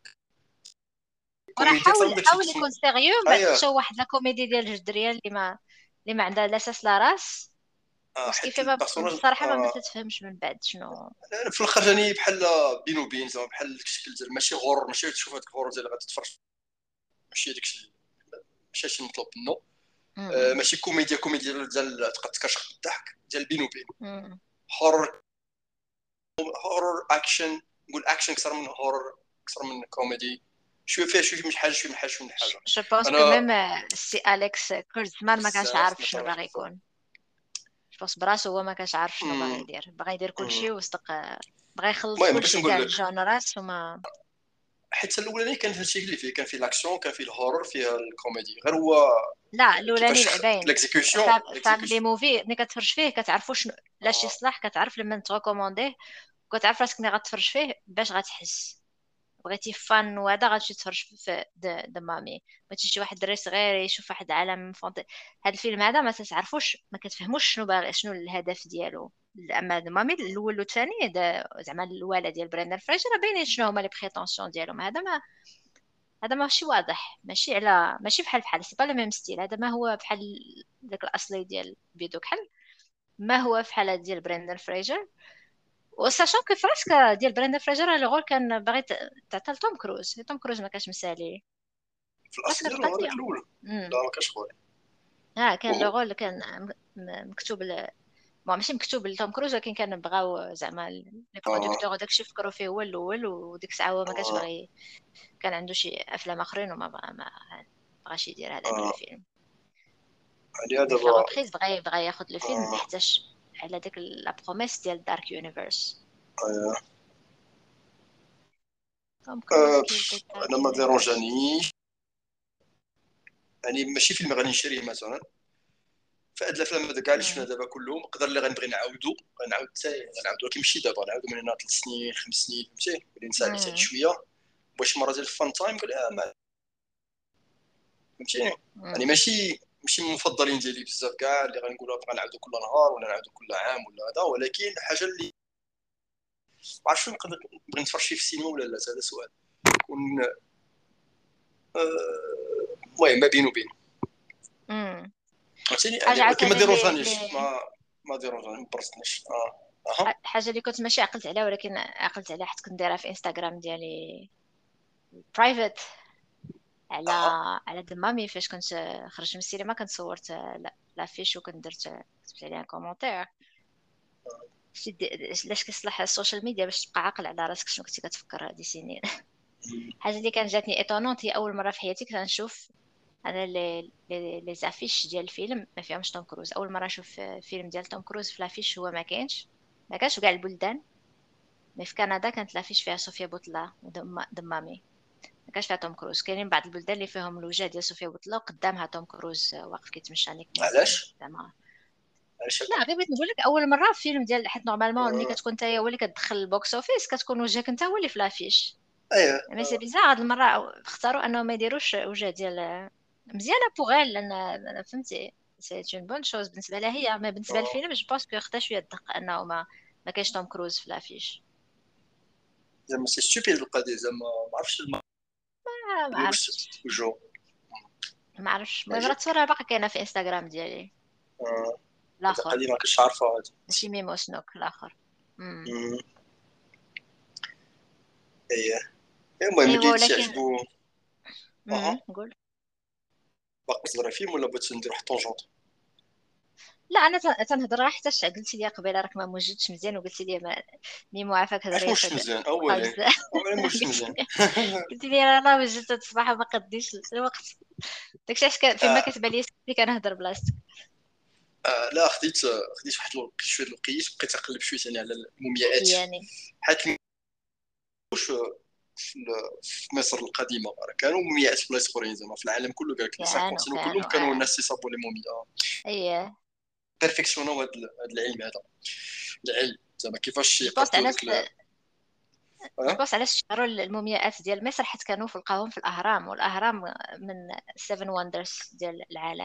[SPEAKER 1] وراه
[SPEAKER 2] كوميدي اكثر
[SPEAKER 1] حاول
[SPEAKER 2] من داكشي اللي
[SPEAKER 1] حاول
[SPEAKER 2] كتسمع.
[SPEAKER 1] يكون سيريو، من بعد
[SPEAKER 2] اييه
[SPEAKER 1] خشاو واحد لا كوميدي ديال الجدريه اللي ما اللي ما عندها لا اساس لا راس.
[SPEAKER 2] آه،
[SPEAKER 1] وسكي
[SPEAKER 2] حيت
[SPEAKER 1] في ما
[SPEAKER 2] البيرسوناج
[SPEAKER 1] بصراحه ما, ما
[SPEAKER 2] آه،
[SPEAKER 1] تتفهمش من بعد شنو.
[SPEAKER 2] في الاخر جاني بحال بين وبين، زعما بحال داك الشكل ديال ماشي غور، ماشي تشوف هذاك الغور ديال غادي تتفرج، ماشي داكشي، ماشي هادشي المطلوب منه. آه،
[SPEAKER 1] امم
[SPEAKER 2] ماشي كوميديا كوميديا ديال تبقى تكرشق بالضحك، ديال بين وبين.
[SPEAKER 1] امم
[SPEAKER 2] هورر، هورر اكشن، نقول اكشن اكثر من هورر، اكثر من كوميدي، شويه فيها شويه من حاجه شويه من حاجه شويه من حاجه.
[SPEAKER 1] جو بونس كو
[SPEAKER 2] انا
[SPEAKER 1] ميم السي اليكس كورزمان ما كانش
[SPEAKER 2] بزاف
[SPEAKER 1] عارف
[SPEAKER 2] ما
[SPEAKER 1] شنو
[SPEAKER 2] تعرفش
[SPEAKER 1] باغي
[SPEAKER 2] بزاف.
[SPEAKER 1] يكون. جو بونس براسو هو ما كانش عارف شنو باغي
[SPEAKER 2] أمم،
[SPEAKER 1] يدير، باغي يدير
[SPEAKER 2] أمم.
[SPEAKER 1] كلشي وصدق. بغى يخلط
[SPEAKER 2] المهم باش
[SPEAKER 1] كلشي كاع
[SPEAKER 2] نقول لك،
[SPEAKER 1] الجونرات وما.
[SPEAKER 2] حيت الاولاني كان هادشي اللي فيه، كان فيه لاكسيون، كان فيه الهورر، فيها الكوميدي، غير هو
[SPEAKER 1] لا الاولاني
[SPEAKER 2] كيفاش
[SPEAKER 1] باين.
[SPEAKER 2] ليكزيكسيون
[SPEAKER 1] فاميلي
[SPEAKER 2] ليكزيكسيون.
[SPEAKER 1] موفي ملي كتفرج فيه كتعرفوا شنو لاش يصلح، كتعرف لما تريكومونديه، وكتعرف راسك ملي غتفرج فيه باش غتحس. بغيتي فان وهذا غتمشي تفرج في د مامي. ما تجي شي واحد دري صغير يشوف واحد عالم فانت. هذا الفيلم هذا ما تتعرفوش، ما كتفهموش شنو باغي، شنو الهدف ديالو. اما د مامي الاول والثاني دا زعما الوالد ديال بريندن فريجر راه باينين شنو هما لي بريتونسيون ديالهم. هذا ما هذا ماشي واضح، ماشي على ماشي بحال بحال سي با لو ميم ستيل. هذا ما هو بحال داك الاصلي ديال بيدو كحل، ما هو بحال ديال بريندن فريجر. وساشون كو فراسك ديال بريندن فريجر لو رول كان باغي ت- تعطى لتوم كروز. توم كروز ما كانش مسالي.
[SPEAKER 2] في الاصل
[SPEAKER 1] فراسك
[SPEAKER 2] ديالو هذاك
[SPEAKER 1] القضيه.
[SPEAKER 2] الاول
[SPEAKER 1] امم
[SPEAKER 2] لا ما كانش خويا.
[SPEAKER 1] ها كان لو
[SPEAKER 2] وهو
[SPEAKER 1] رول كان م- م- مكتوب ل... بون ماشي مكتوب لتوم كروز، ولكن كان بغاو زعما لي
[SPEAKER 2] اه
[SPEAKER 1] برودكتور وداكشي فكروا فيه هو الاول، وديك الساعه هو ما كانش
[SPEAKER 2] اه
[SPEAKER 1] باغي. كان عنده شي افلام اخرين وما بغا ما بغاش يدير هذاك
[SPEAKER 2] اه
[SPEAKER 1] الفيلم.
[SPEAKER 2] عليا
[SPEAKER 1] مي في لا
[SPEAKER 2] دابا.
[SPEAKER 1] ريبريز بغا بغا ياخذ لو فيلم
[SPEAKER 2] اه
[SPEAKER 1] حيتاش على ديك لا بروميس ديال دارك يونيفرس.
[SPEAKER 2] آه.
[SPEAKER 1] توم كروز
[SPEAKER 2] آه،
[SPEAKER 1] كيل ذا
[SPEAKER 2] انا
[SPEAKER 1] دارك
[SPEAKER 2] ما
[SPEAKER 1] يونيفرس.
[SPEAKER 2] ديرونجانيش، يعني ماشي فيلم غادي نشريه مثلا. فهاد الافلام هذا كاع اللي شفنا دابا كلهم نقدر اللي غنبغي نعاودو غنعاود حتى غنعاودو، ولكن ماشي دابا، نعاودو من هنا ثلاث سنين خمس سنين فهمتي، ولي نسالي حتى شويه واش مره ديال الفان تايم قال اه ما فهمتيني. يعني ماشي ماشي من المفضلين ديالي بزاف كاع اللي غنقولها غنعاودو كل نهار ولا نعاودو كل عام ولا هذا، ولكن حاجه اللي ما عرفتش نقدر نبغي نتفرج فيه في السينما ولا لا، هذا سؤال يكون. آه، المهم ما بين وبين
[SPEAKER 1] امم
[SPEAKER 2] فهمتيني يعني،
[SPEAKER 1] حاجه
[SPEAKER 2] ولكن ما
[SPEAKER 1] عاوتاني اللي
[SPEAKER 2] ديرونجانيش،
[SPEAKER 1] اللي
[SPEAKER 2] ما ما ديرونجاني ما برصنيش. اه اها
[SPEAKER 1] حاجه اللي كنت ماشي عقلت عليها، ولكن عقلت عليها حيت كنت دايرها في انستغرام ديالي برايفت على
[SPEAKER 2] اها
[SPEAKER 1] على دمامي. فاش كنت خرجت من السينما كنت صورت لا لافيش وكنت درت كتبت عليها كومونتير. علاش كيصلح السوشيال ميديا باش تبقى عاقل على راسك شنو كنتي كتفكر هذه سنين. حاجه اللي كانت جاتني ايتونونت هي اول مره في حياتي كنت نشوف انا لي لي لي زافيش ديال الفيلم ما فيهمش توم كروز. اول مره نشوف فيلم ديال توم كروز في لافيش هو ما كاينش، ما كانش في كاع البلدان. مي في كندا كانت لافيش فيها صوفيا بوطلا ودمامي، ما كانش فيها توم كروز. كاينين بعض البلدان اللي فيهم الوجه ديال صوفيا بوطلا وقدامها توم كروز واقف كيتمشى نيك مونتان
[SPEAKER 2] علاش
[SPEAKER 1] زعما.
[SPEAKER 2] علاش
[SPEAKER 1] لا
[SPEAKER 2] هكا.
[SPEAKER 1] غير بغيت نقول لك اول مره في فيلم ديال، حيت نورمالمون ملي
[SPEAKER 2] آه،
[SPEAKER 1] كتكون نتايا هو اللي كتدخل البوكس اوفيس كتكون وجهك انت هو اللي في لافيش.
[SPEAKER 2] اييه
[SPEAKER 1] مي سي بيزار هاد المره اختاروا انهم ما يديروش وجه ديال مزيانه بوغ ال، لان أنا فهمتي سي اون بون شوز بالنسبه لها هي. ما بالنسبه
[SPEAKER 2] آه.
[SPEAKER 1] للفيلم جو بونس كو خدا شويه الدق انه ما ما كاينش توم كروز في لافيش.
[SPEAKER 2] زعما سي ستوبيد القضيه، زعما ما عرفتش ما
[SPEAKER 1] ما ما
[SPEAKER 2] يلبس
[SPEAKER 1] عرفتش
[SPEAKER 2] وجهه.
[SPEAKER 1] ما عرفتش. المهم راه
[SPEAKER 2] عجيب.
[SPEAKER 1] التصويره باقا كاينه في انستغرام ديالي
[SPEAKER 2] آه. هذا
[SPEAKER 1] الاخر.
[SPEAKER 2] قضيه ما كنتش عارفها هذه.
[SPEAKER 1] ماشي ميمو سنوك الاخر. امم
[SPEAKER 2] مم. اييه. المهم
[SPEAKER 1] ايوا
[SPEAKER 2] اللي
[SPEAKER 1] ولكن
[SPEAKER 2] تعجبو. اها
[SPEAKER 1] امم نقول.
[SPEAKER 2] باقي تهضري فيلم ولا بغيت ندير واحد طونجونط؟
[SPEAKER 1] لا انا ت- تنهضر حتى قلتي لي قبيله راك ما موجدتش مزيان، وقلتي لي ما ميمو عافاك
[SPEAKER 2] علاش
[SPEAKER 1] هضري
[SPEAKER 2] مش
[SPEAKER 1] فهاد
[SPEAKER 2] مزيان
[SPEAKER 1] بقى
[SPEAKER 2] اولي؟
[SPEAKER 1] بزاف.
[SPEAKER 2] اولي مش
[SPEAKER 1] قلتي
[SPEAKER 2] مزيان.
[SPEAKER 1] لي قلتي لي راه لا وجدت هاد الصباح وما قديش الوقت. داكشي علاش كان فيما
[SPEAKER 2] آه.
[SPEAKER 1] كتبان لي سكتي كنهضر بلاصتك.
[SPEAKER 2] آه. لا خديت خديت واحد الوقت شويه الوقيت، بقيت نقلب شويه ثاني على المومياءات.
[SPEAKER 1] يعني
[SPEAKER 2] حيت واش في ال- في مصر القديمه راه كانوا مومياءات في بلايص اخرين، زعما في العالم كله قال لك لي
[SPEAKER 1] كانوا
[SPEAKER 2] خمسين كلهم
[SPEAKER 1] كانوا
[SPEAKER 2] كانوا
[SPEAKER 1] اه
[SPEAKER 2] الناس يصابوا لي مومياء.
[SPEAKER 1] ايه.
[SPEAKER 2] بيرفكسيونو هذا العلم هذا، العلم زعما كيفاش
[SPEAKER 1] جو بونس
[SPEAKER 2] يقادوا
[SPEAKER 1] علاش
[SPEAKER 2] داك ال-
[SPEAKER 1] جو
[SPEAKER 2] اه
[SPEAKER 1] بونس علاش شهروا المومياءات ديال مصر حيت كانوا في القاهم في الاهرام، والاهرام من سبعة وندرز ديال العالم.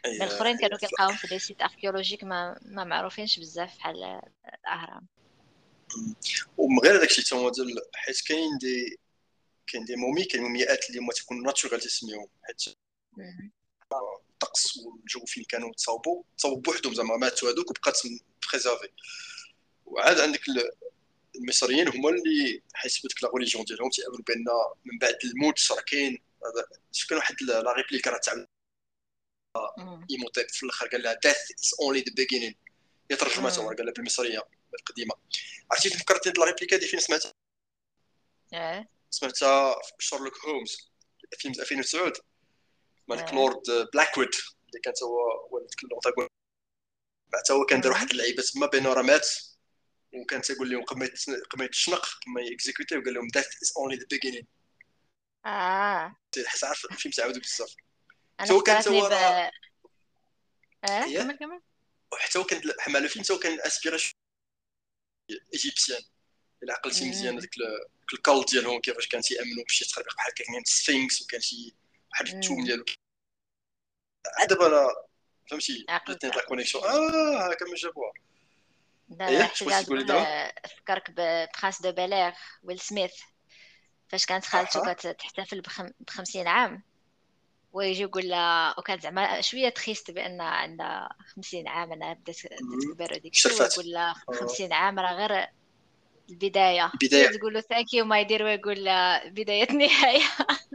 [SPEAKER 1] من الاخرين كانوا كيلقاوهم في دي سيت اركيولوجيك ما ما معروفينش بزاف بحال الاهرام.
[SPEAKER 2] ومن غير هذاك الشيء تما ديال حيت كاين دي كاين دي مومي كاين موميات اللي هما تكون ناتشورال تسميهم، حيت الطقس والجو فين كانوا تصاوبوا تصاوبوا بوحدهم زعما ماتوا هذوك وبقات بريزيرفي. وعاد عندك المصريين هما اللي حيت بديك لا ريليجيون ديالهم تيامنوا بان من بعد الموت راه كاين هذا. كان واحد لا ريبليك راه تاع ايموتيب في الاخر قال لها death is only the beginning، هي ترجمتها قال لها بالمصريه القديمه. عرفتي فكرتني هاد لا ريبليك هذه فين سمعتها؟
[SPEAKER 1] اه
[SPEAKER 2] سمعتها في شارلوك هومز فيلم ألفين وتسعة مالك لورد بلاكوود اللي كان هو ولد اللوطا. حتى هو كان دار واحد اللعيبه تما بينه راه مات وكان تيقول لهم قبل ما يتشنق قبل ما يكزيكوتي وقال لهم death is only the beginning.
[SPEAKER 1] اه
[SPEAKER 2] حس عارف الفيلم تعاودو بزاف.
[SPEAKER 1] انا فكرتني ب اه كمل كمل.
[SPEAKER 2] وحتى هو كان حمل الفيلم حتى هو كان اسبيراسيون ايجيبسيان. الا عقلتي مزيان داك الكالت ديالهم كيفاش كان تيامنوا بشي تخربيق بحال كاين السفينكس وكان شي واحد التوم ديالو. دابا انا فهمتي درت لا كونيكسيون اه هكا من جابوها.
[SPEAKER 1] لا لا حتى قاعد تقول فكرك ببرانس دو بيلير ويل سميث فاش كانت خالته كتحتفل ب خمسين عام ويجي يقول لها وكان زعما شويه تخيست بان عندها خمسين عام انا بدات بدات كبير وديك الشيء ويقول لها خمسين عام راه غير البدايه.
[SPEAKER 2] بدايه
[SPEAKER 1] تقول له ثانك يو ماي دير ويقول لها بدايه نهايه.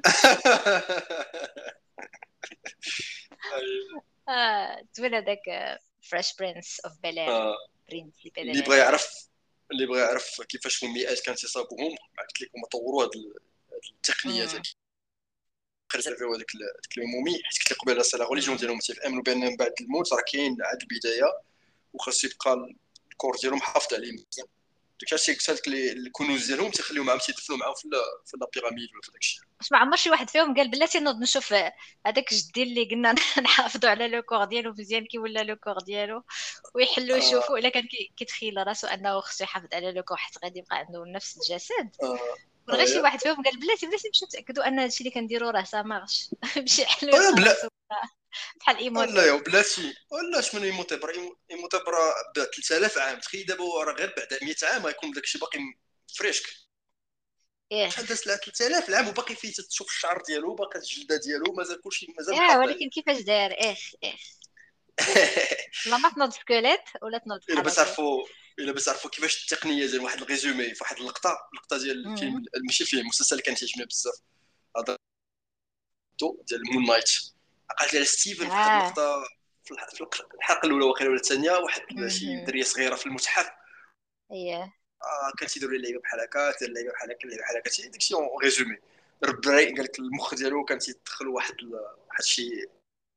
[SPEAKER 1] اه تقول هذاك فريش برنس اوف بيلير برنسي بيلير
[SPEAKER 2] اللي بغى يعرف اللي بغى يعرف كيفاش المئات كانت تصابهم قلت لكم طوروا هذه التقنيه ديال بريزيرفيو هذيك المومي. حيت قلت لك قبيله لا ريليجيون ديالهم تيفهموا بان من بعد الموت راه كاين عاد البدايه وخاص يبقى الكور ديالهم محافظ عليه مزيان. داك الشيء قلت لك الكنوز ديالهم تيخليو معاهم تيدفنوا معاهم في في لا بيراميد ولا في داك الشيء.
[SPEAKER 1] واش ما عمر شي واحد فيهم قال بلاتي نوض نشوف هذاك جدي اللي قلنا نحافظوا على لو كور ديالو مزيان كي ولا لو كور ديالو ويحلوا يشوفوا الا كان كيتخيل راسو انه خصو يحافظ على لو كور حيت غادي يبقى عنده نفس الجسد. غير شي واحد فيهم قال بلاتي بلاتي نمشيو نتاكدوا ان هادشي اللي كنديروا راه سامارش ماشي حلو راسو بحال ايموت.
[SPEAKER 2] لا يا بلاتي ولا شمن ايموتيب ايموتيب راه ب ثلاثة آلاف عام. تخيل دابا راه غير بعد مئة عام غيكون داكشي باقي فريشك.
[SPEAKER 1] ايه
[SPEAKER 2] شحال داز ثلاثة آلاف العام وباقي فيه تشوف الشعر ديالو باقي الجلده ديالو مازال كلشي مازال
[SPEAKER 1] محافظ. اه ولكن كيفاش داير ايه ايه لا ما تنوض سكيليت ولا تنوض
[SPEAKER 2] الا باش عرفوا الا باش عرفوا كيفاش التقنيه ديال واحد الريزومي في واحد اللقطه اللقطه ديال الفيلم ماشي فيلم المسلسل اللي كان تيعجبني بزاف هذا ديال مون نايت. عقلت على ستيفن في واحد اللقطه في الحلقه الاولى واخيرا ولا الثانيه واحد شي دريه صغيره في المتحف
[SPEAKER 1] اييه
[SPEAKER 2] اه كان تيديروا اللعيبه بحال هكا دير اللعيبه بحال هكا اللعيبه بحال هكا داكشي اون ريزومي. ربي قال لك المخ ديالو كان تيدخل واحد واحد الشيء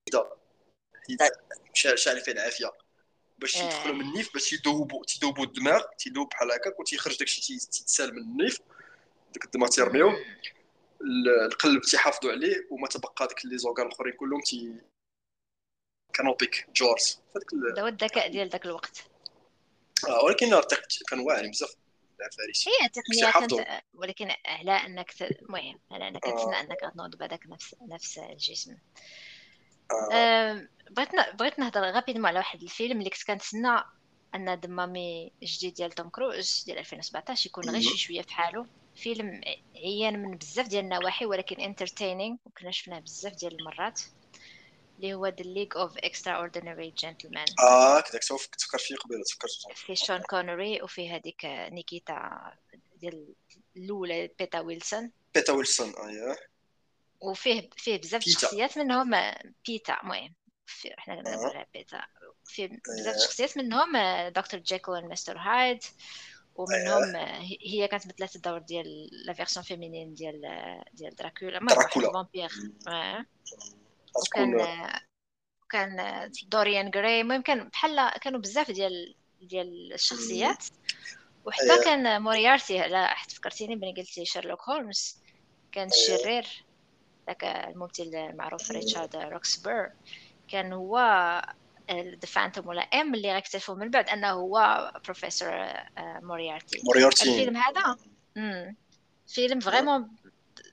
[SPEAKER 2] شاعل فيه العافيه باش يدخلوا من النيف باش يذوبوا تيذوبوا الدماغ تيذوب بحال هكا وتيخرج داكشي تيتسال من النيف داك الدماغ تيرميوه القلب تيحافظوا عليه وما تبقى داك لي زوغان الاخرين كلهم تي كانوا بيك جورز فداك
[SPEAKER 1] هذا هو الذكاء ديال داك الوقت.
[SPEAKER 2] اه ولكن كان واعر بزاف العفاريت
[SPEAKER 1] هي التقنيه كانت ولكن على انك المهم على انك تتسنى آه. انك تنوض بهذاك نفس نفس الجسم. آه. بغيت بغيت نهضر غابيدمون على واحد الفيلم اللي كنت كنتسنى ان دمامي جديد ديال توم كروز ديال ألفين وسبعطاش يكون غير شي شويه بحالو. فيلم عيان من بزاف ديال النواحي ولكن انترتينينغ وكنا شفناه بزاف ديال المرات اللي هو The League of Extraordinary Gentlemen.
[SPEAKER 2] اه كذاك سوف تفكر فيه قبيله تفكرت
[SPEAKER 1] في شون كونوري وفي هذيك نيكيتا ديال الاولى بيتا ويلسون
[SPEAKER 2] بيتا ويلسون اييه
[SPEAKER 1] وفيه فيه بزاف الشخصيات منهم بيتا المهم احنا نقولها بيتا فيه بزاف الشخصيات منهم دكتور جيكل ومستر هايد ومنهم هي كانت مثلت الدور ديال لا فيرسيون فيمينين ديال ديال دراكولا ما واحد الفامبير اه وكان كان دوريان غراي المهم كان بحال كانوا بزاف ديال ديال الشخصيات وحتى أيه. كان موريارتي لا حيت فكرتيني بلي قلتي شيرلوك هولمز كان أيه. الشرير ذاك الممثل المعروف ريتشارد روكسبير كان هو ذا فانتوم ولا ام اللي غيكتشفوا من بعد انه هو بروفيسور موريارتي.
[SPEAKER 2] موريارتي
[SPEAKER 1] الفيلم هذا امم فيلم فريمون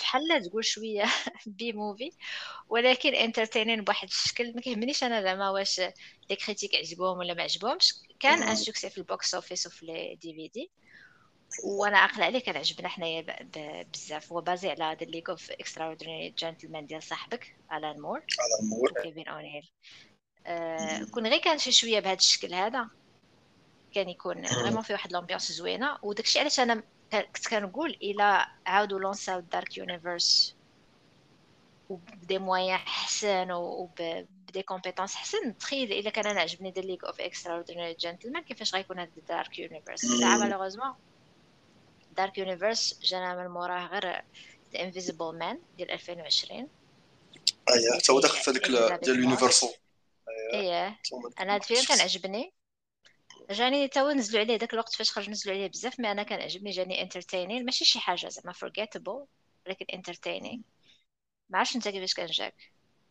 [SPEAKER 1] بحال تقول شويه بي موفي، ولكن انترتينين بواحد الشكل ما كيهمنيش انا زعما واش لي كريتيك عجبوهم ولا ما عجبوهمش. كان ان سوكسي في البوكس اوفيس وفي لي دي في دي، وانا عاقله عليه كان عجبنا حنايا ب- ب- بزاف. هو بازي على ذا ليج اوف اكستراوردينري جنتلمان ديال صاحبك الان مور
[SPEAKER 2] على المور.
[SPEAKER 1] وكيفين اونيل. آه كون غير كان شي شويه بهذا الشكل هذا، كان يكون فريمون في واحد لامبيونس زوينه. وداكشي علاش انا كنت كنقول الا عاودوا لونساو دارك يونيفرس وبدي مويان حسن وبدي كومبيتونس حسن، تخيل الا كان انا عجبني ذا ليج اوف اكستراوردينري جنتلمان كيفاش غيكون هذا دارك يونيفرس. ساعه مالوغوزمون دارك يونيفرس جانا من موراه غير ذا انفيزيبل مان ديال ألفين وعشرين
[SPEAKER 2] اييه
[SPEAKER 1] اللي
[SPEAKER 2] حتى هو
[SPEAKER 1] فيه
[SPEAKER 2] داخل في هذيك
[SPEAKER 1] اليزابيث
[SPEAKER 2] ديال يونيفرسال.
[SPEAKER 1] موس.
[SPEAKER 2] اييه
[SPEAKER 1] ايه
[SPEAKER 2] حتى هما
[SPEAKER 1] انا هاد الفيلم كان عجبني، جاني تا هو نزلوا عليه داك الوقت فاش خرج نزلوا عليه بزاف، مي انا كان عجبني، جاني انترتينين، ماشي شي حاجه زعما forgettable ولكن انترتينين. ما عرفتش انت كيفاش كان جاك.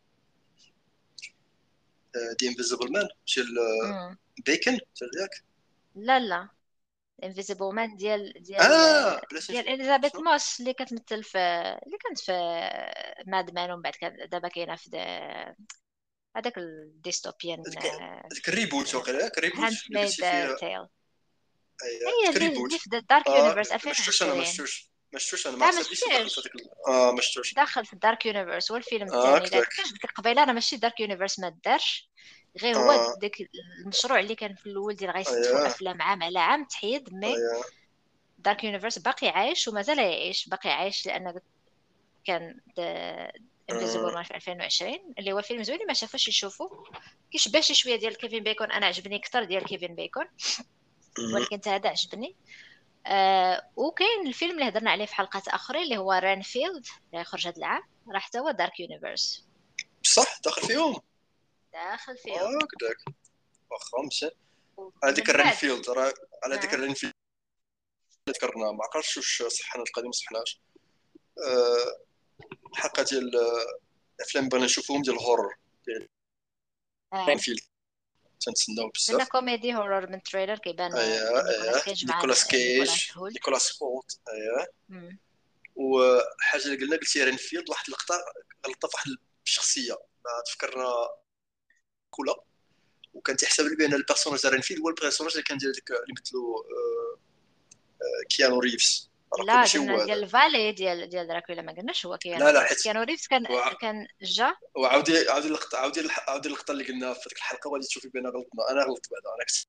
[SPEAKER 2] دي انفيزبل مان ديال
[SPEAKER 1] مم.
[SPEAKER 2] بيكن حتى ياك.
[SPEAKER 1] لا لا انفيزيبل مان ديال ديال
[SPEAKER 2] اه بلاتي
[SPEAKER 1] ديال
[SPEAKER 2] شنو
[SPEAKER 1] اليزابيث
[SPEAKER 2] شنو
[SPEAKER 1] موس اللي كتمثل في اللي كانت في ماد مان، ومن بعد كان دابا كاينه في دا- هذاك الديستوبيان
[SPEAKER 2] هذيك هذيك الريبوت واقيلا ياك ريبوت
[SPEAKER 1] هاند
[SPEAKER 2] اللي
[SPEAKER 1] ميد
[SPEAKER 2] قلتي فيه.
[SPEAKER 1] تيل.
[SPEAKER 2] اييه
[SPEAKER 1] هي
[SPEAKER 2] هذيك
[SPEAKER 1] اللي
[SPEAKER 2] الريبوت.
[SPEAKER 1] اللي في دارك
[SPEAKER 2] اه
[SPEAKER 1] يونيفرس
[SPEAKER 2] ما شفتوش انا ما
[SPEAKER 1] ألفين وعشرين.
[SPEAKER 2] شفتوش ما شفتوش انا ما
[SPEAKER 1] لا ما
[SPEAKER 2] حسبتش داخل في
[SPEAKER 1] شفتيش،
[SPEAKER 2] هذيك اه ما شفتوش.
[SPEAKER 1] داخل في الدارك يونيفرس. هو الفيلم
[SPEAKER 2] اه
[SPEAKER 1] الثاني اللي
[SPEAKER 2] كذاك.
[SPEAKER 1] كنت قلت لك قبيله راه ماشي دارك يونيفرس ما دارش، غير هو
[SPEAKER 2] اه
[SPEAKER 1] داك المشروع اللي كان في الاول ديال غيستفوا
[SPEAKER 2] اييه
[SPEAKER 1] افلام عام على عام تحيد. مي
[SPEAKER 2] اييه
[SPEAKER 1] دارك يونيفرس باقي عايش ومازال يعيش، باقي عايش لان كان انفيزيبل
[SPEAKER 2] آه.
[SPEAKER 1] مان في ألفين وعشرين اللي هو فيلم زوين اللي ما شافوش يشوفوا. كيشبه شي شويه ديال كيفين بيكون، انا عجبني اكثر ديال كيفين بيكون
[SPEAKER 2] مم.
[SPEAKER 1] ولكن هذا عجبني. آه وكاين الفيلم اللي هضرنا عليه في حلقات اخرين اللي هو رانفيلد اللي خرج هذا العام، راه حتى هو دارك يونيفرس
[SPEAKER 2] بصح داخل فيهم.
[SPEAKER 1] داخل فيهم.
[SPEAKER 2] اه كذاك واخا مشى. هذيك
[SPEAKER 1] ومن بعد
[SPEAKER 2] الرينفيلد راه على هذيك
[SPEAKER 1] آه.
[SPEAKER 2] الرينفيلد اللي ذكرنا ما عقلتش واش صحنا القديم صحناش. آه، الحلقه ديال الافلام بغينا نشوفوهم ديال الهورر ديال
[SPEAKER 1] آه.
[SPEAKER 2] رينفيلد تنتسناو
[SPEAKER 1] درنا
[SPEAKER 2] بزاف.
[SPEAKER 1] كوميدي هورر من تريلر كيبان
[SPEAKER 2] اييه
[SPEAKER 1] نيكولاس
[SPEAKER 2] اييه
[SPEAKER 1] كيج مع
[SPEAKER 2] نيكولاس كيج
[SPEAKER 1] نيكولاس هولت.
[SPEAKER 2] نيكولاس هولت اييه.
[SPEAKER 1] مم.
[SPEAKER 2] وحاجه اللي قلنا قلتي رينفيلد واحد اللقطه غلطه في واحد الشخصيه ما تفكرنا كولا، وكان تيحسب لي بان البيرسوناج ديال رينفيلد هو البيرسوناج اللي كان ديال ديك اللي مثلو آه، آه، كيانو ريفز. راه
[SPEAKER 1] لا
[SPEAKER 2] ماشي هو
[SPEAKER 1] قلنا
[SPEAKER 2] هذا.
[SPEAKER 1] ديال الفالي ديال ديال دراكولا، ما قلناش هو كيانو
[SPEAKER 2] لا لا
[SPEAKER 1] ريفز.
[SPEAKER 2] حيت
[SPEAKER 1] كيانو ريفز كان
[SPEAKER 2] وع-
[SPEAKER 1] كان جا.
[SPEAKER 2] وعاودي عاودي اللقطه عاودي الح- عاودي اللقطه اللي قلناها في هذيك الحلقه وغادي تشوفي بان غلطنا. انا غلطت بعدا انا كنت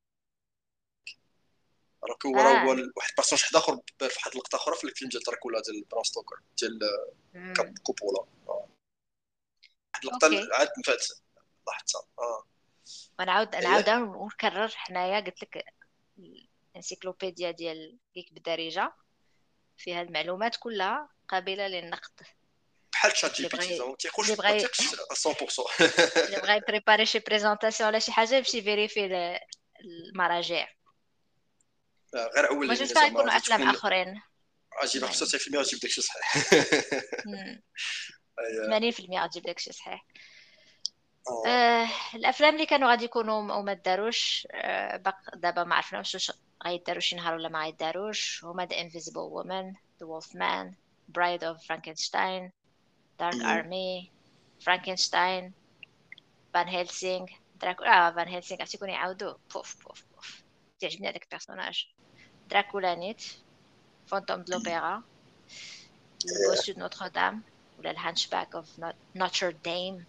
[SPEAKER 2] راك هو راه هو
[SPEAKER 1] اه
[SPEAKER 2] ال- واحد البيرسوناج حدا اخر بان في واحد اللقطه اخرى في الفيلم ديال دراكولا ديال برام ستوكر ديال كاب
[SPEAKER 1] مم.
[SPEAKER 2] كوبولا. آه. واحد اللقطه
[SPEAKER 1] اوكي.
[SPEAKER 2] عاد نفات لاحظتها. اه
[SPEAKER 1] ونعاود
[SPEAKER 2] ايه
[SPEAKER 1] نعاود ونكرر حنايا قلت لك الانسيكلوبيديا ديال كيك بالدارجه فيها المعلومات كلها قابله للنقد.
[SPEAKER 2] بحال تشات جي
[SPEAKER 1] اللي
[SPEAKER 2] بي تي
[SPEAKER 1] بغى
[SPEAKER 2] زعما ما تيقولش
[SPEAKER 1] اللي
[SPEAKER 2] ما
[SPEAKER 1] بغى
[SPEAKER 2] تيقش مية بالمية.
[SPEAKER 1] اللي بغى يبريباري شي بريزونطاسيون ولا شي حاجه يمشي فيريفي ال- المراجع.
[SPEAKER 2] لا، غير اول
[SPEAKER 1] ما
[SPEAKER 2] لينا
[SPEAKER 1] جوست
[SPEAKER 2] زعما
[SPEAKER 1] يكونوا
[SPEAKER 2] غادي
[SPEAKER 1] افلام
[SPEAKER 2] تكون
[SPEAKER 1] اخرين
[SPEAKER 2] عجيبه
[SPEAKER 1] يعني.
[SPEAKER 2] خمسة وتسعين بالمية غتجيب داكشي صحيح.
[SPEAKER 1] مم.
[SPEAKER 2] أييه.
[SPEAKER 1] ثمانين بالمية غتجيب داكشي صحيح.
[SPEAKER 2] آه.
[SPEAKER 1] آه الافلام اللي كانوا غادي يكونوا وما داروش آه بق دابا ما عرفناش واش غيداروا شي نهار ولا ما غيداروش. هما The Invisible Woman, The Wolfman, Bride of Frankenstein, Dark
[SPEAKER 2] أمم.
[SPEAKER 1] Army, Frankenstein, فان هيلسينغ، دراكولا. اه فان هيلسينغ عرفتي يكون يعاودوه بوف بوف بوف. تعجبني هذاك البيرسوناج. دراكولا نيت، فانتوم دو لوبيرا، البوسو دو نوتردام ولا الهانشباك اوف نوتر ديم،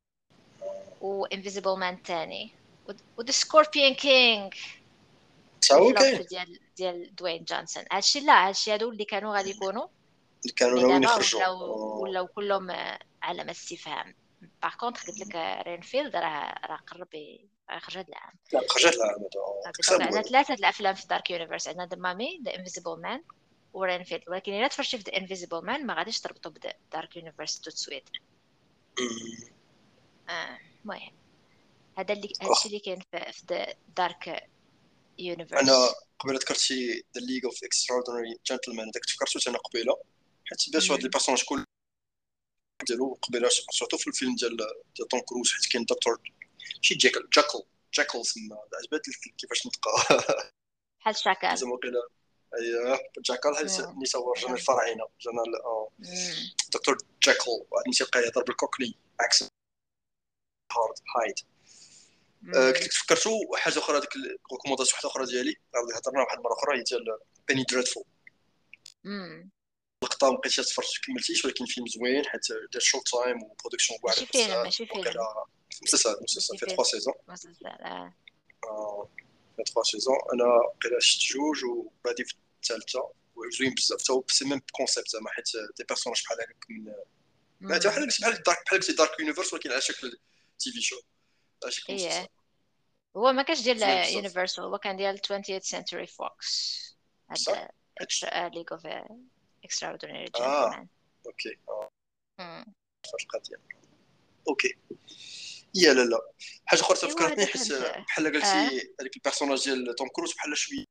[SPEAKER 1] و انفيزيبل مان تاني، و ذا سكوربيون كينج
[SPEAKER 2] تا هو
[SPEAKER 1] الفلوب
[SPEAKER 2] كاين
[SPEAKER 1] ديال ديال دوين جونسون. هادشي لا هادشي هادو اللي كانوا غادي يكونوا.
[SPEAKER 2] اللي كانوا
[SPEAKER 1] مي
[SPEAKER 2] ناويين
[SPEAKER 1] دابا
[SPEAKER 2] يخرجوا.
[SPEAKER 1] ولاو
[SPEAKER 2] آه.
[SPEAKER 1] ولاو كلهم آه، علامة استفهام. باغ كونطخ قلت لك آه، رينفيلد راه راه قرب ي- يخرج هذا العام.
[SPEAKER 2] لا خرجت العام هذا
[SPEAKER 1] صافي دونك
[SPEAKER 2] كتاب
[SPEAKER 1] عندنا
[SPEAKER 2] والو.
[SPEAKER 1] ثلاثة د الافلام في دارك يونيفرس. عندنا ذا مامي، ذا انفيزيبل مان، ورينفيلد. ولكن الا تفرجتي في ذا انفيزيبل مان ما غاديش تربطوا بذا دارك يونيفرس تو سويت.
[SPEAKER 2] أمم.
[SPEAKER 1] اه المهم هذا اللي
[SPEAKER 2] آه.
[SPEAKER 1] هادشي اللي كاين في في ذا دارك
[SPEAKER 2] انا
[SPEAKER 1] يونيفرس.
[SPEAKER 2] قبيله ذكرتي ذا ليغ اوف اكستراوردينري جنتلمان داك تفكرتو انا قبيله حيت باش هاد البيرسوناج كل ديالو قبيله سورتو في الفيلم ديال ديال توم كروز حيت كاين دكتور شي جاكل جاكل جاكل سما عجبتني كيفاش نطقها.
[SPEAKER 1] بحال الشاكال.
[SPEAKER 2] زعما وقيلا اييه جاكال هاي
[SPEAKER 1] مم.
[SPEAKER 2] نيصور جانا
[SPEAKER 1] فهمت.
[SPEAKER 2] الفراعنه جانا ال- آه،
[SPEAKER 1] مم.
[SPEAKER 2] دكتور جاكل واحد موسيقى يهضر بالكوكني عكس هارد هايد. آه، قلت
[SPEAKER 1] مم.
[SPEAKER 2] لك فكرتو حاجه اخرى، هذيك الريكومونداسيون واحده اخرى ديالي غادي هضرنا واحد المره اخرى، هي ديال بيني دريدفول.
[SPEAKER 1] مم.
[SPEAKER 2] لقطه ما بقيتش تفرج كملتيش، ولكن فيلم زوين حيت دار شو تايم وبرودكسيون واعره
[SPEAKER 1] ماشي فيلم
[SPEAKER 2] بزاف.
[SPEAKER 1] ماشي فيلم
[SPEAKER 2] وقيلا مسلسل مسلسل
[SPEAKER 1] ماشي
[SPEAKER 2] فيه
[SPEAKER 1] فيلم
[SPEAKER 2] ثلاثة سيزون.
[SPEAKER 1] مسلسل آه.
[SPEAKER 2] آه، فيه ثلاثة سيزون. انا قيلا شفت جوج وبادي في الثالثه، وزوين بزاف تا هو بس ميم كونسيبت زعما، حيت دي بيرسوناج بحال هكاك من ما حتى
[SPEAKER 1] مم.
[SPEAKER 2] بحال بحال دارك بحال دارك يونيفرس، ولكن على شكل تي في شو، على شكل مسلسل.
[SPEAKER 1] ايه هو ما كانش ديال
[SPEAKER 2] زوين بزاف
[SPEAKER 1] يونيفرسال، هو كان ديال twentieth century fox.
[SPEAKER 2] بصح.
[SPEAKER 1] هذا extra ليج اوف extraordinary
[SPEAKER 2] اه
[SPEAKER 1] gentlemen.
[SPEAKER 2] اوكي اه
[SPEAKER 1] مم.
[SPEAKER 2] القضيه. اوكي يا لا لا، حاجه اخرى
[SPEAKER 1] ايوا
[SPEAKER 2] تفكرتني،
[SPEAKER 1] هذا
[SPEAKER 2] حيت
[SPEAKER 1] كانت
[SPEAKER 2] بحال
[SPEAKER 1] اه
[SPEAKER 2] قلتي هذيك البيرسوناج ديال توم كروز بحال شويه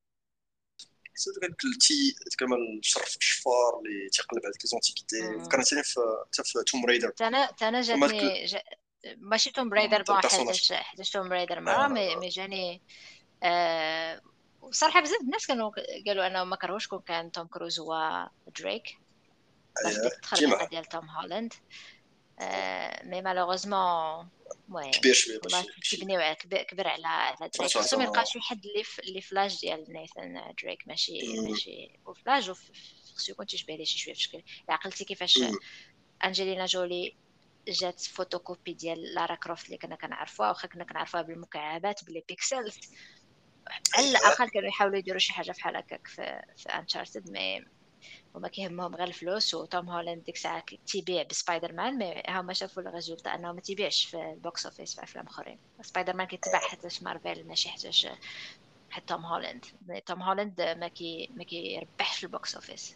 [SPEAKER 2] حسيت داك التي كما الشرف الشفار اللي تيقلب على الزونتيكيتي،
[SPEAKER 1] مم.
[SPEAKER 2] فكرتني في حتى في توم رايدر.
[SPEAKER 1] تانا تانا
[SPEAKER 2] فما داك
[SPEAKER 1] جاتني ج... ماشي توم برايدر
[SPEAKER 2] تاع
[SPEAKER 1] بون
[SPEAKER 2] البيرسوناج.
[SPEAKER 1] حيتاش حيتاش توم برايدر مرة مي,
[SPEAKER 2] آه
[SPEAKER 1] مي جاني آه... وصراحة بزاف الناس كانوا قالوا انه ما كرهوش كون كان توم كروز هو دريك في
[SPEAKER 2] اييه
[SPEAKER 1] ديك التخربيقة
[SPEAKER 2] جمع
[SPEAKER 1] ديال توم هولاند. آه... مي مالوغوزمون المهم
[SPEAKER 2] كبير شويه
[SPEAKER 1] والله
[SPEAKER 2] باش باش
[SPEAKER 1] تبنيو على كب- كبر على على دريك، خصهم يلقى
[SPEAKER 2] آه.
[SPEAKER 1] شي حد اللي في اللي فلاج ديال نيثان دريك، ماشي ماشي وفلاج وف- خصو يكون تيشبه ليه شي شويه في الشكل. عقلتي كيفاش انجلينا جولي جات فوتوكوبي ديال لارا كروفت اللي كنا كنعرفوها، واخا كنا كنعرفوها بالمكعبات بلي بيكسلز، على
[SPEAKER 2] اييه
[SPEAKER 1] الاقل كانوا يحاولوا يديروا شي حاجه بحال هكاك في في انشارتد. مي هما كيهمهم غير الفلوس، وتوم هولاند ديك الساعه تيبيع بسبايدر مان، مي هما شافوا الريزولتا انه ما تيبيعش في البوكس اوفيس في افلام اخرين. سبايدر مان كيتباع حتى مارفل، ماشي حتى حتى توم هولاند. توم هولاند ما كي ما كيربحش في البوكس اوفيس.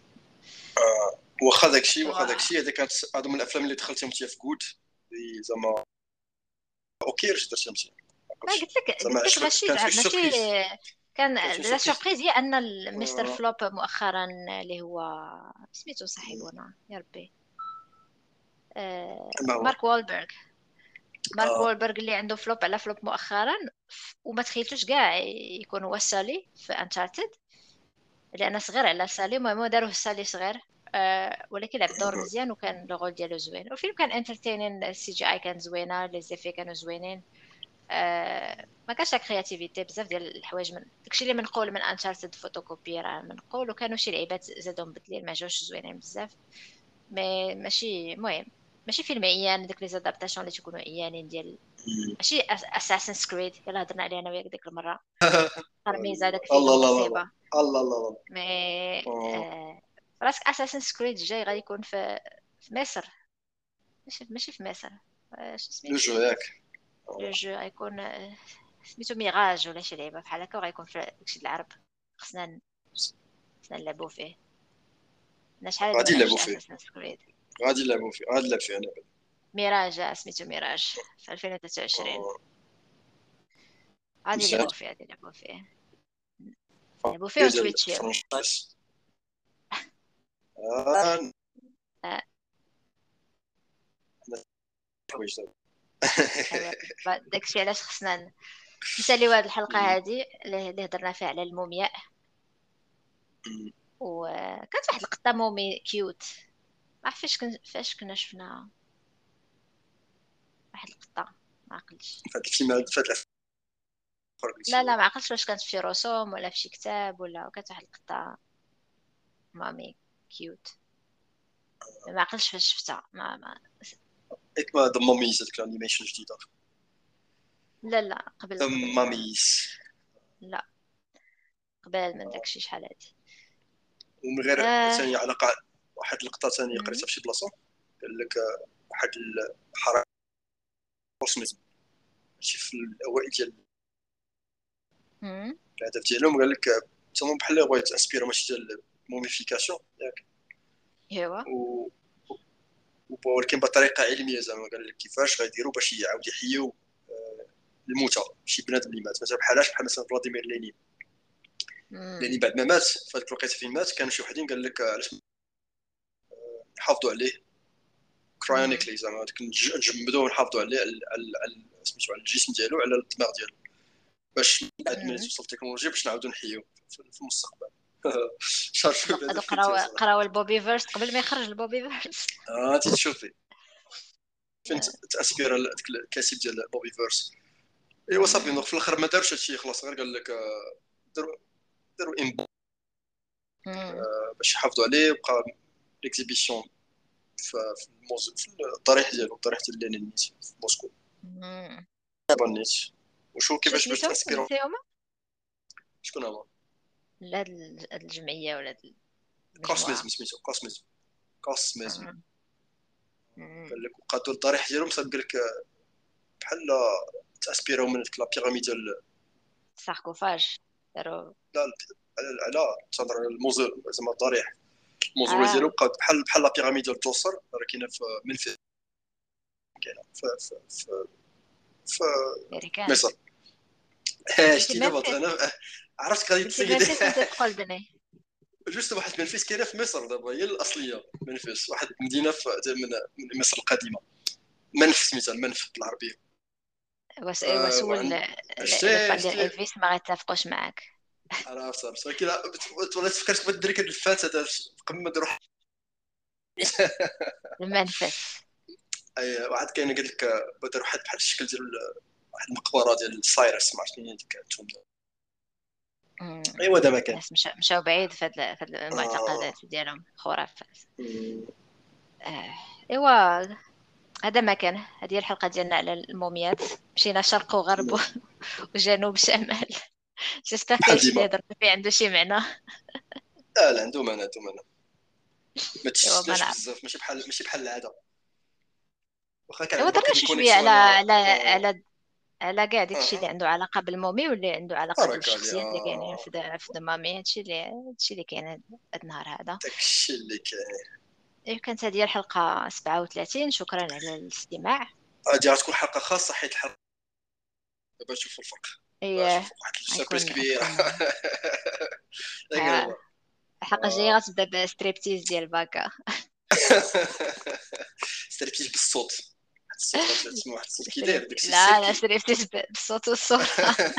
[SPEAKER 2] واخا داكشي
[SPEAKER 1] سو
[SPEAKER 2] واخا داكشي هذا كانت هادو من الافلام اللي دخلتهم تي في جود زعما اوكي راه درتهم مزيان
[SPEAKER 1] ما
[SPEAKER 2] عقلتش
[SPEAKER 1] قلت لك
[SPEAKER 2] زعما
[SPEAKER 1] قلت لك
[SPEAKER 2] عجبك،
[SPEAKER 1] ماشي
[SPEAKER 2] كانت فيه
[SPEAKER 1] ماشي
[SPEAKER 2] سوربريز،
[SPEAKER 1] كان
[SPEAKER 2] كانت فيه
[SPEAKER 1] لا
[SPEAKER 2] سوربريز.
[SPEAKER 1] سوربريز هي ان المستر
[SPEAKER 2] آه.
[SPEAKER 1] فلوب مؤخرا اللي هو سميتو صاحبنا يا ربي آه،
[SPEAKER 2] ما هو
[SPEAKER 1] مارك وولبرغ. مارك
[SPEAKER 2] اه
[SPEAKER 1] وولبرغ اللي عنده فلوب على فلوب مؤخرا، وما تخيلتوش كاع يكون هو سالي في انشارتد، لان صغير على سالي. المهم هو داروه سالي صغير أه، ولكن لعب دور مزيان وكان لو رول ديالو زوين، والفيلم كان انترتينين، السي جي اي كان زوينه، لي زيفي كانوا زوينين. أه ما كانش داك كرياتيفيتي بزاف ديال الحوايج، من داكشي اللي منقول من انشارتد فوتوكوبي راه منقول، وكانوا شي لعيبات زادوا مبدلين ما جاوش زوينين بزاف. مي ماشي المهم ماشي فيلم عيان، داك لي زادابتاسيون اللي تيكونوا عيانين ديال ماشي اساسن سكريد يلا هضرنا عليه انا وياك ديك المره، ترميزه داك
[SPEAKER 2] الله
[SPEAKER 1] الفيلم
[SPEAKER 2] الله الله
[SPEAKER 1] مصيبه.
[SPEAKER 2] الله الله الله.
[SPEAKER 1] مي
[SPEAKER 2] آه.
[SPEAKER 1] آه، راسك اساسن سكريد الجاي غادي يكون في في مصر، ماشي ماشي في مصر. آه، شو
[SPEAKER 2] لو
[SPEAKER 1] سميتو
[SPEAKER 2] جو ياك.
[SPEAKER 1] لو جو غيكون آه، سميتو ميراج ولا شي لعبه بحال هكا، وغيكون في داكشي د العرب. خصنا ن- خصنا نلعبو فيه. انا شحال هادي ما
[SPEAKER 2] غادي
[SPEAKER 1] لعبتش
[SPEAKER 2] يلعبوا فيه،
[SPEAKER 1] اساسن سكريد.
[SPEAKER 2] غادي يلعبوا فيه، غادي نلعب فيه انا بعد.
[SPEAKER 1] ميراج آه، سميتو ميراج في ألفين وثلاثة وعشرين.
[SPEAKER 2] آه.
[SPEAKER 1] غادي
[SPEAKER 2] مزيان
[SPEAKER 1] نلعبو فيه غادي نلعبو فيه نلعبو فيه
[SPEAKER 2] ديال
[SPEAKER 1] وتويتشيو.
[SPEAKER 2] فرانشايز. اه
[SPEAKER 1] آه،
[SPEAKER 2] أنا حوايج دابا.
[SPEAKER 1] ايوا داكشي علاش خصنا ن- نساليو هاد الحلقه هادي اللي اللي هضرنا فيها على المومياء. وكانت واحد القطه مومي كيوت، ما عرف فاش كن... فاش كنا شفنا واحد القطه، ما عقلتش.
[SPEAKER 2] فهاد الفيلم هاد فهاد الافلام
[SPEAKER 1] لا
[SPEAKER 2] قلتي
[SPEAKER 1] لا ما عقلتش واش كانت في شي رسوم ولا في شي كتاب، ولا كانت واحد القطه مامي كيوت، ما عقلتش فاش شفتها. ما, ما...
[SPEAKER 2] هيك ما ذا ماميز هذيك الانيميشن جديده.
[SPEAKER 1] لا لا قبل
[SPEAKER 2] ذا
[SPEAKER 1] قبل ما
[SPEAKER 2] ماميز.
[SPEAKER 1] لا قبل من داكشي شحال هادي.
[SPEAKER 2] ومن غير
[SPEAKER 1] آه...
[SPEAKER 2] ثاني علاقه، واحد اللقطه ثانيه
[SPEAKER 1] مم.
[SPEAKER 2] قريتها في شي بلاصه، قال لك آه، واحد الحركه كوسميزم شي في الاوائل ديال
[SPEAKER 1] مم.
[SPEAKER 2] الهدف ديالهم، قال لك آه، تما بحال اللي بغا يتانسبيرا ماشي ديال الموميفيكاسيون ياك،
[SPEAKER 1] ايوا
[SPEAKER 2] و ولكن بطريقه علميه زعما، قال لك كيفاش غيديروا باش يعاود يحيوا آه، الموتى شي بنادم اللي مات، مثلا بحالاش بحال مثلا فلاديمير لينين.
[SPEAKER 1] مم.
[SPEAKER 2] لينين بعد ما مات في هذيك الوقيته فين مات، كانوا شي وحدين قال لك آه، علاش حافظوا عليه
[SPEAKER 1] مم.
[SPEAKER 2] كرايونيكلي زعما، داك نجمدوه ونحافظوا عليه على سميتو على الجسم ديالو على الدماغ ديالو، باش بعد ما
[SPEAKER 1] مم.
[SPEAKER 2] توصل التكنولوجيا باش نعاودو نحيو في المستقبل. شارجو
[SPEAKER 1] هادو
[SPEAKER 2] هذا
[SPEAKER 1] هادو
[SPEAKER 2] فين تي
[SPEAKER 1] قراو
[SPEAKER 2] صراحه.
[SPEAKER 1] قراو البوبي فيرست قبل ما يخرج البوبي فيرست.
[SPEAKER 2] اه تشوفي فين تاسبير داك الكاتب ديال بوبي فيرس. ايوا صافي
[SPEAKER 1] مم.
[SPEAKER 2] في الاخر ما دارش هادشي خلاص، غير قال لك آه، داروا داروا إم
[SPEAKER 1] مم.
[SPEAKER 2] باش يحافظوا عليه. بقى ليكزيبيسيون في في الموز... في الضريح ديالو، الضريح ديال لينين نيت في موسكو.
[SPEAKER 1] مم.
[SPEAKER 2] دابا نيت وشو
[SPEAKER 1] شو
[SPEAKER 2] كيفاش باش
[SPEAKER 1] سميتهم
[SPEAKER 2] تاسبيرو.
[SPEAKER 1] قلتي هما؟
[SPEAKER 2] شكون هو؟
[SPEAKER 1] لا هاد ال- هاد الجمعيه ولا هاد
[SPEAKER 2] كاسميزم
[SPEAKER 1] المجموعه.
[SPEAKER 2] سميتو، كاسميزم كاسميزم.
[SPEAKER 1] مم. مم.
[SPEAKER 2] قال لك بقى الضريح ديالهم صاب قال لك بحال تاسبيرو من ديك لا بيراميد ديال.
[SPEAKER 1] ساركوفاج داروا.
[SPEAKER 2] لا على على تهضر على الموزل زعما الضريح. الموزولي ديالو
[SPEAKER 1] اه
[SPEAKER 2] بقى بحال بحال لا بيراميد ديال جوسر، راه كاينه في منفس، كاينه في في في, في
[SPEAKER 1] امريكان.
[SPEAKER 2] مصر. ها
[SPEAKER 1] قلتي
[SPEAKER 2] شتي دابا
[SPEAKER 1] منفس.
[SPEAKER 2] انا عرفت غادي
[SPEAKER 1] قلتي
[SPEAKER 2] تصيدي.
[SPEAKER 1] منفس وانت تقلبني.
[SPEAKER 2] جوست واحد منفس كاينه في مصر دابا، هي الاصليه. منفس واحد المدينه في من من مصر القديمه. منف سميتها المنف بالعربيه.
[SPEAKER 1] وس...
[SPEAKER 2] آه
[SPEAKER 1] وسول
[SPEAKER 2] وعند
[SPEAKER 1] لي
[SPEAKER 2] شتي
[SPEAKER 1] فان ديال
[SPEAKER 2] شتي
[SPEAKER 1] الفيس ما غيتفقوش معاك.
[SPEAKER 2] عرفت عرفت ولكن ولا تفكرت بدري كد الفات هذا قمه روح.
[SPEAKER 1] المنفس.
[SPEAKER 2] اي واحد كاين قال لك بدا واحد بحال الشكل ديال واحد المقبره ديال سايرس، ما عرفت منين ديك التوم.
[SPEAKER 1] مم.
[SPEAKER 2] ايوا دابا كان
[SPEAKER 1] الناس مشا... مشاو بعيد في هاد ال- في هاد
[SPEAKER 2] آه.
[SPEAKER 1] المعتقدات ديالهم خرافات.
[SPEAKER 2] مم.
[SPEAKER 1] آه. ايوا هذا ما كان. هذه هي الحلقه ديالنا على الموميات. مشينا شرق وغرب و- وجنوب شمال. جيسبر
[SPEAKER 2] بحال
[SPEAKER 1] كلشي اللي
[SPEAKER 2] ديما.
[SPEAKER 1] هضرنا فيه عنده شي معنى.
[SPEAKER 2] لا لا عندهم انا عندهم انا ما
[SPEAKER 1] ايوا ما
[SPEAKER 2] تشتتناش
[SPEAKER 1] نعرف.
[SPEAKER 2] بزاف، ماشي بحال ماشي بحال العاده. واخا كان
[SPEAKER 1] ايوا
[SPEAKER 2] عندي
[SPEAKER 1] درنا
[SPEAKER 2] باقي
[SPEAKER 1] شي شويه
[SPEAKER 2] الكونيكسيون
[SPEAKER 1] على
[SPEAKER 2] انا.
[SPEAKER 1] على
[SPEAKER 2] اه
[SPEAKER 1] على على كاع داكشي اللي
[SPEAKER 2] اها
[SPEAKER 1] عنده علاقه بالمومي واللي عنده علاقه
[SPEAKER 2] بركه لي
[SPEAKER 1] بالشخصيات اللي كاينين
[SPEAKER 2] اه.
[SPEAKER 1] في دا في دمامي. هادشي اللي هادشي اللي كاين هاد هاد النهار هذا.
[SPEAKER 2] داكشي اللي كاين.
[SPEAKER 1] إيه، كانت هذه الحلقه سبعة وثلاثين. شكرا على الاستماع.
[SPEAKER 2] غادي غتكون حلقه خاصه حيت الحلقه دابا نشوفوا الفرق. دابا
[SPEAKER 1] ايه
[SPEAKER 2] نشوفوا واحد السيربريز
[SPEAKER 1] غيكون
[SPEAKER 2] كبيره.
[SPEAKER 1] غتكون
[SPEAKER 2] ياك
[SPEAKER 1] ها.
[SPEAKER 2] دابا.
[SPEAKER 1] الحلقه الجايه غتبدا بستريبتيز ديال باكا.
[SPEAKER 2] ستريبتيج بالصوت. واحد الصوت غادي تسمع، واحد الصوت كي داير
[SPEAKER 1] ستريب...
[SPEAKER 2] داكشي
[SPEAKER 1] لا لا
[SPEAKER 2] السلكي.
[SPEAKER 1] ستريبتيز بالصوت والصوره.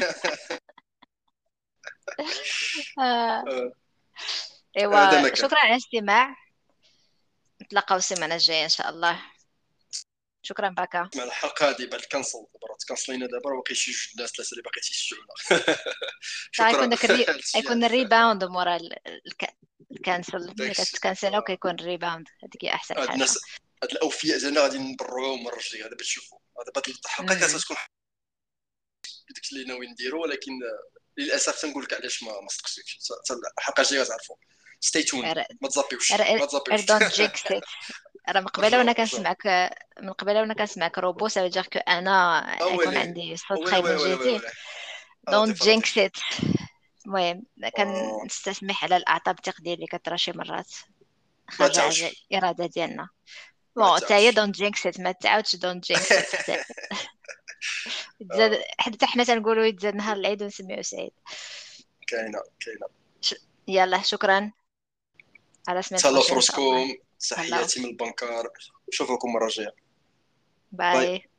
[SPEAKER 1] آه.
[SPEAKER 2] آه، هذا
[SPEAKER 1] ايوا
[SPEAKER 2] مكان.
[SPEAKER 1] شكرا على الاستماع. نتلاقاو السيمانه الجايه ان شاء الله. شكرا باكا.
[SPEAKER 2] مع الحلقه هذه بعد الكنسل دابا راه تكنسلينا دابا، راه باقي شي جوج الناس ثلاثه اللي باقي تيسجلونا.
[SPEAKER 1] غيكون
[SPEAKER 2] شكرا.
[SPEAKER 1] داك الري...
[SPEAKER 2] هادشي
[SPEAKER 1] غيكون
[SPEAKER 2] عارف.
[SPEAKER 1] الريباوند مورا ال... الك... الكانسل. ملي
[SPEAKER 2] داكشي
[SPEAKER 1] كتكنسلو
[SPEAKER 2] آه.
[SPEAKER 1] كيكون الريباوند. هذيك هي احسن
[SPEAKER 2] هاد
[SPEAKER 1] حاجه.
[SPEAKER 2] الناس، هاد الاوفياء ديالنا غادي نبروهم المره الجايه دابا تشوفوا. دابا هاد الحلقه كانت
[SPEAKER 1] امم
[SPEAKER 2] تكون داكشي اللي ناويين نديرو، ولكن آه، للاسف تنقول لك علاش ما ما صدقتش. حتى الحلقه الجايه تعرفوا. ستي تون.
[SPEAKER 1] ار
[SPEAKER 2] ما تزابيوش
[SPEAKER 1] ار
[SPEAKER 2] ما
[SPEAKER 1] ار
[SPEAKER 2] تزابيوش.
[SPEAKER 1] دونت جينكس ات. راه من قبيله وانا
[SPEAKER 2] رجعوا رجعوا.
[SPEAKER 1] كنسمعك. من قبيله وانا كنسمعك روبو سا فيدير كو انا
[SPEAKER 2] اه
[SPEAKER 1] يكون
[SPEAKER 2] ويلي
[SPEAKER 1] عندي صوت
[SPEAKER 2] ويلي ويلي ويلي ويلي
[SPEAKER 1] خيموجيتي.
[SPEAKER 2] ويلي. اه
[SPEAKER 1] دونت
[SPEAKER 2] لطيف لطيف.
[SPEAKER 1] جينكس ات. المهم
[SPEAKER 2] آه.
[SPEAKER 1] كنستسمح على الاعطاء بالتقدير اللي كترى شي مرات
[SPEAKER 2] ما
[SPEAKER 1] خارجه على
[SPEAKER 2] تعاودش
[SPEAKER 1] الاراده ديالنا.
[SPEAKER 2] ما
[SPEAKER 1] بون حتى هي
[SPEAKER 2] تعاودش.
[SPEAKER 1] دونت جينكس ات. ما تعاودش دونت جينكس ات حتى يتزاد.
[SPEAKER 2] آه.
[SPEAKER 1] حتى حنا تنقولوا يتزاد نهار العيد ونسميو سعيد.
[SPEAKER 2] كاينه كاينه.
[SPEAKER 1] ش... يلا شكرا. على سمين
[SPEAKER 2] تهلاو
[SPEAKER 1] بروشين ان شاء الله.
[SPEAKER 2] فراسكم.
[SPEAKER 1] هلاو.
[SPEAKER 2] تحياتي من البنكار. نشوفكم المره الجايه. باي.
[SPEAKER 1] باي.